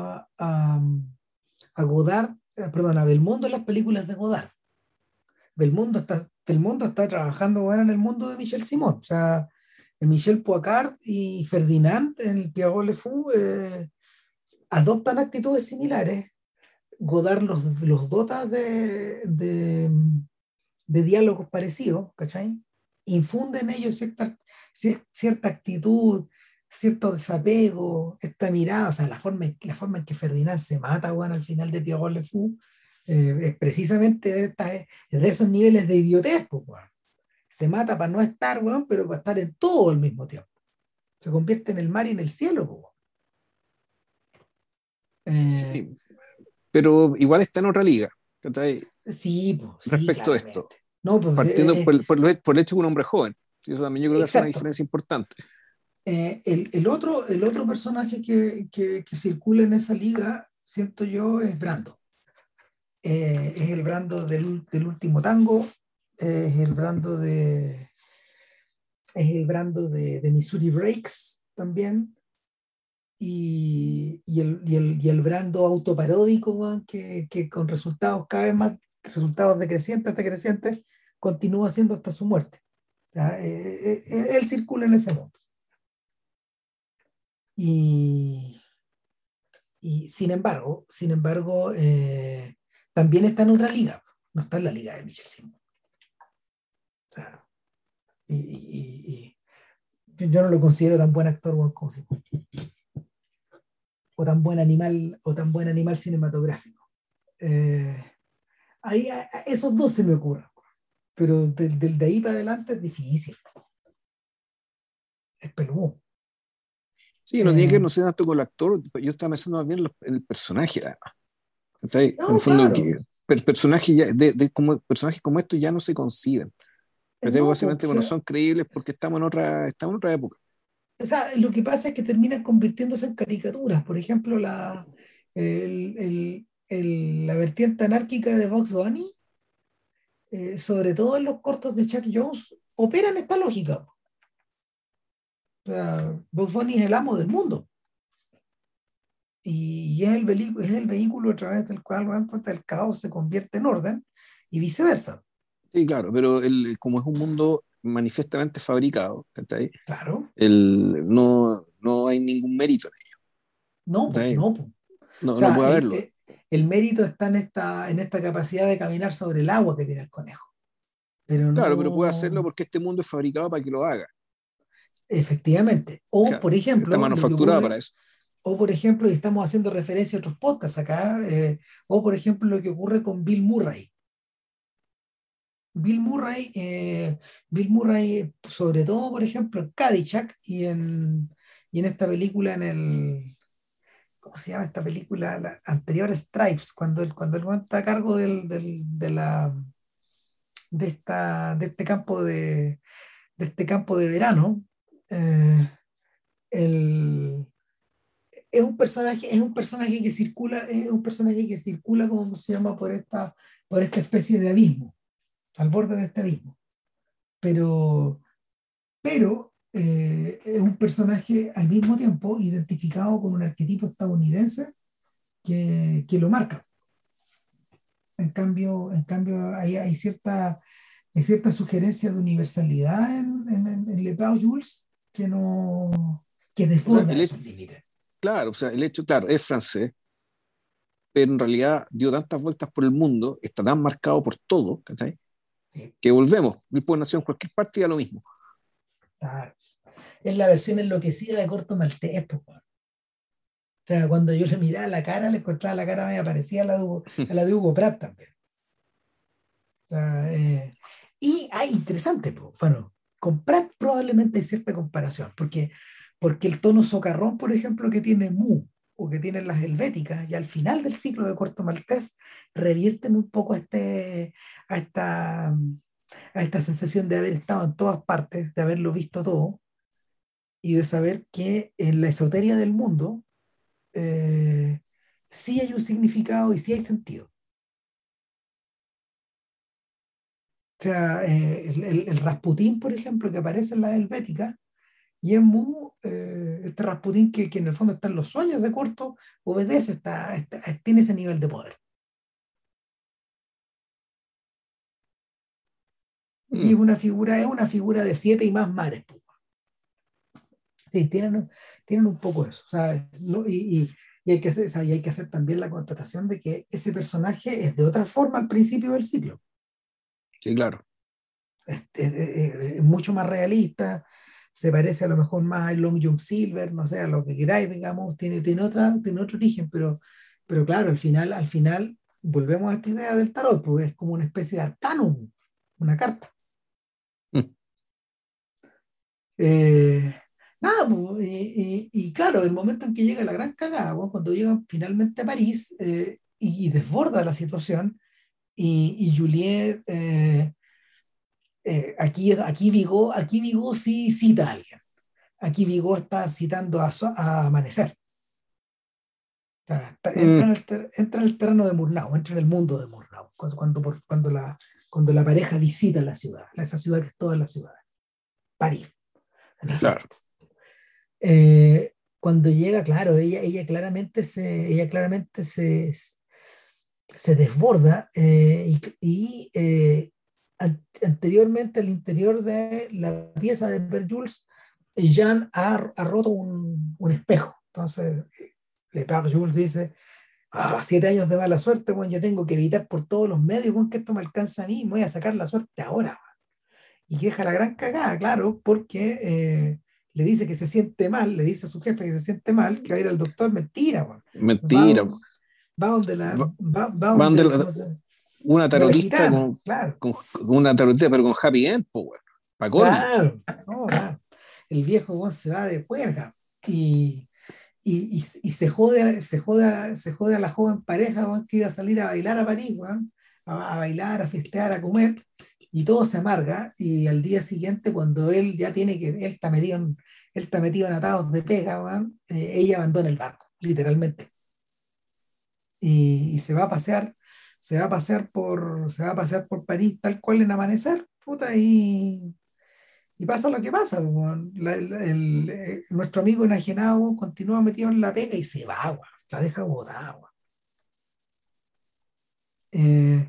a Godard, perdón, a Belmondo en las películas de Godard, Belmondo está trabajando ahora en el mundo de Michel Simon. O sea, Michel Poicard y Ferdinand en el Pierrot Le Fou adoptan actitudes similares. Godard los dota de diálogos parecidos, ¿cachai? Infunde en ellos cierta actitud, cierto desapego, esta mirada, o sea, la forma en que Ferdinand se mata, bueno, al final de Pierrot Le Fou, es precisamente es de esos niveles de idiotez, pues, weón. Se mata para no estar, weón, pero para estar en todo al mismo tiempo. Se convierte en el mar y en el cielo, pues, weón. Sí, pero igual está en otra liga, ¿cachai? Sí, pues, sí, Respecto a esto, claramente. No, pues, partiendo por el hecho que un hombre joven, y eso también yo creo que hace una exacto. diferencia importante. El otro personaje que circula en esa liga, siento yo, es Brando. Es el Brando del último tango, es el Brando de Missouri Breaks también, y el Brando autoparódico, weón, que con resultados cada vez más, resultados decrecientes, continúa haciendo hasta su muerte. O sea, él circula en ese mundo. Y, Y sin embargo, también está en otra liga, no está en la liga de Michel Simon. O sea, yo no lo considero tan buen actor, weón, como Simon, o tan buen animal cinematográfico. Eh, esos dos se me ocurren, pero de ahí para adelante es difícil, es peludo. Sí, no tiene que ver, Eh, no sé tanto con el actor, yo estaba pensando más bien en el personaje, ¿cachai? En el no, fondo, claro, personajes como, personajes como estos ya no se conciben, ¿cachai? no, pues, Básicamente, bueno, son creíbles porque estamos en otra época. o sea, lo que pasa es que terminan convirtiéndose en caricaturas. Por ejemplo, la vertiente anárquica de Bugs Bunny, sobre todo en los cortos de Chuck Jones, operan esta lógica. O sea, Bugs Bunny es el amo del mundo y es el vehículo a través del cual realmente el caos se convierte en orden y viceversa. Sí, claro, pero como es un mundo manifiestamente fabricado, ¿cachai? Claro, No hay ningún mérito en ello, no, pues, ¿cachai? no, pues. O No sea, puede haberlo. el mérito está en esta capacidad de caminar sobre el agua que tiene el conejo, pero Claro, pero puede hacerlo no. porque este mundo es fabricado para que lo haga. Efectivamente. O, Claro, por está ejemplo, lo que manufacturada para ocurre, eso. o por ejemplo, y estamos haciendo referencia a otros podcasts acá, o por ejemplo, lo que ocurre con Bill Murray. Bill Murray, sobre todo, por ejemplo, en Caddyshack y en esta película, ¿cómo se llama esta película? La anterior Stripes, cuando él está a cargo de este campo de verano. eh, el, es un personaje que circula, como se llama, por esta especie de abismo, al borde de este abismo. pero, pero es un personaje al mismo tiempo identificado con un arquetipo estadounidense que lo marca. En cambio hay cierta sugerencia de universalidad en Le Pau Jules que no que O sea, desborda esos límites. claro, o sea, el hecho, claro, es francés, pero en realidad dio tantas vueltas por el mundo, está tan marcado por todo, ¿cachai? Sí, Que volvemos, él puede nacer en cualquier parte y da lo mismo. claro. Es la versión enloquecida de Corto Maltés, po, weón. O sea, cuando yo le miraba la cara, le encontraba la cara media parecida a la de Hugo Pratt también. O sea, y hay interesante, po. Bueno, con Pratt probablemente hay cierta comparación, porque el tono socarrón, por ejemplo, que tiene Mu o que tienen las helvéticas, y al final del ciclo de Corto Maltés revierten un poco a esta, a esta sensación de haber estado en todas partes, de haberlo visto todo, y de saber que en la esoteria del mundo eh, sí hay un significado y sí hay sentido. O sea, el Rasputín, por ejemplo, que aparece en la Helvética, y es muy, este Rasputín que en el fondo está en los sueños de Corto, obedece, tiene ese nivel de poder. Y Mm, es una figura de siete y más mares, po. Sí, tienen un poco eso. O sea, y hay que hacer, o sea, y hay que hacer también la constatación de que ese personaje es de otra forma al principio del ciclo. sí, claro. Es mucho más realista, se parece a lo mejor más a Long John Silver, no sé, a lo que queráis, digamos, tiene otro origen, pero claro, al final volvemos a esta idea del tarot, pues es como una especie de arcanum, una carta. Mm, Eh, nada, pues, y claro, el momento en que llega la gran cagada, pues, cuando llegan finalmente a París y desborda la situación, y Juliet aquí Vigo sí cita a alguien. Aquí Vigo está citando a Amanecer. O sea, mm, entra en el terreno de Murnau, entra en el mundo de Murnau, cuando la pareja visita la ciudad, esa ciudad que es toda la ciudad, París, en el fondo. claro. Cuando llega, claro, ella claramente se desborda anteriormente al interior de la pieza de Jules, Jean ha roto un espejo. Entonces, Le Page Jules dice, 7 años de mala suerte, bueno, yo tengo que evitar por todos los medios bueno, que esto me alcanza a mí, me voy a sacar la suerte ahora. Y que deja la gran cagada, claro, porque le dice que se siente mal, le dice a su jefe que se siente mal, que va a ir al doctor, mentira, bueno. Mentira. Va, va donde Va, va van de donde, ¿cómo se llama? una De la tarotista gitana, claro, con una tarotista, pero con happy end, pues, bueno, para colmo. claro, no, claro. El viejo weón, se va de juerga y se jode a la joven pareja weón, que iba a salir a bailar a París, weón, a bailar, a festear, a comer, y todo se amarga. Y al día siguiente, cuando él ya tiene que, él está metido en atados de pega, weón, ella abandona el barco, literalmente, y se va a pasear por París tal cual en amanecer, puta, y pasa lo que pasa, pues, weón. Nuestro amigo enajenado weón, continúa metido en la pega y se va, weón. La deja botada, weón. Eh,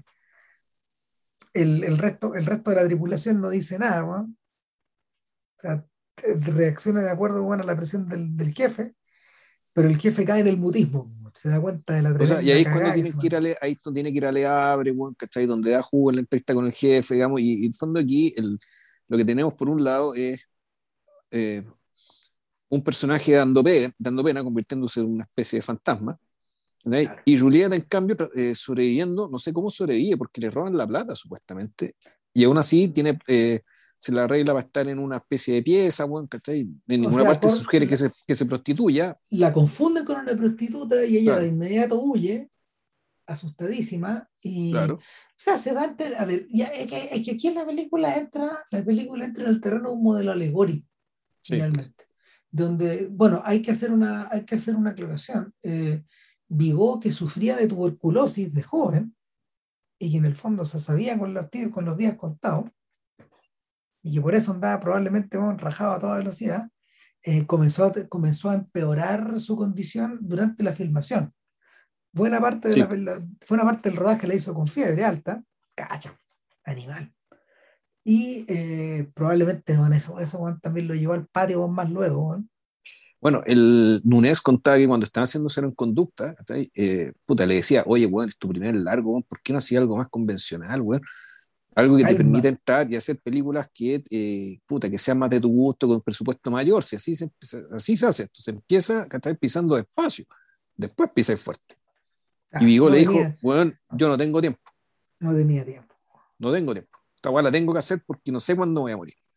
el resto de la tripulación no dice nada, weón. O sea, reacciona de acuerdo, weón, a la presión del jefe, pero el jefe cae en el mutismo, weón. Se da cuenta de la O sea, y tremenda ahí es cuando cagada que tienen se que ir mandó. ahí es donde tiene que ir a Le Havre, weón, ¿cachai? Donde da jugo en la entrevista con el jefe, digamos, y en el fondo aquí lo que tenemos por un lado es eh, un personaje dando pena, convirtiéndose en una especie de fantasma, ¿cachai? Claro. Y Julieta, en cambio, sobreviviendo, no sé cómo sobrevive, porque le roban la plata, supuestamente, y aún así se la arregla para estar en una especie de pieza, bueno, ¿cachai? En O ninguna sea, parte se sugiere que se prostituya, la confunden con una prostituta y ella de claro, inmediato huye asustadísima y, claro, o sea, a ver, ya, es que aquí en la película entra en el terreno de un modelo alegórico, sí, finalmente, donde, bueno, hay que hacer una aclaración. Vigó, que sufría de tuberculosis de joven y que en el fondo se sabía con los días contados, y que por eso andaba probablemente bueno, rajado a toda velocidad, comenzó a empeorar su condición durante la filmación. Sí, Buena parte del rodaje la hizo con fiebre alta, cacha, animal. Y probablemente bueno, eso bueno, también lo llevó al patio bueno, más luego. Bueno. bueno, el Nunes contaba que cuando estaban haciendo Cero en Conducta, ¿cachai? Puta, le decía, oye, weón, es tu primer largo, weón, ¿por qué no hacía algo más convencional, weón? Algo que te permita Calma. entrar y hacer películas que, puta, que sean más de tu gusto, con presupuesto mayor. Si así se hace esto, se empieza, ¿cachai? Pisando despacio, después pisa fuerte. Y Ah, Vigo le dijo, weón, yo no tengo tiempo, no tenía tiempo. no tengo tiempo. Esta weá la tengo que hacer porque no sé cuándo voy a morir.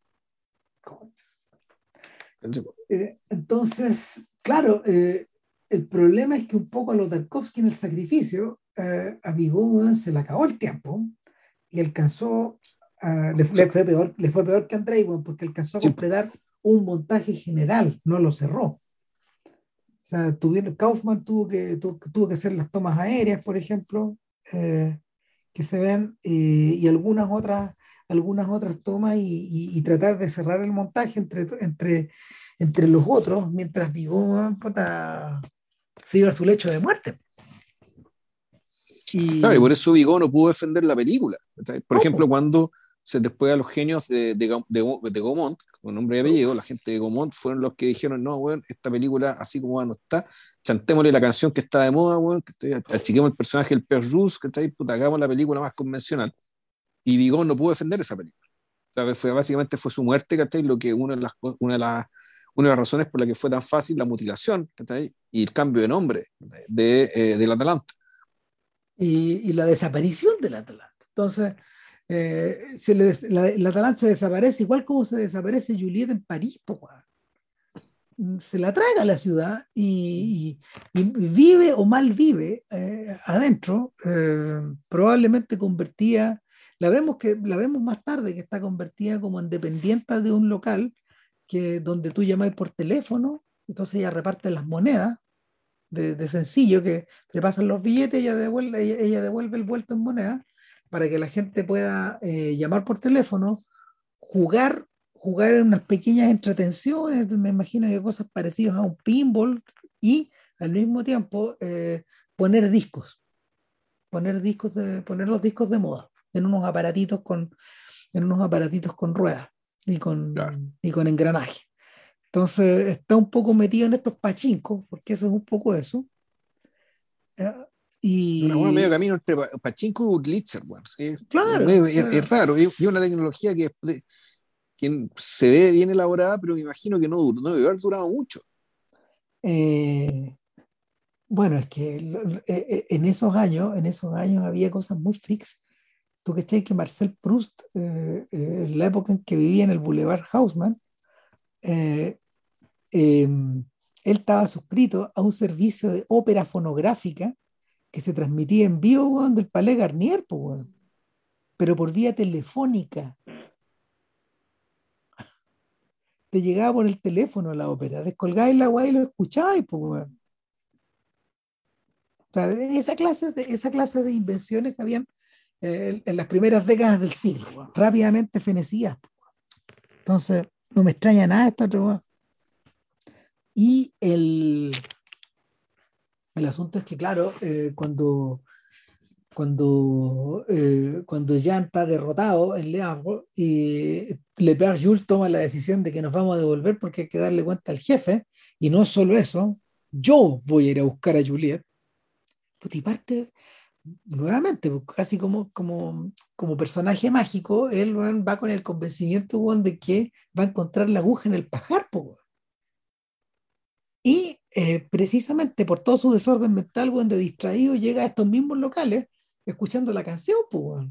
Entonces, claro, el problema es que un poco a los Tarkovsky en el sacrificio, a Viggo weón, se le acabó el tiempo y alcanzó, O sea, le fue peor que Andrei, weón, porque alcanzó a sí, completar un montaje general, no lo cerró. O sea, Kaufman tuvo que hacer las tomas aéreas, por ejemplo, eh, que se ven, y algunas otras tomas y tratar de cerrar el montaje entre los otros, mientras Viggo puta, se iba a su lecho de muerte. claro, y por Y eso Vigo no pudo defender la película. ¿Cachai? Por no, ejemplo, po, cuando se después a los genios de Gaumont, con nombre y apellido, la gente de Gaumont fueron los que dijeron, no, weón, esta película así como va no está, chantémosle la canción que está de moda, weón, achiquemos el personaje del Père Rouge, que está ahí, puta, hagamos la película más convencional. Y Vigo no pudo defender esa película. O sea, básicamente fue su muerte, ¿cachai? Lo que una de las razones por la que fue tan fácil la mutilación, ¿cachai? Y el cambio de nombre del Atalanta. y la desaparición del Atalanta. Entonces, la Atalanta se desaparece igual como se desaparece Julieta en París, po, weón. Se la traga a la ciudad y vive o mal vive adentro, probablemente convertida, la vemos más tarde que está convertida como en dependienta de un local donde tú llamas por teléfono, entonces ella reparte las monedas de sencillo que le pasan los billetes, ella devuelve el vuelto en moneda para que la gente pueda llamar por teléfono, jugar, jugar en unas pequeñas entretenciones, me imagino que cosas parecidas a un pinball y al mismo tiempo poner discos, poner los discos de moda en unos aparatitos con ruedas Claro. y con engranaje. Entonces está un poco metido en estos pachincos, porque eso es un poco eso. ¿Ya? Una hueá medio Y camino entre Pachinko y Woodlitzer, weón. Sí, claro, es raro, y una tecnología que se ve bien elaborada, pero me imagino que no debe haber durado mucho. eh, bueno, es que en esos años había cosas muy freaks. Tú cachai que Marcel Proust, en la época en que vivía en el Boulevard Haussmann, eh, eh, él estaba suscrito a un servicio de ópera fonográfica que se transmitía en vivo, weón, del Palais Garnier, po, weón, pero por vía telefónica. Te llegaba por el teléfono la ópera, descolgáis la weá y lo escucháis, po, weón. O sea, esa clase de invenciones que habían en las primeras décadas del siglo, weón, rápidamente fenecidas. Entonces, no me extraña nada esta otra weá. Y el asunto es que, claro, cuando Jean está derrotado en Le Havre y Le Père Jules toma la decisión de que nos vamos a devolver porque hay que darle cuenta al jefe, y no solo eso, yo voy a ir a buscar a Juliet, pues y parte nuevamente, pues, casi como personaje mágico, él weón, va con el convencimiento weón, de que va a encontrar la aguja en el pajar, pues, weón. Y precisamente por todo su desorden mental, weón, de distraído, llega a estos mismos locales escuchando la canción, pues, weón,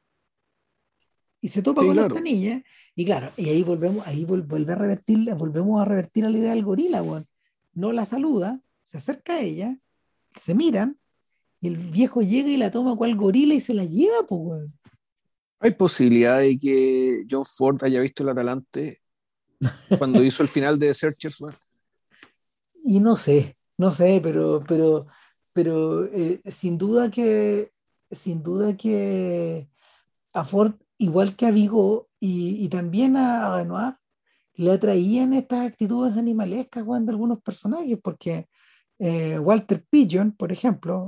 y se topa Sí, con esta claro. niña, y claro, y ahí volvemos a revertir a la idea del gorila, weón. No la saluda, se acerca a ella, se miran, y el viejo llega y la toma cual gorila y se la lleva, pues, weón. Hay posibilidad de que John Ford haya visto el Atalante cuando hizo el final de The Searchers, weón. Y no sé, pero sin duda que a Ford igual que a Vigo y también a Renoir, le atraían estas actitudes animalescas, weón, de algunos personajes, porque Walter Pidgeon, por ejemplo,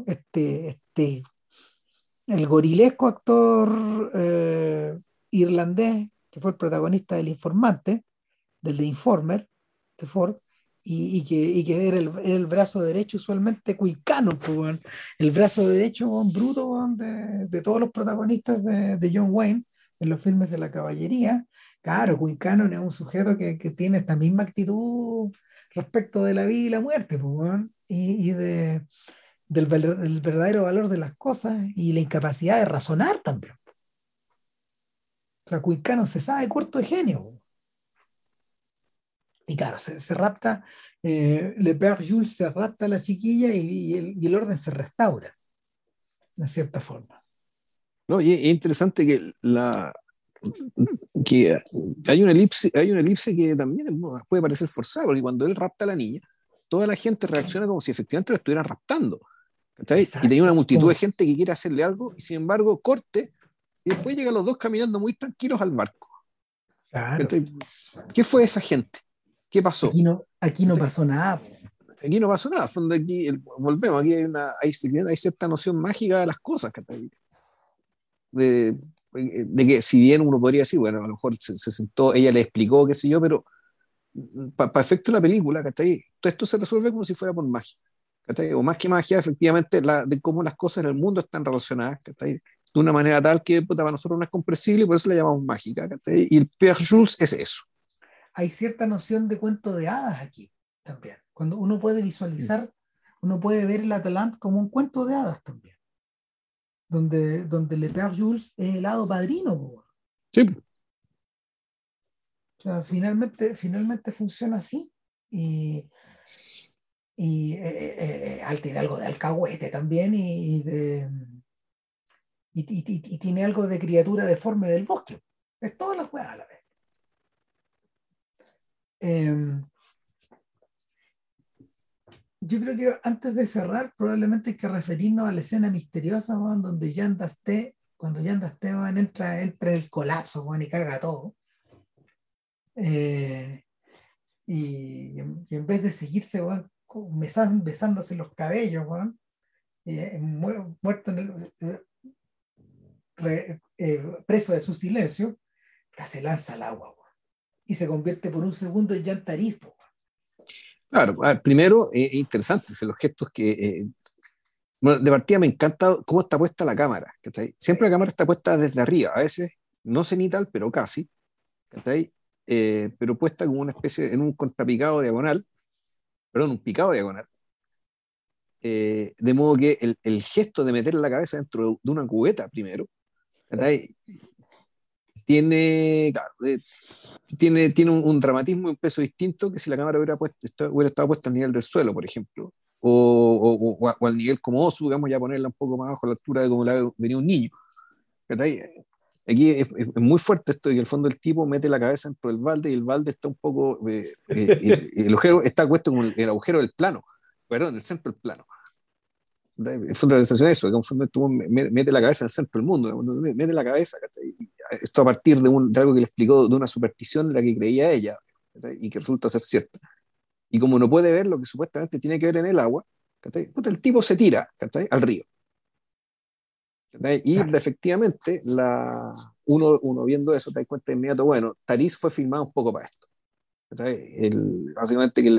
el gorilesco actor irlandés, que fue el protagonista del Informante, del The Informer, de Ford, y que era el brazo derecho usualmente cuicano, pues, weón. El brazo derecho, weón, bruto, weón, de todos los protagonistas de John Wayne en los filmes de la caballería. Claro, Quincanon es un sujeto que tiene esta misma actitud respecto de la vida y la muerte, pues, weón, del verdadero valor de las cosas y la incapacidad de razonar también. O sea, Quincanon se sabe corto de genio. Y claro, se rapta, Le Père Jules se rapta a la chiquilla y el orden se restaura, de cierta forma. ¿No? Y es interesante que hay una elipse que también puede parecer forzada, porque cuando él rapta a la niña, toda la gente reacciona como si efectivamente la estuvieran raptando. ¿Cachai? Y tenía una Exacto. multitud de gente que quiere hacerle algo, y sin embargo, corte, y después llegan los dos caminando muy tranquilos al barco. Claro. ¿Cachai? ¿Qué fue esa gente? ¿Qué pasó? Aquí no ¿Cachai? pasó nada. Aquí no pasó nada, fondo aquí, volvemos, aquí hay cierta noción mágica de las cosas, ¿cachai? De que si bien uno podría decir, bueno, a lo mejor se sentó, ella le explicó, qué sé yo, pero para efecto de la película, ¿cachai? Todo esto se resuelve como si fuera por magia, ¿cachai? O más que magia, efectivamente, de cómo las cosas en el mundo están relacionadas, ¿cachai? De una manera tal que puta, para nosotros no es comprensible y por eso la llamamos mágica, ¿cachai? Y el Pierre Jules es eso. Hay cierta noción de cuento de hadas aquí también. Cuando uno puede visualizar, uno puede ver el Atalante como un cuento de hadas también, donde Le Père Jules es el hado padrino, po. Sí, O sea, finalmente funciona así. Y, tiene algo de alcahuete también y tiene algo de criatura deforme del bosque. Es toda la juega a la vez. Eh, yo creo que antes de cerrar, probablemente hay que referirnos a la escena misteriosa, weón, donde cuando Jean Dasté, weón, entra en el colapso, weón, y caga todo. Eh, y en vez de seguirse, weón, besándose los cabellos, weón, muerto preso de su silencio, se lanza al agua, weón, y se convierte por un segundo en Jean Tarispo. claro, a ver, primero es interesante los gestos que bueno, de partida me encanta cómo está puesta la cámara, ¿cachai? Siempre la cámara está puesta desde arriba, a veces no cenital, pero casi, ¿cachai? Pero puesta como una especie, en un contrapicado diagonal, perdón, un picado diagonal, de modo que el gesto de meter la cabeza dentro de una cubeta primero, ¿cachai? Tiene, claro, tiene un dramatismo y un peso distinto que si la cámara hubiera estado puesta al nivel del suelo, por ejemplo, o al nivel como Osu, digamos, ya ponerla un poco más bajo la altura de como la venía un niño. ¿Cachai? Aquí es muy fuerte esto, y en el fondo el tipo mete la cabeza dentro del balde y el balde está un poco, el agujero está puesto como el agujero del plano, perdón, el centro del plano. En fondo la sensación es eso, que en fondo tú mete la cabeza en el centro del mundo, mete la cabeza, ¿cachai? Y esto a partir de algo que le explicó, de una superstición de la que creía ella, ¿cachai? Y que resulta ser cierta. Y como no puede ver lo que supuestamente tiene que ver en el agua, ¿cachai? Puta, el tipo se tira, ¿cachai? Al río. ¿Cachai? Y Claro. efectivamente, uno viendo eso te das cuenta de inmediato, bueno, Taris fue filmado un poco para esto. ¿Cachai? Básicamente que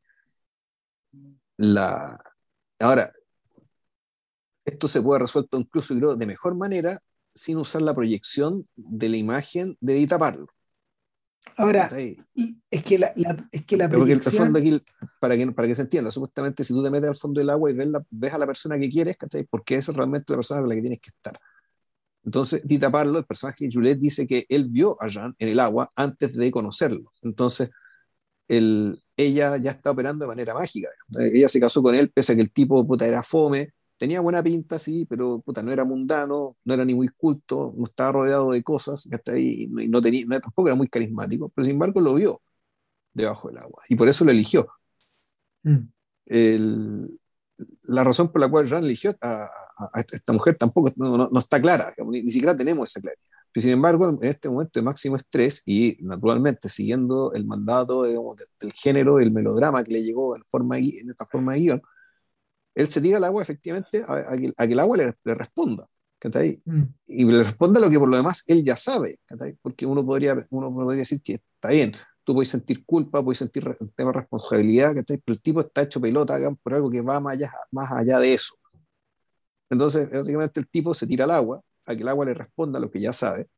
la, ahora, esto se puede haber resuelto incluso, creo, de mejor manera sin usar la proyección de la imagen de Edita Parlo. Ahora, ¿Cachai? es que la Porque el fondo proyección. aquí, para que se entienda, supuestamente si tú te metes al fondo del agua y ves a la persona que quieres, ¿cachai? Porque esa es realmente la persona con la que tienes que estar. Entonces, Dita Parlo, el personaje de Juliette, dice que él vio a Jean en el agua antes de conocerlo. Entonces, ella ya está operando de manera mágica. Ella se casó con él, pese a que el tipo puta, era fome, tenía buena pinta, sí, pero puta, no era mundano, no era ni muy culto, no estaba rodeado de cosas, ahí, y no tenía, tampoco era muy carismático, pero sin embargo lo vio debajo del agua y por eso lo eligió. Mm, El, la razón por la cual Jean eligió a esta mujer tampoco no está clara, digamos, ni siquiera tenemos esa claridad. Sin embargo, en este momento de máximo estrés y naturalmente siguiendo el mandato, digamos, del género, del melodrama que le llegó en esta forma de guión, él se tira al agua efectivamente a que el agua le responda. ¿Cachai? Mm. Y le responda lo que por lo demás él ya sabe. ¿Cachai? Porque uno podría decir que está bien, tú puedes sentir culpa, puedes sentir el tema de responsabilidad, ¿cachai? Pero el tipo está hecho pelota acá por algo que va más allá de eso. Entonces, básicamente el tipo se tira al agua, a que el agua le responda lo que ya sabe,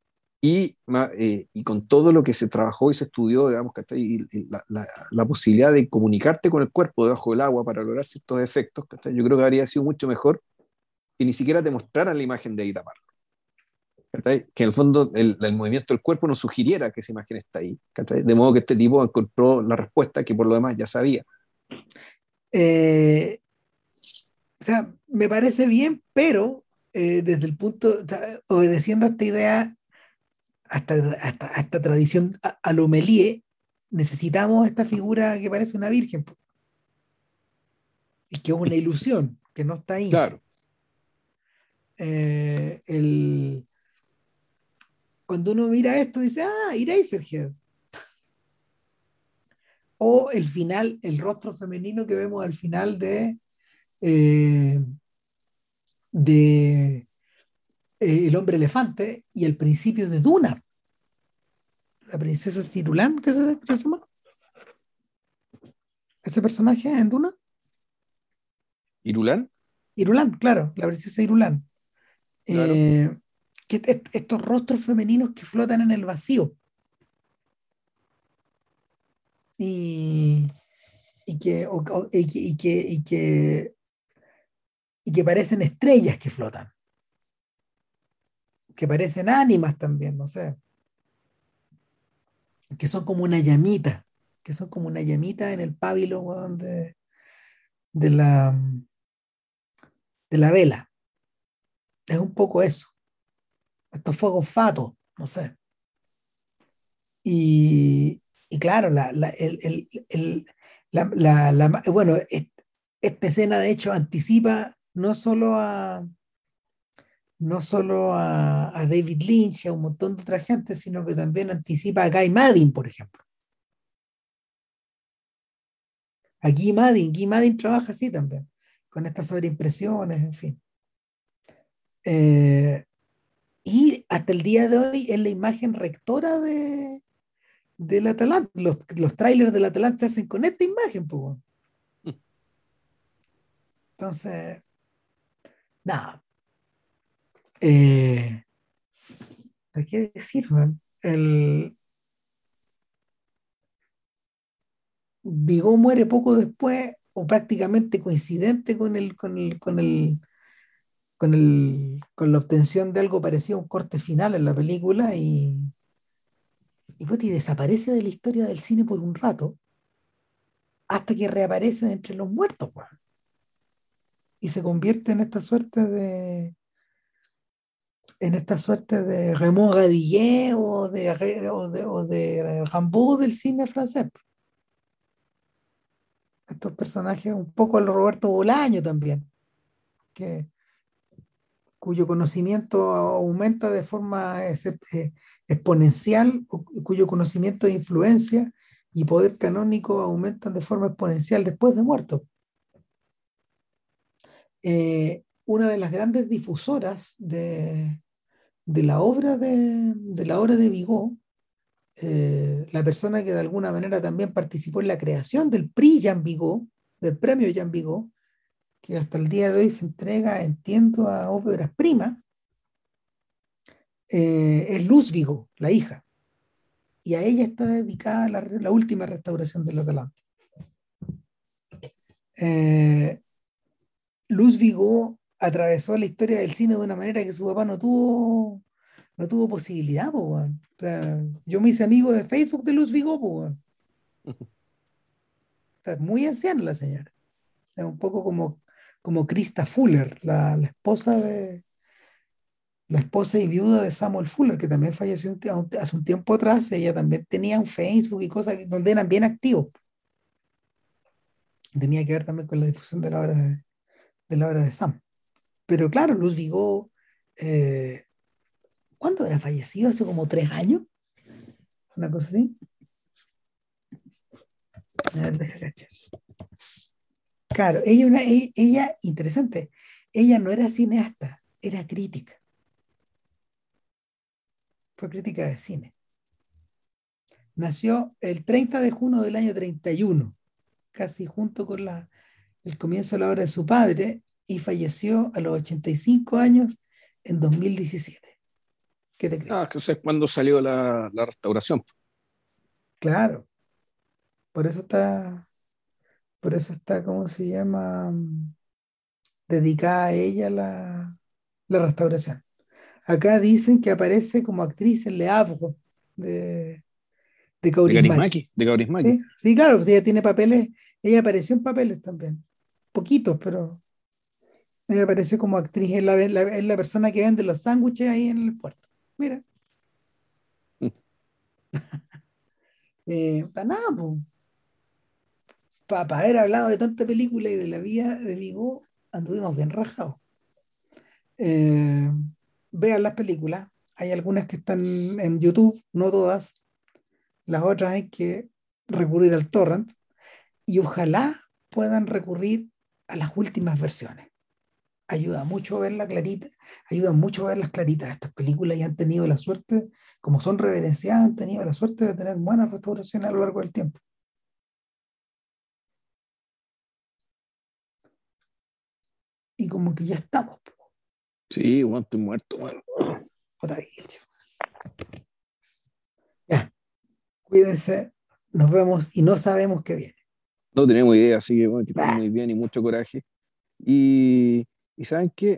y con todo lo que se trabajó y se estudió, digamos, ¿cachai? Y la posibilidad de comunicarte con el cuerpo debajo del agua para lograr ciertos efectos, ¿cachai? Yo creo que habría sido mucho mejor que ni siquiera te mostraran la imagen de Itamar, ¿cachai? Que en el fondo el movimiento del cuerpo nos sugiriera que esa imagen está ahí, ¿cachai? De modo que este tipo encontró la respuesta que por lo demás ya sabía. Eh, o sea, me parece bien, pero desde el punto, o sea, obedeciendo a esta idea, a esta tradición, a lo Méliès, necesitamos esta figura que parece una virgen, po, y que es una ilusión, que no está ahí. Claro, Eh, el, Cuando uno mira esto, dice, ah, Eraserhead. O el final, el rostro femenino que vemos al final eh, de El hombre elefante y el principio de Duna, la princesa Cirulán, ¿qué se llama? Ese personaje en Duna. Irulán, Irulán, claro, la princesa Irulán. claro. Eh, Estos rostros femeninos que flotan en el vacío y, y que, y que parecen estrellas que flotan, que parecen ánimas también, no sé, que son como una llamita, que son como una llamita en el pábilo, weón, de la, de la vela. Es un poco eso, estos fuegos fatos, no sé. Y claro, bueno, esta escena de hecho anticipa no solo a David Lynch y a un montón de otra gente, sino que también anticipa a Guy Maddin, por ejemplo. A Guy Maddin trabaja así también, con estas sobreimpresiones, en fin. Eh, y hasta el día de hoy es la imagen rectora del Atalanta. Los trailers del Atalanta se hacen con esta imagen, pues, weón. Entonces, nada. Eh, ¿Qué decir, man? Vigo muere poco después, o prácticamente coincidente con la obtención de algo parecido a un corte final en la película, y desaparece de la historia del cine por un rato, hasta que reaparece de entre los muertos, weón, y se convierte en esta suerte de Raymond Gadillet o de Rambaud del cine francés. Estos personajes un poco al Roberto Bolaño también, que, cuyo conocimiento aumenta de forma exponencial, cuyo conocimiento de influencia y poder canónico aumentan de forma exponencial después de muerto. Una de las grandes difusoras de la obra de Vigo, la persona que de alguna manera también participó en la creación del Prix Jean Vigo, del premio Jean Vigo, que hasta el día de hoy se entrega, entiendo, a óperas primas, es Luz Vigo, la hija, y a ella está dedicada la última restauración del Atalanta. Eh, Luz Vigo atravesó la historia del cine de una manera que su papá no tuvo posibilidad, po, weón. O sea, yo me hice amigo de Facebook de Luz Vigo, po, weón. Está muy anciana la señora. Es un poco como Krista Fuller, la esposa y viuda de Samuel Fuller, que también falleció hace un tiempo atrás. Ella también tenía un Facebook y cosas donde eran bien activos. Tenía que ver también con la difusión de la obra de Sam. Pero claro, Luz Vigo, eh, ¿Cuándo era fallecido? Hace como 3 años, una cosa así. A ver, deja cachar. Claro, ella, interesante, ella no era cineasta, era crítica, fue crítica de cine. Nació el 30 de junio del año 31, casi junto con el comienzo de la obra de su padre, y falleció a los 85 años en 2017. ¿Qué te crees? Ah, que sé cuándo salió la restauración. Claro, por eso está, ¿cómo se llama? Dedicada a ella la restauración. Acá dicen que aparece como actriz en Le Havre de, de Kaurismäki. De Kaurismäki. ¿Sí? Sí, claro, pues ella tiene papeles, ella apareció en papeles también, poquitos, pero ella apareció como actriz, es la persona que vende los sándwiches ahí en el puerto. Mira, para nada, pues, para haber hablado de tanta película y de la vida de Vigo, anduvimos bien rajados. Eh, Vean las películas, hay algunas que están en YouTube, no todas, las otras hay que recurrir al torrent y ojalá puedan recurrir a las últimas versiones. Ayuda mucho ver la clarita, ayuda mucho ver las claritas de estas películas y han tenido la suerte, como son reverenciadas, han tenido la suerte de tener buenas restauraciones a lo largo del tiempo. Y como que ya estamos, po, Sí, bueno, estoy muerto, bueno. otra vez. Ya, cuídense, nos vemos y no sabemos qué viene. No tenemos idea, así que bueno, que estén Bah, muy bien y mucho coraje. Y ¿saben qué?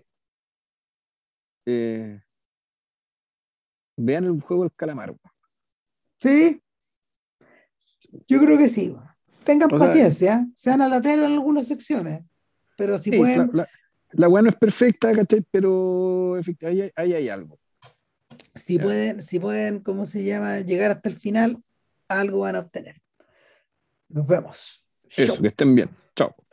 Eh, Vean el juego del calamar. sí, yo creo que sí. Tengan O sea, paciencia, sean alateros en algunas secciones, pero si sí, pueden, la weá no es perfecta, ¿cachai? Pero ahí hay algo. Ya. si pueden, ¿cómo se llama? Llegar hasta el final, algo van a obtener. Nos vemos. Eso, Show. que estén bien. Chao.